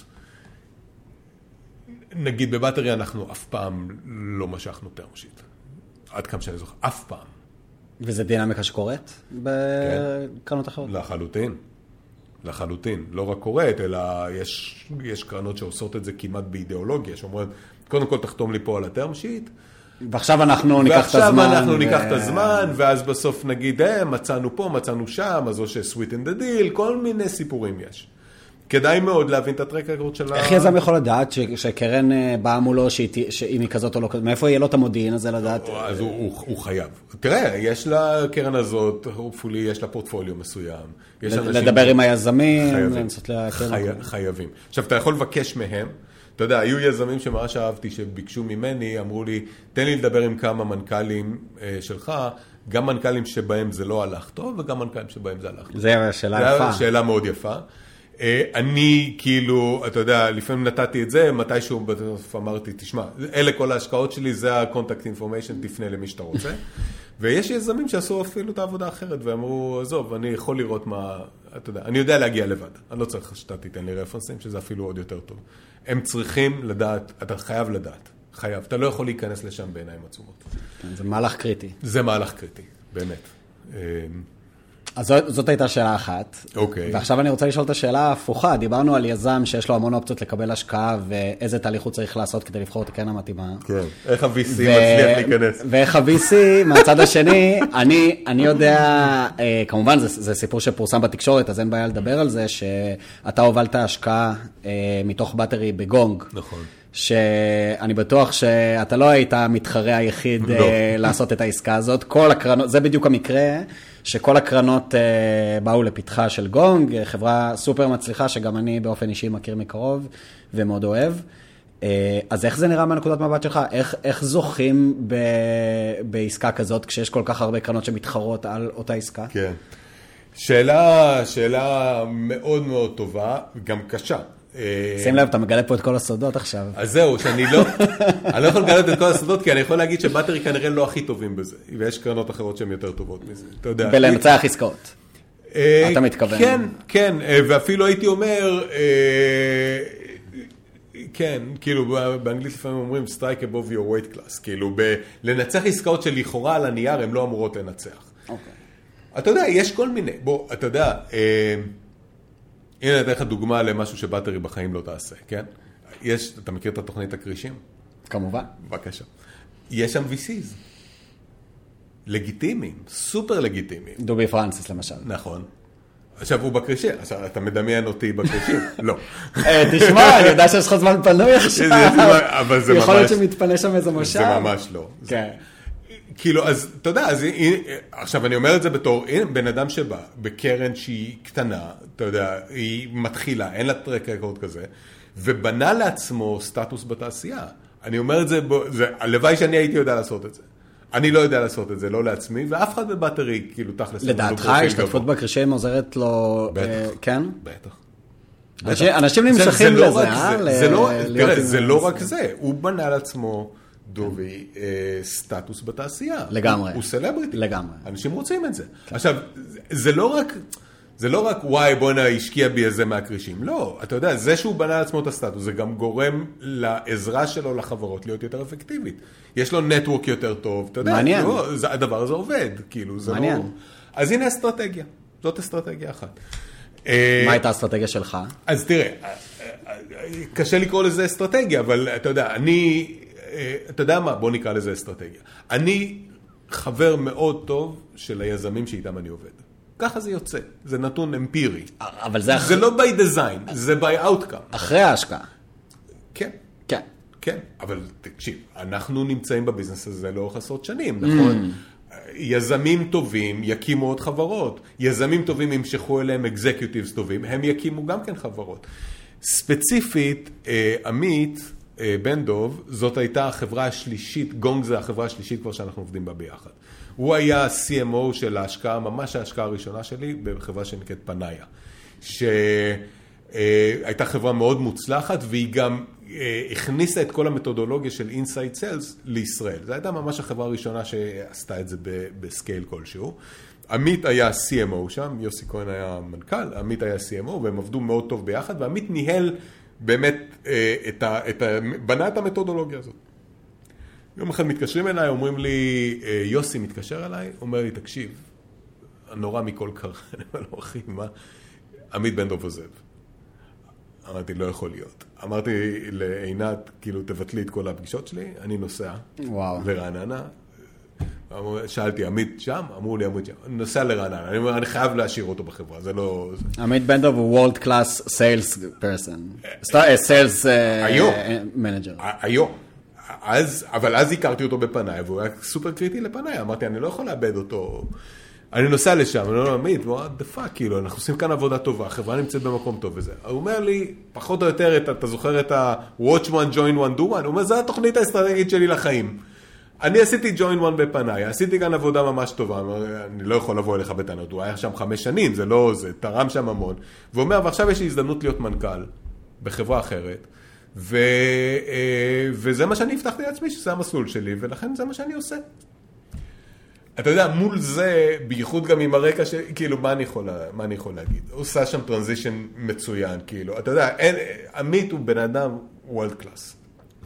נגיד בבטרי אנחנו אף פעם לא משכנו טרמשיט, עד כמה שאני זוכר, אף פעם. וזה דינמיקה שקורית בקרנות אחרות? לחלוטין. לחלוטין, לא רק קוראת, אלא יש, יש קרנות שעושות את זה כמעט באידיאולוגיה, שאומרת, קודם כל תחתום לי פה על הטרם שיט, ועכשיו אנחנו ניקח את הזמן. ועכשיו אנחנו ניקח את הזמן, ואז בסוף נגיד, אה, מצאנו פה, מצאנו שם, אז או ש-sweet in the deal, כל מיני סיפורים יש. כדאי מאוד להבין את הטרק רקורד של ה... איך יזם יכול לדעת שקרן באה מולו, שאם היא כזאת או לא כזאת, מאיפה יהיה לו את המודיעין הזה לדעת? אז הוא חייב. תראה, יש לקרן הזאת, hopefully, יש לה פורטפוליו מסוים. לדבר עם היזמים, חייבים. עכשיו, אתה יכול לבקש מהם, אתה יודע, היו יזמים שממש אהבתי, שביקשו ממני, אמרו לי, תן לי לדבר עם כמה מנכ"לים שלך, גם מנכ"לים שבהם זה לא הלך טוב, וגם מנכ"לים שבהם זה הלך טוב. זה שאלה יפה. שאלה מאוד יפה. אני כאילו, אתה יודע, לפעמים נתתי את זה, מתישהו בסוף אמרתי, תשמע, אלה כל ההשקעות שלי, זה ה-contact information, תפנה למי שאתה רוצה. ויש יזמים שעשו אפילו את העבודה האחרת, ואמרו, עזוב, אני יכול לראות מה, אתה יודע, אני יודע להגיע לבד. אני לא צריך שאתה תיתן לי רפרנסים, שזה אפילו עוד יותר טוב. הם צריכים לדעת, אתה חייב לדעת, חייב. אתה לא יכול להיכנס לשם בעיניים עצומות. זה מהלך קריטי. זה מהלך קריטי, באמת. אז זאת, זאת הייתה שאלה אחת. אוקיי. ועכשיו אני רוצה לשאול את השאלה ההפוכה. דיברנו על יזם שיש לו המון אופציות לקבל השקעה, ואיזה תהליך הוא צריך לעשות כדי לבחור את הקרן המתאימה. כן. איך ה-וי סי ו... מצליח להיכנס. ואיך ה-וי סי, מהצד השני, אני, אני יודע, אה, כמובן זה, זה סיפור שפורסם בתקשורת, אז אין בעיה לדבר על זה, שאתה הובלת השקעה אה, מתוך בטרי בגונג. נכון. שאני בטוח שאתה לא היית המתחרה היחיד לא. אה, לעשות את העסקה הזאת. כל הקרנות, זה בדיוק המקרה. שכל הקרנות uh, באו לפתחה של גונג, חברה סופר מצליחה, שגם אני באופן אישי מכיר מקרוב ומאוד אוהב. Uh, אז איך זה נראה מהנקודת מבט שלך? איך, איך זוכים ב, בעסקה כזאת, כשיש כל כך הרבה קרנות שמתחרות על אותה עסקה? כן. שאלה, שאלה מאוד מאוד טובה, גם קשה. שים לב, אתה מגלה פה את כל הסודות עכשיו. אז זהו, שאני לא, אני לא יכול לגלות את כל הסודות, כי אני יכול להגיד שבטרי כנראה לא הכי טובים בזה, ויש קרנות אחרות שהן יותר טובות מזה, אתה יודע. בלנצח עסקאות. אתה מתכוון. כן, כן, ואפילו הייתי אומר, כן, כאילו באנגלית לפעמים אומרים, strike above your weight class, כאילו לנצח עסקאות שלכאורה על הנייר, הן לא אמורות לנצח. אוקיי. אתה יודע, יש כל מיני, בוא, אתה יודע, הנה, אני אתן לך דוגמה למשהו שבטרי בחיים לא תעשה, כן? יש, אתה מכיר את התוכנית הקרישים? כמובן. בבקשה. יש שם וי סיז. לגיטימיים, סופר לגיטימיים. דובי פרנסיס למשל. נכון. עכשיו הוא בקרישים, עכשיו אתה מדמיין אותי בקרישים? לא. תשמע, אני יודע שיש לך זמן פנוי עכשיו. אבל זה ממש... יכול להיות שמתפנה שם איזה מושב. זה ממש לא. כן. כאילו, אז אתה יודע, אז, עכשיו אני אומר את זה בתור, הנה, בן אדם שבא בקרן שהיא קטנה, אתה יודע, היא מתחילה, אין לה טרק רקורד כזה, ובנה לעצמו סטטוס בתעשייה. אני אומר את זה, זה הלוואי שאני הייתי יודע לעשות את זה. אני לא יודע לעשות את זה, לא לעצמי, ואף אחד בבטרי, כאילו, תכלס. לדעתך, השתתפות בקרישים עוזרת לו, כן? בטח. אנשים נמשכים לזה, זה לא רק זה, הוא בנה לעצמו דובי, סטטוס בתעשייה. לגמרי. הוא סלבריטי. לגמרי. אנשים רוצים את זה. עכשיו, זה לא רק... זה לא רק, וואי, בוא נשקיע בי איזה מהקרישים. לא, אתה יודע, זה שהוא בנה לעצמו את הסטטוס, זה גם גורם לעזרה שלו לחברות להיות יותר אפקטיבית. יש לו נטוורק יותר טוב, אתה יודע, מעניין. לא, זה, הדבר הזה עובד, כאילו, זה מעניין. לא... אז הנה אסטרטגיה, זאת אסטרטגיה אחת. מה הייתה האסטרטגיה שלך? אז תראה, קשה לקרוא לזה אסטרטגיה, אבל אתה יודע, אני, אתה יודע מה, בוא נקרא לזה אסטרטגיה. אני חבר מאוד טוב של היזמים שאיתם אני עובד. ככה זה יוצא, זה נתון אמפירי. אבל זה אחרי... זה לא by design, זה by outcome. אחרי ההשקעה. כן. כן. כן, אבל תקשיב, אנחנו נמצאים בביזנס הזה לאורך עשרות שנים, נכון? יזמים טובים יקימו עוד חברות. יזמים טובים ימשכו אליהם אקזקיוטיבס טובים, הם יקימו גם כן חברות. ספציפית, עמית, בן דוב, זאת הייתה החברה השלישית, גונג זה החברה השלישית כבר שאנחנו עובדים בה ביחד. הוא היה סי אם או של ההשקעה, ממש ההשקעה הראשונה שלי, בחברה שנקראת פנאיה, שהייתה חברה מאוד מוצלחת, והיא גם הכניסה את כל המתודולוגיה של Inside Sales לישראל. זו הייתה ממש החברה הראשונה שעשתה את זה בסקייל כלשהו. עמית היה סי אם או שם, יוסי כהן היה מנכ"ל, עמית היה סי אם או, והם עבדו מאוד טוב ביחד, ועמית ניהל באמת את ה, את ה, בנה את המתודולוגיה הזאת. יום אחד מתקשרים אליי, אומרים לי, יוסי מתקשר אליי, אומר לי, תקשיב, הנורא מכל קרה, אני אומר לו, אחי, מה? עמית בן דוב עוזב. אמרתי, לא יכול להיות. אמרתי לעינת, כאילו, תבטלי את כל הפגישות שלי, אני נוסע וואו. לרעננה. שאלתי, עמית שם? אמרו לי, עמית שם. אני נוסע לרעננה. אני אומר, אני חייב להשאיר אותו בחברה, זה לא... עמית בן דוב הוא world class sales person. sales manager. היום. אז, אבל אז הכרתי אותו בפנאי, והוא היה סופר קריטי לפנאי. אמרתי, אני לא יכול לאבד אותו. אני נוסע לשם, אני לא עמית, what the fuck, כאילו, אנחנו עושים כאן עבודה טובה, החברה נמצאת במקום טוב וזה. הוא אומר לי, פחות או יותר, אתה, אתה זוכר את ה-watch one, join one, do one? הוא אומר, זה התוכנית האסטרטגית שלי לחיים. אני עשיתי join one בפנאי, עשיתי כאן עבודה ממש טובה, אני לא יכול לבוא אליך בטענות, הוא היה שם חמש שנים, זה לא, זה תרם שם המון. והוא אומר, ועכשיו יש לי הזדמנות להיות מנכ"ל בחברה אחרת, ו, וזה מה שאני הבטחתי לעצמי, שזה המסלול שלי, ולכן זה מה שאני עושה. אתה יודע, מול זה, בייחוד גם עם הרקע של, כאילו, מה אני יכול, מה אני יכול להגיד? הוא עושה שם טרנזישן מצוין, כאילו. אתה יודע, אין, עמית הוא בן אדם וולד קלאס.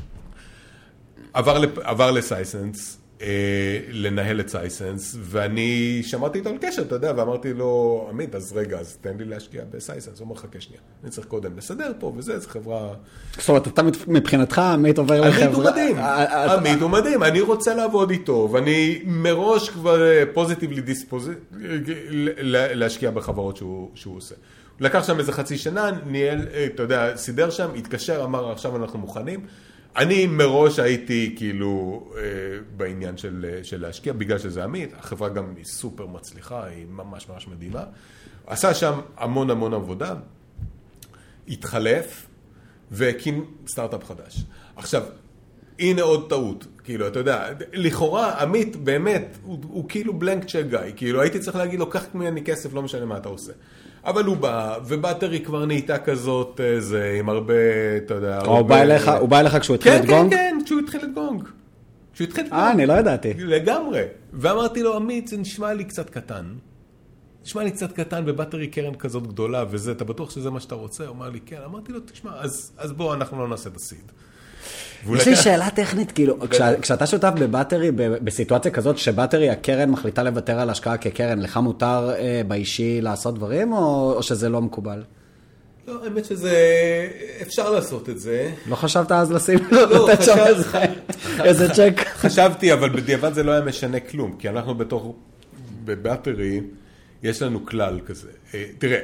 עבר, עבר לסייסנס, אה, לנהל את סייסנס, ואני שמעתי איתו על קשר, אתה יודע, ואמרתי לו, עמית, אז רגע, אז תן לי להשקיע בסייסנס. הוא אומר, חכה שנייה, אני צריך קודם לסדר פה, וזה, זו חברה... זאת אומרת, אתה מבחינתך, עמית עובר לחברה... עמית הוא מדהים, עמית הוא מדהים, אני רוצה לעבוד איתו, ואני מראש כבר פוזיטיבלי דיספוזיט, להשקיע בחברות שהוא, שהוא עושה. הוא לקח שם איזה חצי שנה, ניהל, אתה יודע, סידר שם, התקשר, אמר, עכשיו אנחנו מוכנים. אני מראש הייתי כאילו בעניין של, של להשקיע, בגלל שזה עמית, החברה גם היא סופר מצליחה, היא ממש ממש מדהימה. עשה שם המון המון עבודה, התחלף, והקים סטארט-אפ חדש. עכשיו, הנה עוד טעות, כאילו, אתה יודע, לכאורה, עמית באמת, הוא, הוא כאילו בלנק צ'ק גאי, כאילו, הייתי צריך להגיד לו, קח ממני כסף, לא משנה מה אתה עושה. אבל הוא בא, ובטרי כבר נהייתה כזאת, זה, עם הרבה, אתה יודע... הוא בא אליך, הוא בא אליך כשהוא התחיל את גונג? כן, כן, כן, כשהוא התחיל את גונג. כשהוא התחיל את גונג. אה, אני לא ידעתי. לגמרי. ואמרתי לו, עמית, זה נשמע לי קצת קטן. נשמע לי קצת קטן, ובטרי קרן כזאת גדולה, וזה, אתה בטוח שזה מה שאתה רוצה? הוא אמר לי, כן. אמרתי לו, תשמע, אז, אז בוא, אנחנו לא נעשה את הסיד. יש לי שאלה טכנית, כאילו, כשאתה שותף בבטרי, בסיטואציה כזאת שבטרי, הקרן מחליטה לוותר על השקעה כקרן, לך מותר באישי לעשות דברים, או שזה לא מקובל? לא, האמת שזה, אפשר לעשות את זה. לא חשבת אז לשים, לתת שם איזה צ'ק? חשבתי, אבל בדיעבד זה לא היה משנה כלום, כי אנחנו בתוך, בבטרי, יש לנו כלל כזה. תראה,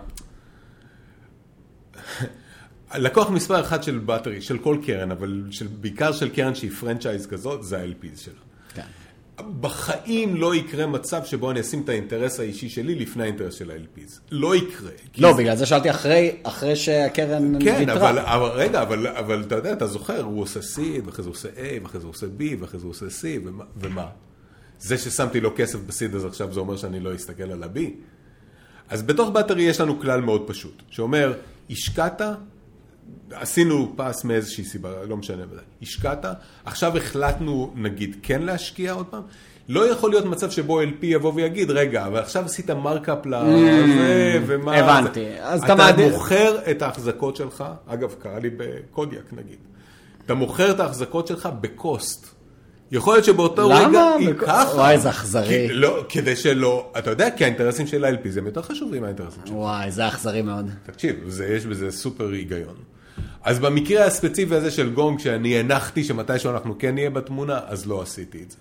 לקוח מספר אחד של בטרי, של כל קרן, אבל של, בעיקר של קרן שהיא פרנצ'ייז כזאת, זה ה-אל פיז שלה. כן. בחיים לא יקרה מצב שבו אני אשים את האינטרס האישי שלי לפני האינטרס של ה-אל פיז. לא יקרה. לא, זה... בגלל זה שאלתי אחרי, אחרי שהקרן כן, ויתרה. אבל, אבל רגע, אבל, אבל אתה יודע, אתה זוכר, הוא עושה C, ואחרי זה הוא עושה A, ואחרי זה הוא עושה B, ואחרי זה הוא עושה C, ומה? ומה? זה ששמתי לו כסף בסיד, אז עכשיו זה אומר שאני לא אסתכל על ה-B. אז בתוך בטרי יש לנו כלל מאוד פשוט, שאומר, השקעת עשינו פס מאיזושהי סיבה, לא משנה, השקעת, עכשיו החלטנו, נגיד, כן להשקיע עוד פעם, לא יכול להיות מצב שבו אל פי יבוא ויגיד, רגע, אבל עכשיו עשית מרקאפ לזה, ומה... הבנתי. אתה מוכר את ההחזקות שלך, אגב, קרה לי בקודיאק, נגיד. אתה מוכר את ההחזקות שלך בקוסט. יכול להיות שבאותו רגע היא ככה. וואי, זה אכזרי. לא, כדי שלא, אתה יודע, כי האינטרסים של ה-אל פי זה יותר חשובים מהאינטרסים שלך. וואי, זה אכזרי מאוד. תקשיב, יש בזה סופר היגיון. אז במקרה הספציפי הזה של גונג, שאני הנחתי שמתישהו אנחנו כן נהיה בתמונה, אז לא עשיתי את זה.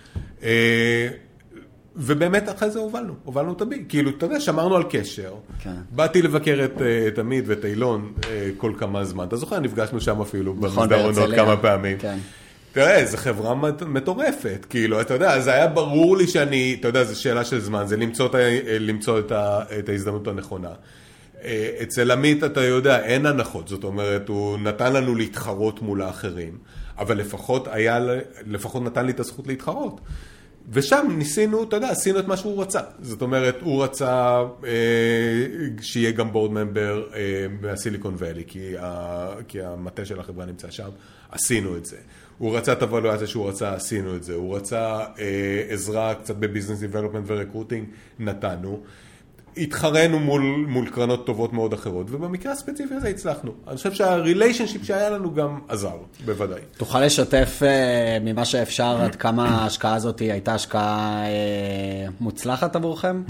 ובאמת אחרי זה הובלנו, הובלנו תמיד, כאילו, אתה יודע, שמרנו על קשר, באתי לבקר את עמית ואת אילון כל כמה זמן, אתה זוכר, נפגשנו שם אפילו במסדרונות כמה פעמים. תראה, זו חברה מטורפת, כאילו, אתה יודע, זה היה ברור לי שאני, אתה יודע, זו שאלה של זמן, זה למצוא את ההזדמנות הנכונה. אצל עמית, אתה יודע, אין הנחות, זאת אומרת, הוא נתן לנו להתחרות מול האחרים, אבל לפחות היה, לפחות נתן לי את הזכות להתחרות. ושם ניסינו, אתה יודע, עשינו את מה שהוא רצה. זאת אומרת, הוא רצה אה, שיהיה גם בורד ממבר אה, בסיליקון ואלי, כי, ה, כי המטה של החברה נמצא שם, עשינו את זה. הוא רצה את הוולואציה שהוא רצה, עשינו את זה. הוא רצה אה, עזרה קצת בביזנס דיבלופמנט ורקרוטינג, נתנו. התחרנו מול, מול קרנות טובות מאוד אחרות, ובמקרה הספציפי הזה הצלחנו. אני חושב שהריליישנשיפ שהיה לנו גם עזר, בוודאי. תוכל לשתף uh, ממה שאפשר עד כמה ההשקעה הזאת הייתה השקעה uh, מוצלחת עבורכם?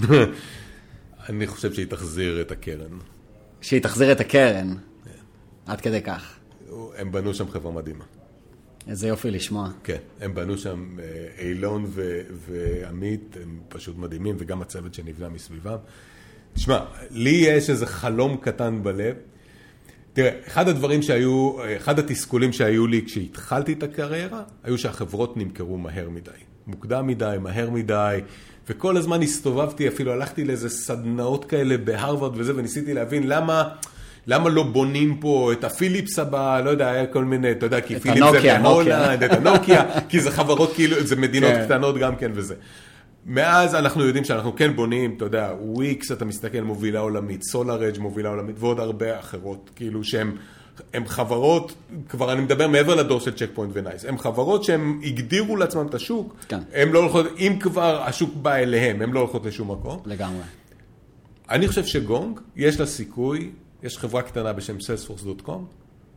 אני חושב שהיא תחזיר את הקרן. שהיא תחזיר את הקרן? Yeah. עד כדי כך. הם בנו שם חברה מדהימה. איזה יופי לשמוע. כן, הם בנו שם אילון ו- ועמית, הם פשוט מדהימים, וגם הצוות שנבנה מסביבם. תשמע, לי יש איזה חלום קטן בלב. תראה, אחד הדברים שהיו, אחד התסכולים שהיו לי כשהתחלתי את הקריירה, היו שהחברות נמכרו מהר מדי. מוקדם מדי, מהר מדי, וכל הזמן הסתובבתי, אפילו הלכתי לאיזה סדנאות כאלה בהרווארד וזה, וניסיתי להבין למה... למה לא בונים פה את הפיליפס הבא, לא יודע, היה כל מיני, אתה יודע, כי פיליפס זה מהולנד, את הנוקיה, כי זה חברות כאילו, זה מדינות קטנות גם כן וזה. מאז אנחנו יודעים שאנחנו כן בונים, אתה יודע, וויקס, אתה מסתכל, מובילה עולמית, סולארג' מובילה עולמית, ועוד הרבה אחרות, כאילו שהם הם חברות, כבר אני מדבר מעבר לדור של צ'ק פוינט ונייס, הם חברות שהם הגדירו לעצמם את השוק, הם לא הולכות, אם כבר השוק בא אליהם, הם לא הולכות לשום מקום. לגמרי. אני חושב שגונג, יש לה סיכוי, יש חברה קטנה בשם סיילספורס דוט קום,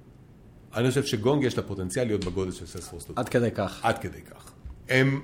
אני חושב שגונג יש לה פוטנציאל להיות בגודל של סיילספורס דוט קום. עד כדי כך. עד כדי כך. הם,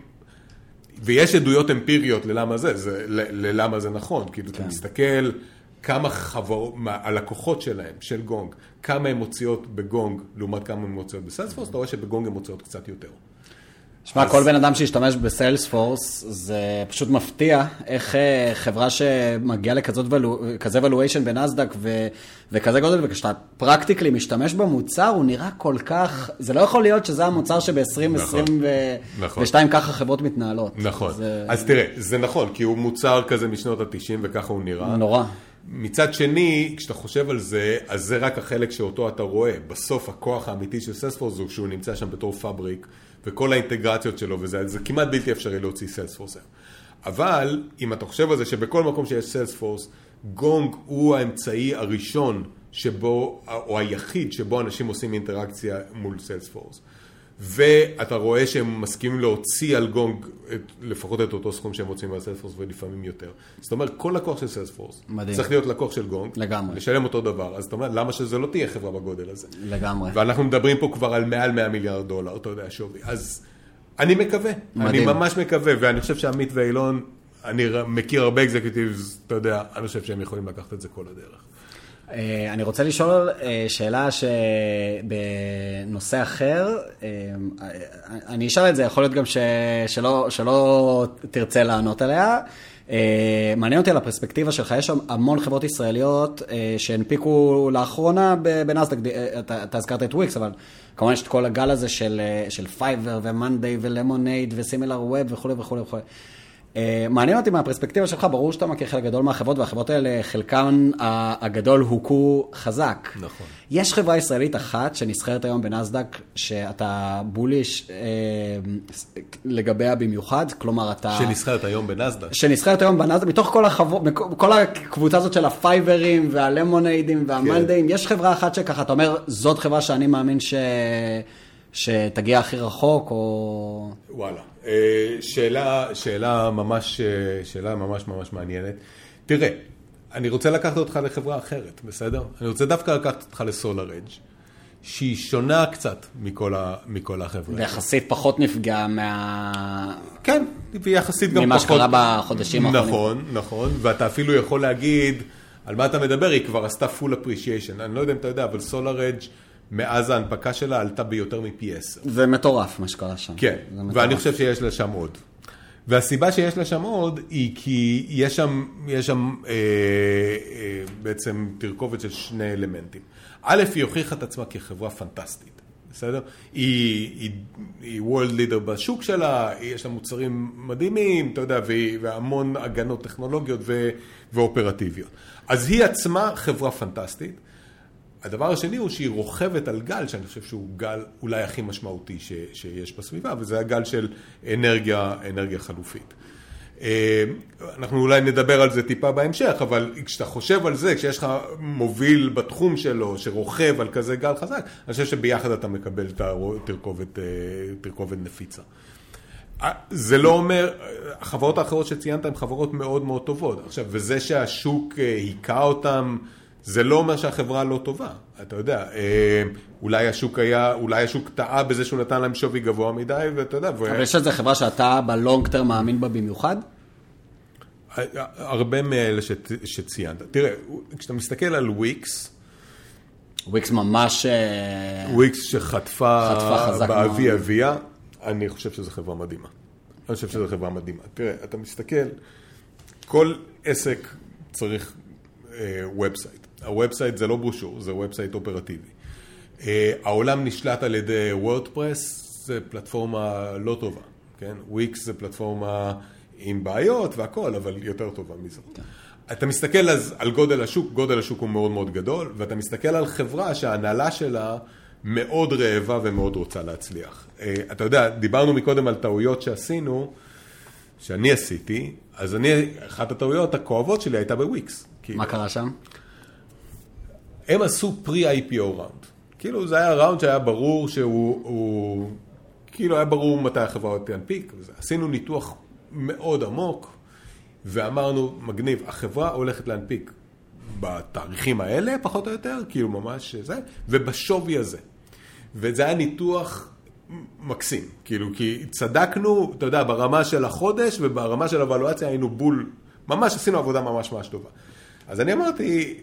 ויש עדויות אמפיריות ללמה זה, זה ללמה זה נכון, כאילו אתה מסתכל כמה חברות, הלקוחות שלהם, של גונג, כמה הם מוציאות בגונג, לעומת כמה הם מוציאות בסיילספורס, אתה רואה שבגונג הם מוציאות קצת יותר. שמע, כל בן אדם שישתמש בסיילספורס, זה פשוט מפתיע איך חברה שמגיעה לכזה valuation בנסדק וכזה גודל, וכשאתה פרקטיקלי משתמש במוצר, הוא נראה כל כך, זה לא יכול להיות שזה המוצר שב-עשרים עשרים ושתיים ככה חברות מתנהלות. נכון. אז תראה, זה נכון, כי הוא מוצר כזה משנות ה-תשעים וככה הוא נראה. נורא. מצד שני, כשאתה חושב על זה, אז זה רק החלק שאותו אתה רואה. בסוף הכוח האמיתי של סיילספורס הוא שהוא נמצא שם בתור פאבריק, וכל האינטגרציות שלו, וזה זה כמעט בלתי אפשרי להוציא סיילספורס. אבל אם אתה חושב על זה שבכל מקום שיש סיילספורס, גונג הוא האמצעי הראשון שבו, או היחיד שבו אנשים עושים אינטראקציה מול סיילספורס. ואתה רואה שהם מסכימים להוציא על גונג את, לפחות את אותו סכום שהם רוצים על סיילספורס ולפעמים יותר. זאת אומרת, כל לקוח של סיילספורס צריך להיות לקוח של גונג, לגמרי. לשלם אותו דבר. אז זאת אומרת, למה שזה לא תהיה חברה בגודל הזה? לגמרי. ואנחנו מדברים פה כבר על מעל מאה מיליארד דולר, אתה יודע, שווי. אז אני מקווה, מדהים. אני ממש מקווה, ואני חושב שעמית ואילון, אני מכיר הרבה אקזקיוטיבס, אתה יודע, אני חושב שהם יכולים לקחת את זה כל הדרך. אני רוצה לשאול שאלה שבנושא אחר, אני אשאל את זה, יכול להיות גם שלא, שלא תרצה לענות עליה. מעניין אותי על הפרספקטיבה שלך, יש המון חברות ישראליות שהנפיקו לאחרונה בנסדק, אתה, אתה הזכרת את וויקס, אבל כמובן יש את כל הגל הזה של, של פייבר ומנדיי ולמונייד וסימילר ווב וכו' וכו' וכו'. מעניין אותי מהפרספקטיבה שלך, ברור שאתה מכיר חלק גדול מהחברות, והחברות האלה, חלקן הגדול הוקו חזק. נכון. יש חברה ישראלית אחת שנסחרת היום בנסדק, שאתה בוליש לגביה במיוחד, כלומר אתה... שנסחרת היום בנסדק. שנסחרת היום בנסדק, מתוך כל החברות, כל הקבוצה הזאת של הפייברים והלמוניידים והמנדאים, יש חברה אחת שככה, אתה אומר, זאת חברה שאני מאמין ש... שתגיע הכי רחוק, או... וואלה. שאלה, שאלה ממש, שאלה ממש ממש מעניינת. תראה, אני רוצה לקחת אותך לחברה אחרת, בסדר? אני רוצה דווקא לקחת אותך לסולארג' שהיא שונה קצת מכל, ה, מכל החברה. ויחסית פחות נפגע מה... כן, ויחסית גם ממה פחות... ממה שקרה בחודשים האחרונים. נכון, נכון, ואתה אפילו יכול להגיד, על מה אתה מדבר, היא כבר עשתה full appreciation. אני לא יודע אם אתה יודע, אבל סולארג' מאז ההנפקה שלה עלתה ביותר מפי עשר. זה מטורף מה שקרה שם. כן, ואני חושב שיש לה שם עוד. והסיבה שיש לה שם עוד היא כי יש שם, יש שם אה, אה, בעצם תרכובת של שני אלמנטים. א', היא הוכיחה את עצמה כחברה פנטסטית, בסדר? היא, היא, היא world leader בשוק שלה, יש לה מוצרים מדהימים, אתה יודע, והמון הגנות טכנולוגיות ו, ואופרטיביות. אז היא עצמה חברה פנטסטית. הדבר השני הוא שהיא רוכבת על גל, שאני חושב שהוא גל אולי הכי משמעותי ש, שיש בסביבה, וזה הגל של אנרגיה, אנרגיה חלופית. אנחנו אולי נדבר על זה טיפה בהמשך, אבל כשאתה חושב על זה, כשיש לך מוביל בתחום שלו, שרוכב על כזה גל חזק, אני חושב שביחד אתה מקבל את התרכובת, תרכובת נפיצה. זה לא אומר, החברות האחרות שציינת הן חברות מאוד מאוד טובות. עכשיו, וזה שהשוק היכה אותם, זה לא אומר שהחברה לא טובה, אתה יודע, אולי השוק היה, אולי השוק טעה בזה שהוא נתן להם שווי גבוה מדי, ואתה יודע. אבל יש איזו חברה שאתה בלונג טרם מאמין בה במיוחד? הרבה מאלה שציינת. תראה, כשאתה מסתכל על וויקס, וויקס ממש... וויקס שחטפה באבי אביה, אני חושב שזו חברה מדהימה. אני חושב שזו חברה מדהימה. תראה, אתה מסתכל, כל עסק צריך ובסייט. הוובסייט זה לא ברושור, זה וובסייט אופרטיבי. העולם נשלט על ידי וורדפרס, זה פלטפורמה לא טובה, כן? וויקס זה פלטפורמה עם בעיות והכל, אבל יותר טובה מזאת. אתה מסתכל אז על גודל השוק, גודל השוק הוא מאוד מאוד גדול, ואתה מסתכל על חברה שההנהלה שלה מאוד רעבה ומאוד רוצה להצליח. אתה יודע, דיברנו מקודם על טעויות שעשינו, שאני עשיתי, אז אני, אחת הטעויות הכואבות שלי הייתה בוויקס. מה קרה שם? הם עשו פרי-איי פי או ראונד. כאילו זה היה ראונד שהיה ברור שהוא, הוא, כאילו היה ברור מתי החברה תנפיק. עשינו ניתוח מאוד עמוק, ואמרנו, מגניב, החברה הולכת להנפיק בתאריכים האלה, פחות או יותר, כאילו ממש זה, ובשווי הזה. וזה היה ניתוח מקסים, כאילו, כי צדקנו, אתה יודע, ברמה של החודש, וברמה של הוואלואציה היינו בול, ממש עשינו עבודה ממש ממש טובה. אז אני אמרתי,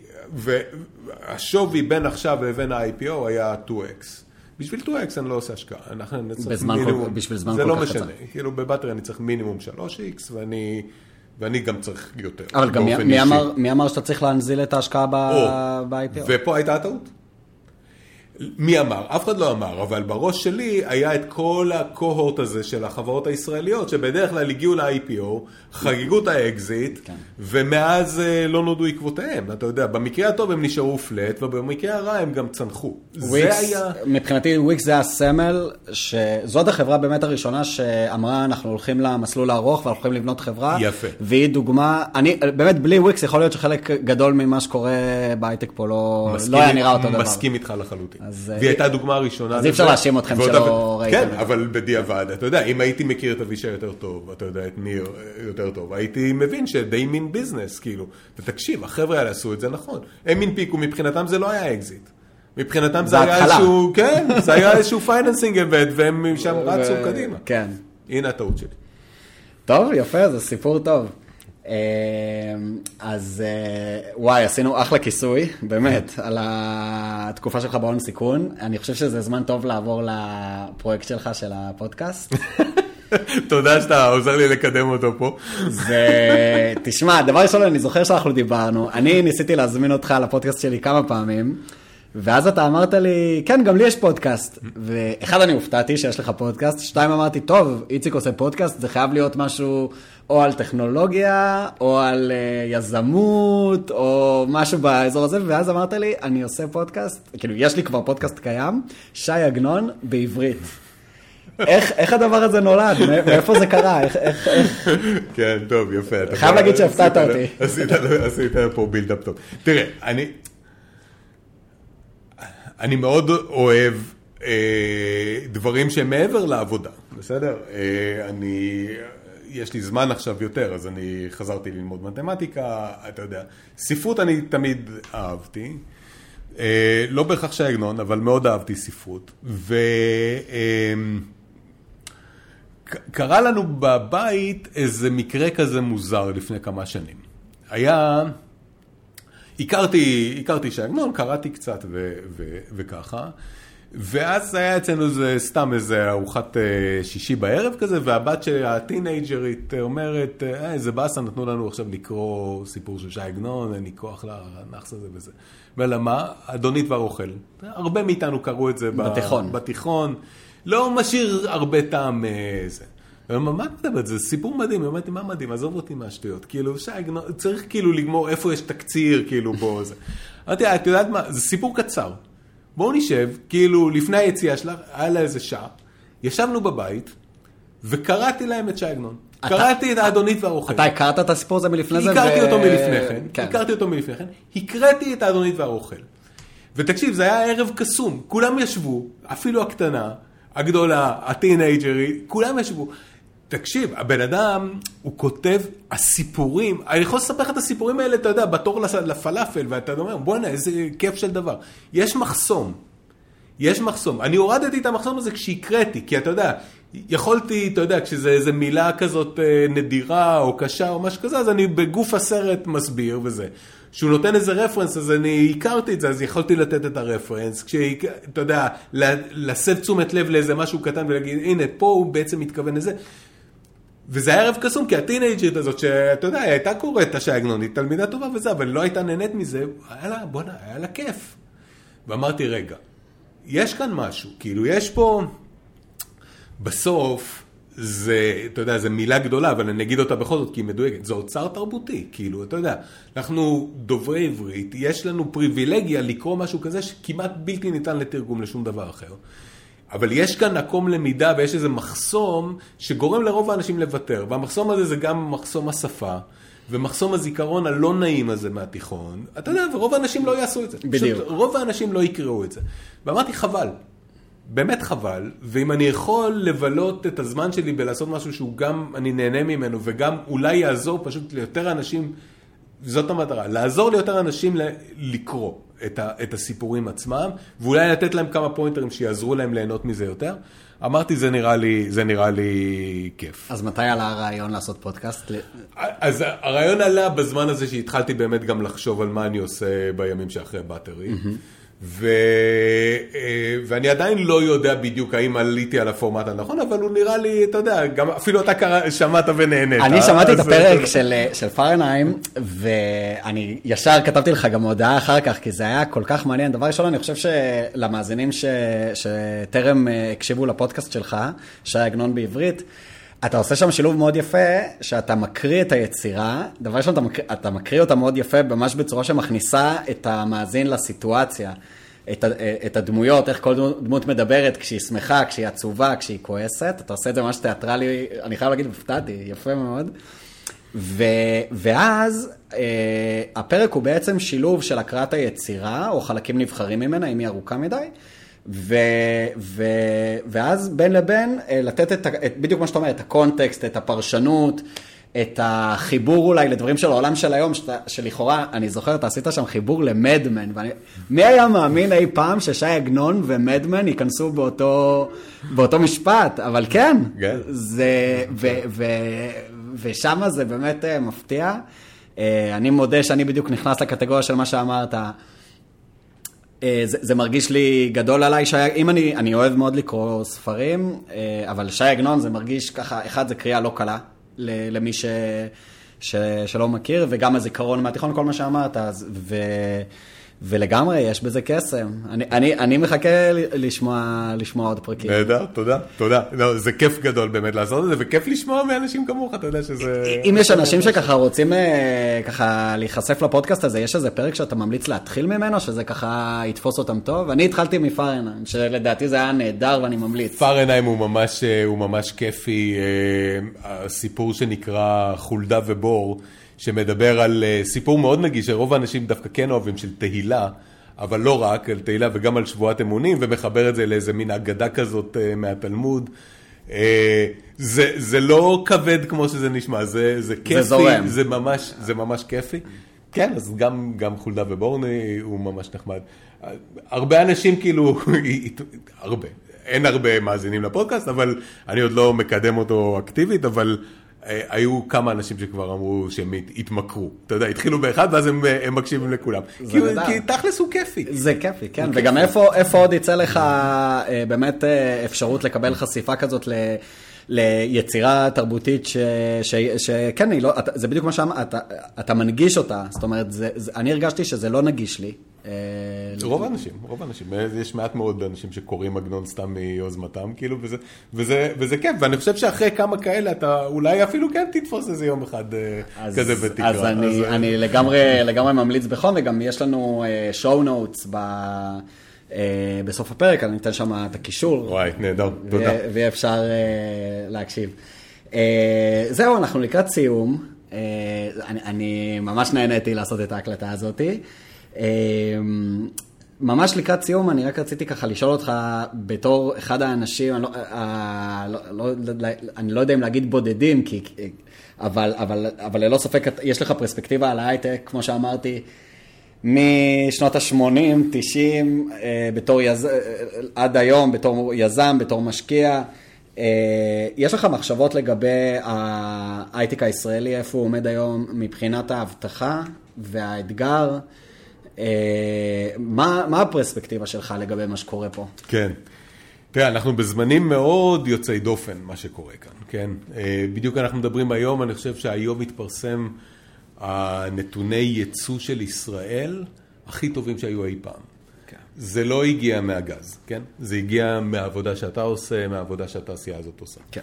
והשווי בין עכשיו לבין ה-איי פי או היה טו אקס. בשביל טו אקס אני לא עושה השקעה. אנחנו נצטרך מינימום, בשביל זמן זה כל לא כך משנה. קצר. כאילו בבטרי אני צריך מינימום שלוש אקס, ואני, ואני גם צריך יותר. אבל גם מי, מי, אמר, מי אמר שאתה צריך להנזיל את ההשקעה ב-איי פי או? ופה הייתה הטעות. מי אמר? אף אחד לא אמר, אבל בראש שלי היה את כל הקוהורט הזה של החברות הישראליות, שבדרך כלל הגיעו ל-איי פי או, חגיגו את האקזיט, כן. ומאז לא נודעו עקבותיהם. אתה יודע, במקרה הטוב הם נשארו פלט, ובמקרה הרע הם גם צנחו. וויקס, זה היה... מבחינתי וויקס זה הסמל, שזאת החברה באמת הראשונה שאמרה, אנחנו הולכים למסלול הארוך, ואנחנו הולכים לבנות חברה. יפה. והיא דוגמה, אני, באמת בלי וויקס, יכול להיות שחלק גדול ממה שקורה בהייטק פה לא, לא היה נראה אותו דבר. מסכים איתך לחלוטין. אז, והיא הייתה דוגמה ראשונה. אז אי אפשר להאשים אתכם שלא ראיתם. כן, אבל בדיעבד, אתה יודע, אם הייתי מכיר את אבישי יותר טוב, אתה יודע, את ניר יותר טוב, הייתי מבין שדי מין ביזנס, כאילו, ותקשיב, החבר'ה האלה עשו את זה נכון. הם הנפיקו, מבחינתם זה לא היה אקזיט. מבחינתם זה היה איזשהו, כן, זה היה איזשהו פייננסינג אבד, והם שם רצו קדימה. כן. הנה הטעות שלי. טוב, יפה, זה סיפור טוב. אז וואי, עשינו אחלה כיסוי, באמת, על התקופה שלך בהון סיכון. אני חושב שזה זמן טוב לעבור לפרויקט שלך של הפודקאסט. תודה שאתה עוזר לי לקדם אותו פה. תשמע, דבר ראשון, אני זוכר שאנחנו דיברנו, אני ניסיתי להזמין אותך לפודקאסט שלי כמה פעמים, ואז אתה אמרת לי, כן, גם לי יש פודקאסט. ואחד, אני הופתעתי שיש לך פודקאסט, שתיים, אמרתי, טוב, איציק עושה פודקאסט, זה חייב להיות משהו או על טכנולוגיה, או על uh, יזמות, או משהו באזור הזה, ואז אמרת לי, אני עושה פודקאסט, כאילו, יש לי כבר פודקאסט קיים, שי עגנון בעברית. איך, איך הדבר הזה נולד? מאיפה זה קרה? איך, איך, איך... כן, טוב, יפה. חייב להגיד שהפתעת אותי. עשית פה בילדאפ טוב. תראה, אני... אני מאוד אוהב אה, דברים שהם מעבר לעבודה, בסדר? אה, אני, יש לי זמן עכשיו יותר, אז אני חזרתי ללמוד מתמטיקה, אתה יודע. ספרות אני תמיד אהבתי, אה, לא בהכרח שי עגנון, אבל מאוד אהבתי ספרות. וקרה אה, לנו בבית איזה מקרה כזה מוזר לפני כמה שנים. היה... הכרתי, הכרתי שי עגנון, קראתי קצת ו, ו, וככה, ואז היה אצלנו זה סתם איזה ארוחת שישי בערב כזה, והבת שלי, הטינג'רית, אומרת, אה, איזה באסה, נתנו לנו עכשיו לקרוא סיפור של שי עגנון, אין לי כוח לנחס הזה וזה. ולמה? אדונית והרוכל. הרבה מאיתנו קראו את זה בתיכון. בתיכון. לא משאיר הרבה טעם זה. מה את מדברת? זה סיפור מדהים. אמרתי, מה מדהים? עזוב אותי מהשטויות. כאילו, שי, צריך כאילו לגמור איפה יש תקציר, כאילו, בו זה. אמרתי, את יודעת מה? זה סיפור קצר. בואו נשב, כאילו, לפני היציאה שלך, היה לה איזה שעה, ישבנו בבית, וקראתי להם את שי עגנון. קראתי את האדונית והרוכל. אתה הכרת את הסיפור הזה מלפני זה? הכרתי אותו מלפני כן. הכרתי אותו מלפני כן. הקראתי את האדונית והרוכל. ותקשיב, זה היה ערב קסום. כולם ישבו, אפילו הקטנה, הגדולה, הטינג'רית, כולם ישבו. תקשיב, הבן אדם, הוא כותב הסיפורים, אני יכול לספר לך את הסיפורים האלה, אתה יודע, בתור לפלאפל, ואתה אומר, בוא'נה, איזה כיף של דבר. יש מחסום, יש מחסום. אני הורדתי את המחסום הזה כשהקראתי, כי אתה יודע, יכולתי, אתה יודע, כשזה איזו מילה כזאת נדירה או קשה או משהו כזה, אז אני בגוף הסרט מסביר וזה. שהוא נותן איזה רפרנס, אז אני הכרתי את זה, אז יכולתי לתת את הרפרנס. כשאתה יודע, לסב תשומת לב לאיזה משהו קטן ולהגיד, הנה, פה הוא בעצם מתכוון לזה. וזה היה ערב קסום, כי הטינג'רית הזאת, שאתה יודע, היא הייתה קוראת השי עגנון, היא תלמידה טובה וזה, אבל לא הייתה נהנית מזה, היה לה, בוא'נה, היה לה כיף. ואמרתי, רגע, יש כאן משהו, כאילו, יש פה, בסוף, זה, אתה יודע, זה מילה גדולה, אבל אני אגיד אותה בכל זאת, כי היא מדויקת, זה אוצר תרבותי, כאילו, אתה יודע, אנחנו דוברי עברית, יש לנו פריבילגיה לקרוא משהו כזה, שכמעט בלתי ניתן לתרגום לשום דבר אחר. אבל יש כאן מקום למידה ויש איזה מחסום שגורם לרוב האנשים לוותר. והמחסום הזה זה גם מחסום השפה, ומחסום הזיכרון הלא נעים הזה מהתיכון. אתה יודע, ורוב האנשים לא יעשו את זה. בדיוק. פשוט רוב האנשים לא יקראו את זה. ואמרתי, חבל. באמת חבל. ואם אני יכול לבלות את הזמן שלי בלעשות משהו שהוא גם אני נהנה ממנו, וגם אולי יעזור פשוט ליותר אנשים, זאת המטרה, לעזור ליותר אנשים לקרוא את, ה, את הסיפורים עצמם, ואולי לתת להם כמה פוינטרים שיעזרו להם ליהנות מזה יותר. אמרתי, זה נראה לי, זה נראה לי כיף. אז מתי עלה הרעיון לעשות פודקאסט? אז הרעיון עלה בזמן הזה שהתחלתי באמת גם לחשוב על מה אני עושה בימים שאחרי בטרי. Mm-hmm. ו... ואני עדיין לא יודע בדיוק האם עליתי על הפורמט הנכון, אבל הוא נראה לי, אתה יודע, גם אפילו אתה קרא, שמעת ונהנית. אני שמעתי את הפרק של, של פרנהיים, ואני ישר כתבתי לך גם הודעה אחר כך, כי זה היה כל כך מעניין. דבר ראשון, אני חושב שלמאזינים ש... שטרם הקשיבו לפודקאסט שלך, שי עגנון בעברית, אתה עושה שם שילוב מאוד יפה, שאתה מקריא את היצירה, דבר ראשון, אתה מקריא, אתה מקריא אותה מאוד יפה, ממש בצורה שמכניסה את המאזין לסיטואציה, את, את הדמויות, איך כל דמות מדברת, כשהיא שמחה, כשהיא עצובה, כשהיא כועסת, אתה עושה את זה ממש תיאטרלי, אני חייב להגיד, הפתעתי, יפה מאוד. ו, ואז אה, הפרק הוא בעצם שילוב של הקראת היצירה, או חלקים נבחרים ממנה, אם היא ארוכה מדי, ו, ו, ואז בין לבין לתת את, את, בדיוק מה שאתה אומר, את הקונטקסט, את הפרשנות, את החיבור אולי לדברים של העולם של היום, שלכאורה, אני זוכר, אתה עשית שם חיבור למדמן, ואני, מי היה מאמין אי פעם ששי עגנון ומדמן ייכנסו באותו, באותו משפט, אבל כן, זה, ו, ו, ושם זה באמת מפתיע. אני מודה שאני בדיוק נכנס לקטגוריה של מה שאמרת, זה, זה מרגיש לי גדול עליי, שי, אם אני, אני אוהב מאוד לקרוא ספרים, אבל שי עגנון זה מרגיש ככה, אחד זה קריאה לא קלה, למי ש, ש, שלא מכיר, וגם הזיכרון מהתיכון, כל מה שאמרת, ו, ולגמרי יש בזה קסם. אני, אני, אני מחכה לשמוע, לשמוע עוד פרקים. נהדר, תודה, תודה. לא, זה כיף גדול באמת לעשות את זה, וכיף לשמוע מאנשים כמוך, אתה יודע שזה... אם יש אנשים שככה רוצים ככה להיחשף לפודקאסט הזה, יש איזה פרק שאתה ממליץ להתחיל ממנו, שזה ככה יתפוס אותם טוב? אני התחלתי מפארנהיים, שלדעתי זה היה נהדר ואני ממליץ. פארנהיים הוא ממש, הוא ממש כיפי, הסיפור שנקרא חולדה ובור, שמדבר על סיפור מאוד נגיש, שרוב האנשים דווקא כן אוהבים של תהילה, אבל לא רק על תהילה וגם על שבועת אמונים, ומחבר את זה לאיזה מין אגדה כזאת מהתלמוד. זה, זה לא כבד כמו שזה נשמע, זה, זה כיפי, זה זורם. זה ממש, זה ממש כיפי. כן, אז גם, גם חולדה ובורני הוא ממש נחמד. הרבה אנשים כאילו, הרבה, אין הרבה מאזינים לפודקאסט, אבל אני עוד לא מקדם אותו אקטיבית, אבל היו כמה אנשים שכבר אמרו שהם התמכרו. אתה יודע, התחילו באחד, ואז הם, הם מקשיבים לכולם. כי, כי תכלס הוא כיפי. זה כיפי, כן. וגם איפה, איפה עוד יצא לך באמת אפשרות לקבל חשיפה כזאת ל... ליצירה תרבותית ש, ש, שכן, לא, אתה, זה בדיוק מה שאמר, אתה, אתה מנגיש אותה, זאת אומרת, זה, זה, אני הרגשתי שזה לא נגיש לי. רוב האנשים, רוב האנשים, יש מעט מאוד אנשים שקוראים עגנון סתם מיוזמתם, כאילו, וזה, וזה, וזה כיף, ואני חושב שאחרי כמה כאלה, אתה אולי אפילו כן תתפוס איזה יום אחד אז, כזה ותקרא. אז אני, אז... אני לגמרי, לגמרי ממליץ בחום, וגם יש לנו show notes ב... בסוף הפרק, אני אתן שם את הקישור. וואי, נהדר, תודה. ויהיה אפשר להקשיב. זהו, אנחנו לקראת סיום. אני ממש נהניתי לעשות את ההקלטה הזאת. ממש לקראת סיום, אני רק רציתי ככה לשאול אותך, בתור אחד האנשים, אני לא, לא, אני לא יודע אם להגיד בודדים, כי, אבל, אבל, אבל ללא ספק, יש לך פרספקטיבה על ההייטק, כמו שאמרתי, משנות ה-שמונים, תשעים, בתור יז... עד היום, בתור יזם, בתור משקיע. יש לך מחשבות לגבי ההייטק הישראלי, איפה הוא עומד היום מבחינת ההבטחה והאתגר? מה, מה הפרספקטיבה שלך לגבי מה שקורה פה? כן. תראה, אנחנו בזמנים מאוד יוצאי דופן, מה שקורה כאן, כן? בדיוק אנחנו מדברים היום, אני חושב שהיום מתפרסם הנתוני ייצוא של ישראל הכי טובים שהיו אי פעם. כן. זה לא הגיע מהגז, כן? זה הגיע מהעבודה שאתה עושה, מהעבודה שהתעשייה הזאת עושה. כן.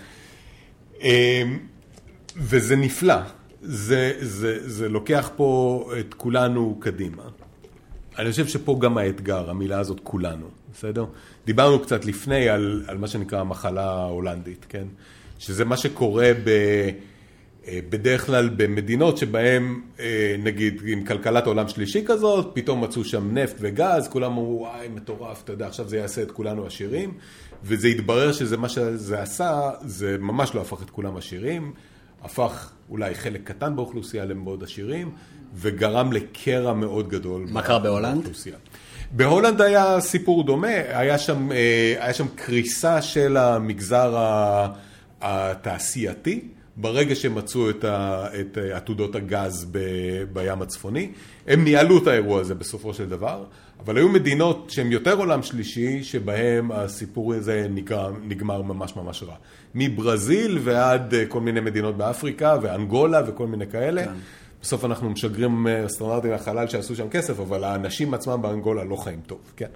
וזה נפלא. זה, זה, זה לוקח פה את כולנו קדימה. אני חושב שפה גם האתגר, המילה הזאת כולנו, בסדר? דיברנו קצת לפני על, על מה שנקרא המחלה ההולנדית, כן? שזה מה שקורה ב... בדרך כלל במדינות שבהם, נגיד, עם כלכלת עולם שלישי כזאת, פתאום מצאו שם נפט וגז, כולם אמרו, וואי, מטורף, אתה יודע, עכשיו זה יעשה את כולנו עשירים, וזה התברר שזה מה שזה עשה, זה ממש לא הפך את כולם עשירים, הפך אולי חלק קטן באוכלוסייה למאוד עשירים, וגרם לקרע מאוד גדול. מה קרה בהולנד? בהולנד היה סיפור דומה, היה שם, היה שם קריסה של המגזר התעשייתי, ברגע שמצאו את, ה, את עתודות הגז ב, בים הצפוני, הם ניהלו את האירוע הזה בסופו של דבר, אבל היו מדינות שהן יותר עולם שלישי, שבהם הסיפור הזה נגמר, נגמר ממש ממש רע. מברזיל ועד כל מיני מדינות באפריקה, ואנגולה וכל מיני כאלה. כן. בסוף אנחנו משגרים אסטרונאוטים לחלל שעשו שם כסף, אבל האנשים עצמם באנגולה לא חיים טוב. כן?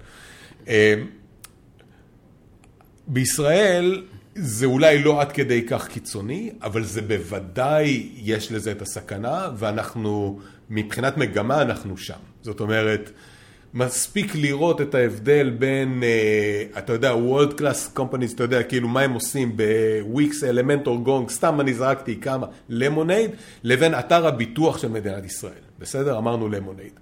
בישראל זה אולי לא עד כדי כך קיצוני, אבל זה בוודאי יש לזה את הסכנה, ואנחנו, מבחינת מגמה, אנחנו שם. זאת אומרת, מספיק לראות את ההבדל בין, אתה יודע, World Class Companies, אתה יודע, כאילו מה הם עושים בוויקס, אלמנטור, גונג, סתם אני זרקתי כמה, למונייד, לבין אתר הביטוח של מדינת ישראל. בסדר? אמרנו למונייד.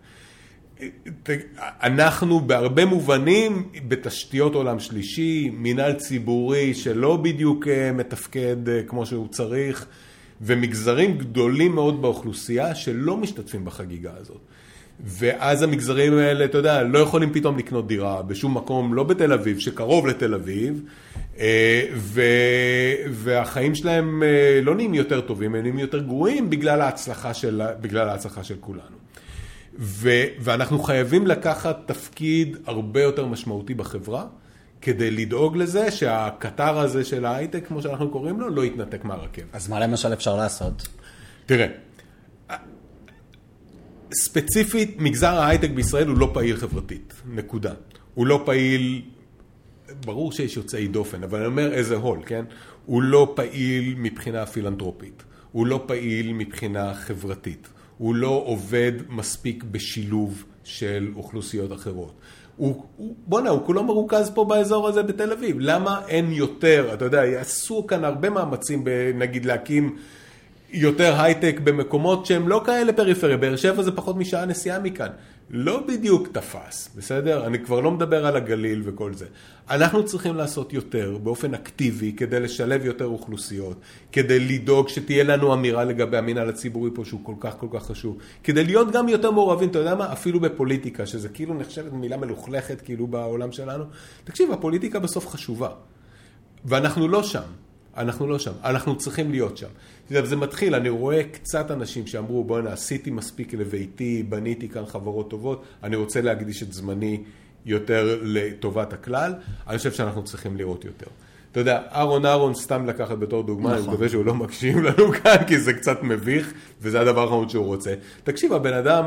אנחנו בהרבה מובנים בתשתיות עולם שלישי, מינהל ציבורי שלא בדיוק מתפקד כמו שהוא צריך, ומגזרים גדולים מאוד באוכלוסייה שלא משתתפים בחגיגה הזאת. ואז המגזרים האלה, אתה יודע, לא יכולים פתאום לקנות דירה בשום מקום, לא בתל אביב, שקרוב לתל אביב, ו... והחיים שלהם לא נהיים יותר טובים, הם נהיים יותר גרועים בגלל ההצלחה של, בגלל ההצלחה של כולנו. ו... ואנחנו חייבים לקחת תפקיד הרבה יותר משמעותי בחברה, כדי לדאוג לזה שהקטר הזה של ההייטק, כמו שאנחנו קוראים לו, לא יתנתק מהרכב. אז מה למשל אפשר לעשות? תראה, ספציפית, מגזר ההייטק בישראל הוא לא פעיל חברתית, נקודה. הוא לא פעיל, ברור שיש יוצאי דופן, אבל אני אומר איזה הול, כן? הוא לא פעיל מבחינה פילנטרופית, הוא לא פעיל מבחינה חברתית, הוא לא עובד מספיק בשילוב של אוכלוסיות אחרות. הוא, הוא, בוא נה, הוא כולו מרוכז פה באזור הזה בתל אביב. למה אין יותר, אתה יודע, יעשו כאן הרבה מאמצים, נגיד להקים יותר הייטק במקומות שהם לא כאלה פריפריה, באר שבע זה פחות משעה נסיעה מכאן. לא בדיוק תפס, בסדר? אני כבר לא מדבר על הגליל וכל זה. אנחנו צריכים לעשות יותר באופן אקטיבי כדי לשלב יותר אוכלוסיות, כדי לדאוג שתהיה לנו אמירה לגבי המינהל הציבורי פה שהוא כל כך כל כך חשוב, כדי להיות גם יותר מעורבים, אתה יודע מה? אפילו בפוליטיקה, שזה כאילו נחשבת מילה מלוכלכת כאילו בעולם שלנו. תקשיב, הפוליטיקה בסוף חשובה, ואנחנו לא שם. אנחנו לא שם, אנחנו צריכים להיות שם. זה מתחיל, אני רואה קצת אנשים שאמרו, בואי עשיתי מספיק לביתי, בניתי כאן חברות טובות, אני רוצה להקדיש את זמני יותר לטובת הכלל, אני חושב שאנחנו צריכים לראות יותר. אתה יודע, אהרון אהרון סתם לקחת בתור דוגמה, אני מקווה שהוא לא מקשיב לנו כאן, כי זה קצת מביך, וזה הדבר האחרון שהוא רוצה. תקשיב, הבן אדם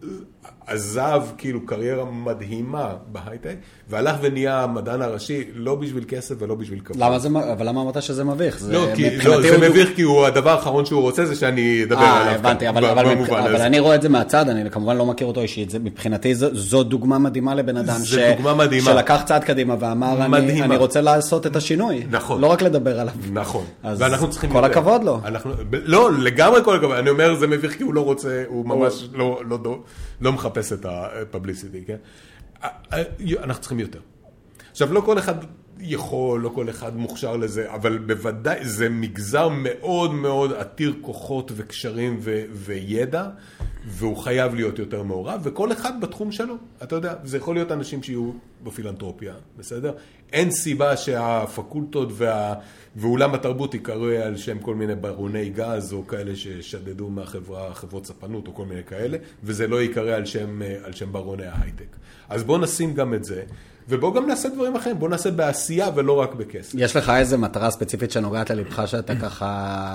עזב כאילו קריירה מדהימה בהייטק, והלך ונהיה המדען הראשי, לא בשביל כסף ולא בשביל כבוד. למה זה, אבל למה אמרת שזה מביך? לא, כי, לא, זה מביך כי הוא הדבר האחרון שהוא רוצה, זה שאני אדבר עליו. הבנתי, אבל, אבל, אבל אני רואה את זה מהצד, אני כמובן לא מכיר אותו אישית, מבחינתי זו, זו דוגמה מדהימה לבן אדם, ש, מדהימה. שלקח צעד קדימה ואמר, אני, אני רוצה לעשות את השינוי. נכון. לא רק לדבר עליו. נכון. ואנחנו צריכים... כל הכבוד לו. אנחנו, לא, לגמרי כל הכבוד. אני אומר, זה מביך כי הוא לא רוצה, הוא ממש לא, לא, לא, לא מחפש את ה-publicity, כן? אנחנו צריכים יותר. עכשיו, לא כל אחד יכול, לא כל אחד מוכשר לזה, אבל בוודאי זה מגזר מאוד מאוד עתיר כוחות וקשרים ו- וידע, והוא חייב להיות יותר מעורב, וכל אחד בתחום שלו. אתה יודע, זה יכול להיות אנשים שיהיו בפילנטרופיה, בסדר? אין סיבה שהפקולטות וה... ואולם התרבות יקראו על שם כל מיני ברוני גז, או כאלה ששדדו מהחברה, חברות ספנות, או כל מיני כאלה, וזה לא יקרא על שם, על שם ברוני ההייטק. אז בואו נשים גם את זה, ובואו גם נעשה דברים אחרים, בואו נעשה בעשייה ולא רק בכסף. יש לך איזה מטרה ספציפית שנוגעת ללבך שאתה ככה...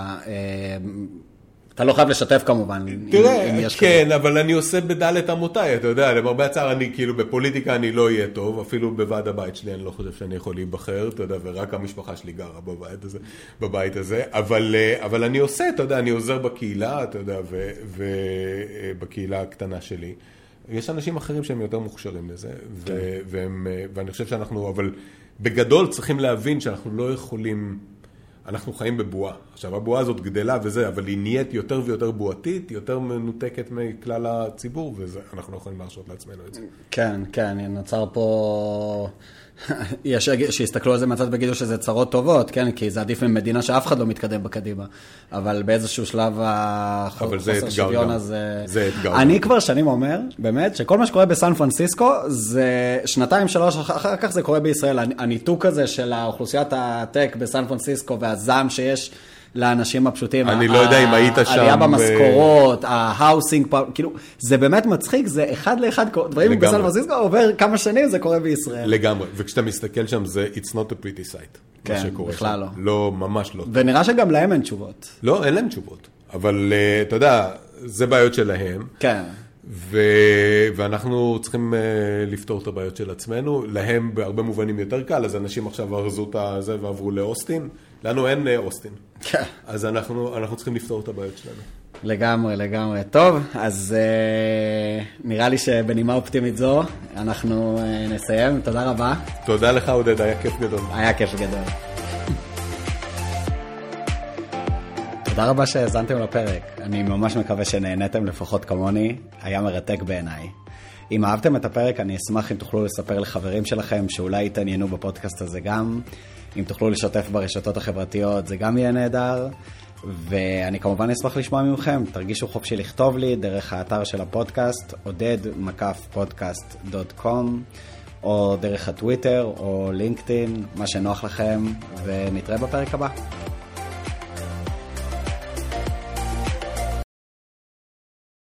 אתה לא חייב לשתף כמובן. תראה, אם, אם כן, כזה. אבל אני עושה בדלת עמותיי, אתה יודע, למרבה הצער אני כאילו בפוליטיקה אני לא אהיה טוב, אפילו בוועד הבית שלי אני לא חושב שאני יכול להיבחר, אתה יודע, ורק המשפחה שלי גרה בבית הזה, בבית הזה, אבל, אבל אני עושה, אתה יודע, אני עוזר בקהילה, אתה יודע, ובקהילה הקטנה שלי. יש אנשים אחרים שהם יותר מוכשרים לזה, כן. ו, והם, ואני חושב שאנחנו, אבל בגדול צריכים להבין שאנחנו לא יכולים... אנחנו חיים בבועה. עכשיו, הבועה הזאת גדלה וזה, אבל היא נהיית יותר ויותר בועתית, יותר מנותקת מכלל הציבור, ואנחנו לא יכולים להרשות לעצמנו את זה. כן, כן, נוצר פה... יש שיסתכלו על זה מהצד בגידו שזה צרות טובות, כן? כי זה עדיף ממדינה שאף אחד לא מתקדם בקדימה. אבל באיזשהו שלב החוסר שוויון הזה... זה אתגר. אני כבר שנים אומר, באמת, שכל מה שקורה בסן פרנסיסקו, זה שנתיים, שלוש, אחר כך זה קורה בישראל. הניתוק הזה של האוכלוסיית הטק בסן פרנסיסקו והזעם שיש לאנשים הפשוטים. אני לא יודע אם היית שם. העלייה במשכורות, ההאוסינג, כאילו, זה באמת מצחיק, זה אחד לאחד, דברים בסן פרנסיסקו עובר כמה שנים, זה קורה בישראל. לגמרי, וכשאתה מסתכל שם, זה it's not a pretty sight. כן, בכלל לא. לא, ממש לא. ונראה שגם להם אין תשובות. לא, אין להם תשובות. אבל אתה יודע, זה בעיות שלהם. כן. ואנחנו צריכים לפתור את הבעיות של עצמנו. להם בהרבה מובנים יותר קל, אז אנשים עכשיו ארזו את זה ועברו לאוסטין. לנו אין אוסטין. כן. אז אנחנו, אנחנו צריכים לפתור את הבעיות שלנו. לגמרי, לגמרי. טוב, אז uh, נראה לי שבנימה אופטימית זו, אנחנו uh, נסיים. תודה רבה. תודה לך, עודד, היה כיף גדול. היה כיף גדול. תודה רבה שהזנתם לפרק. אני ממש מקווה שנהנתם לפחות כמוני. היה מרתק בעיניי. אם אהבתם את הפרק, אני אשמח אם תוכלו לספר לחברים שלכם שאולי יתעניינו בפודקאסט הזה גם. אם תוכלו לשתף ברשתות החברתיות, זה גם יהיה נהדר. ואני כמובן אשמח לשמוע ממכם. תרגישו חופשי לכתוב לי דרך האתר של הפודקאסט, עודד מקף פודקאסט דוט קום, או דרך הטוויטר, או לינקדאין, מה שנוח לכם, ונתראה בפרק הבא.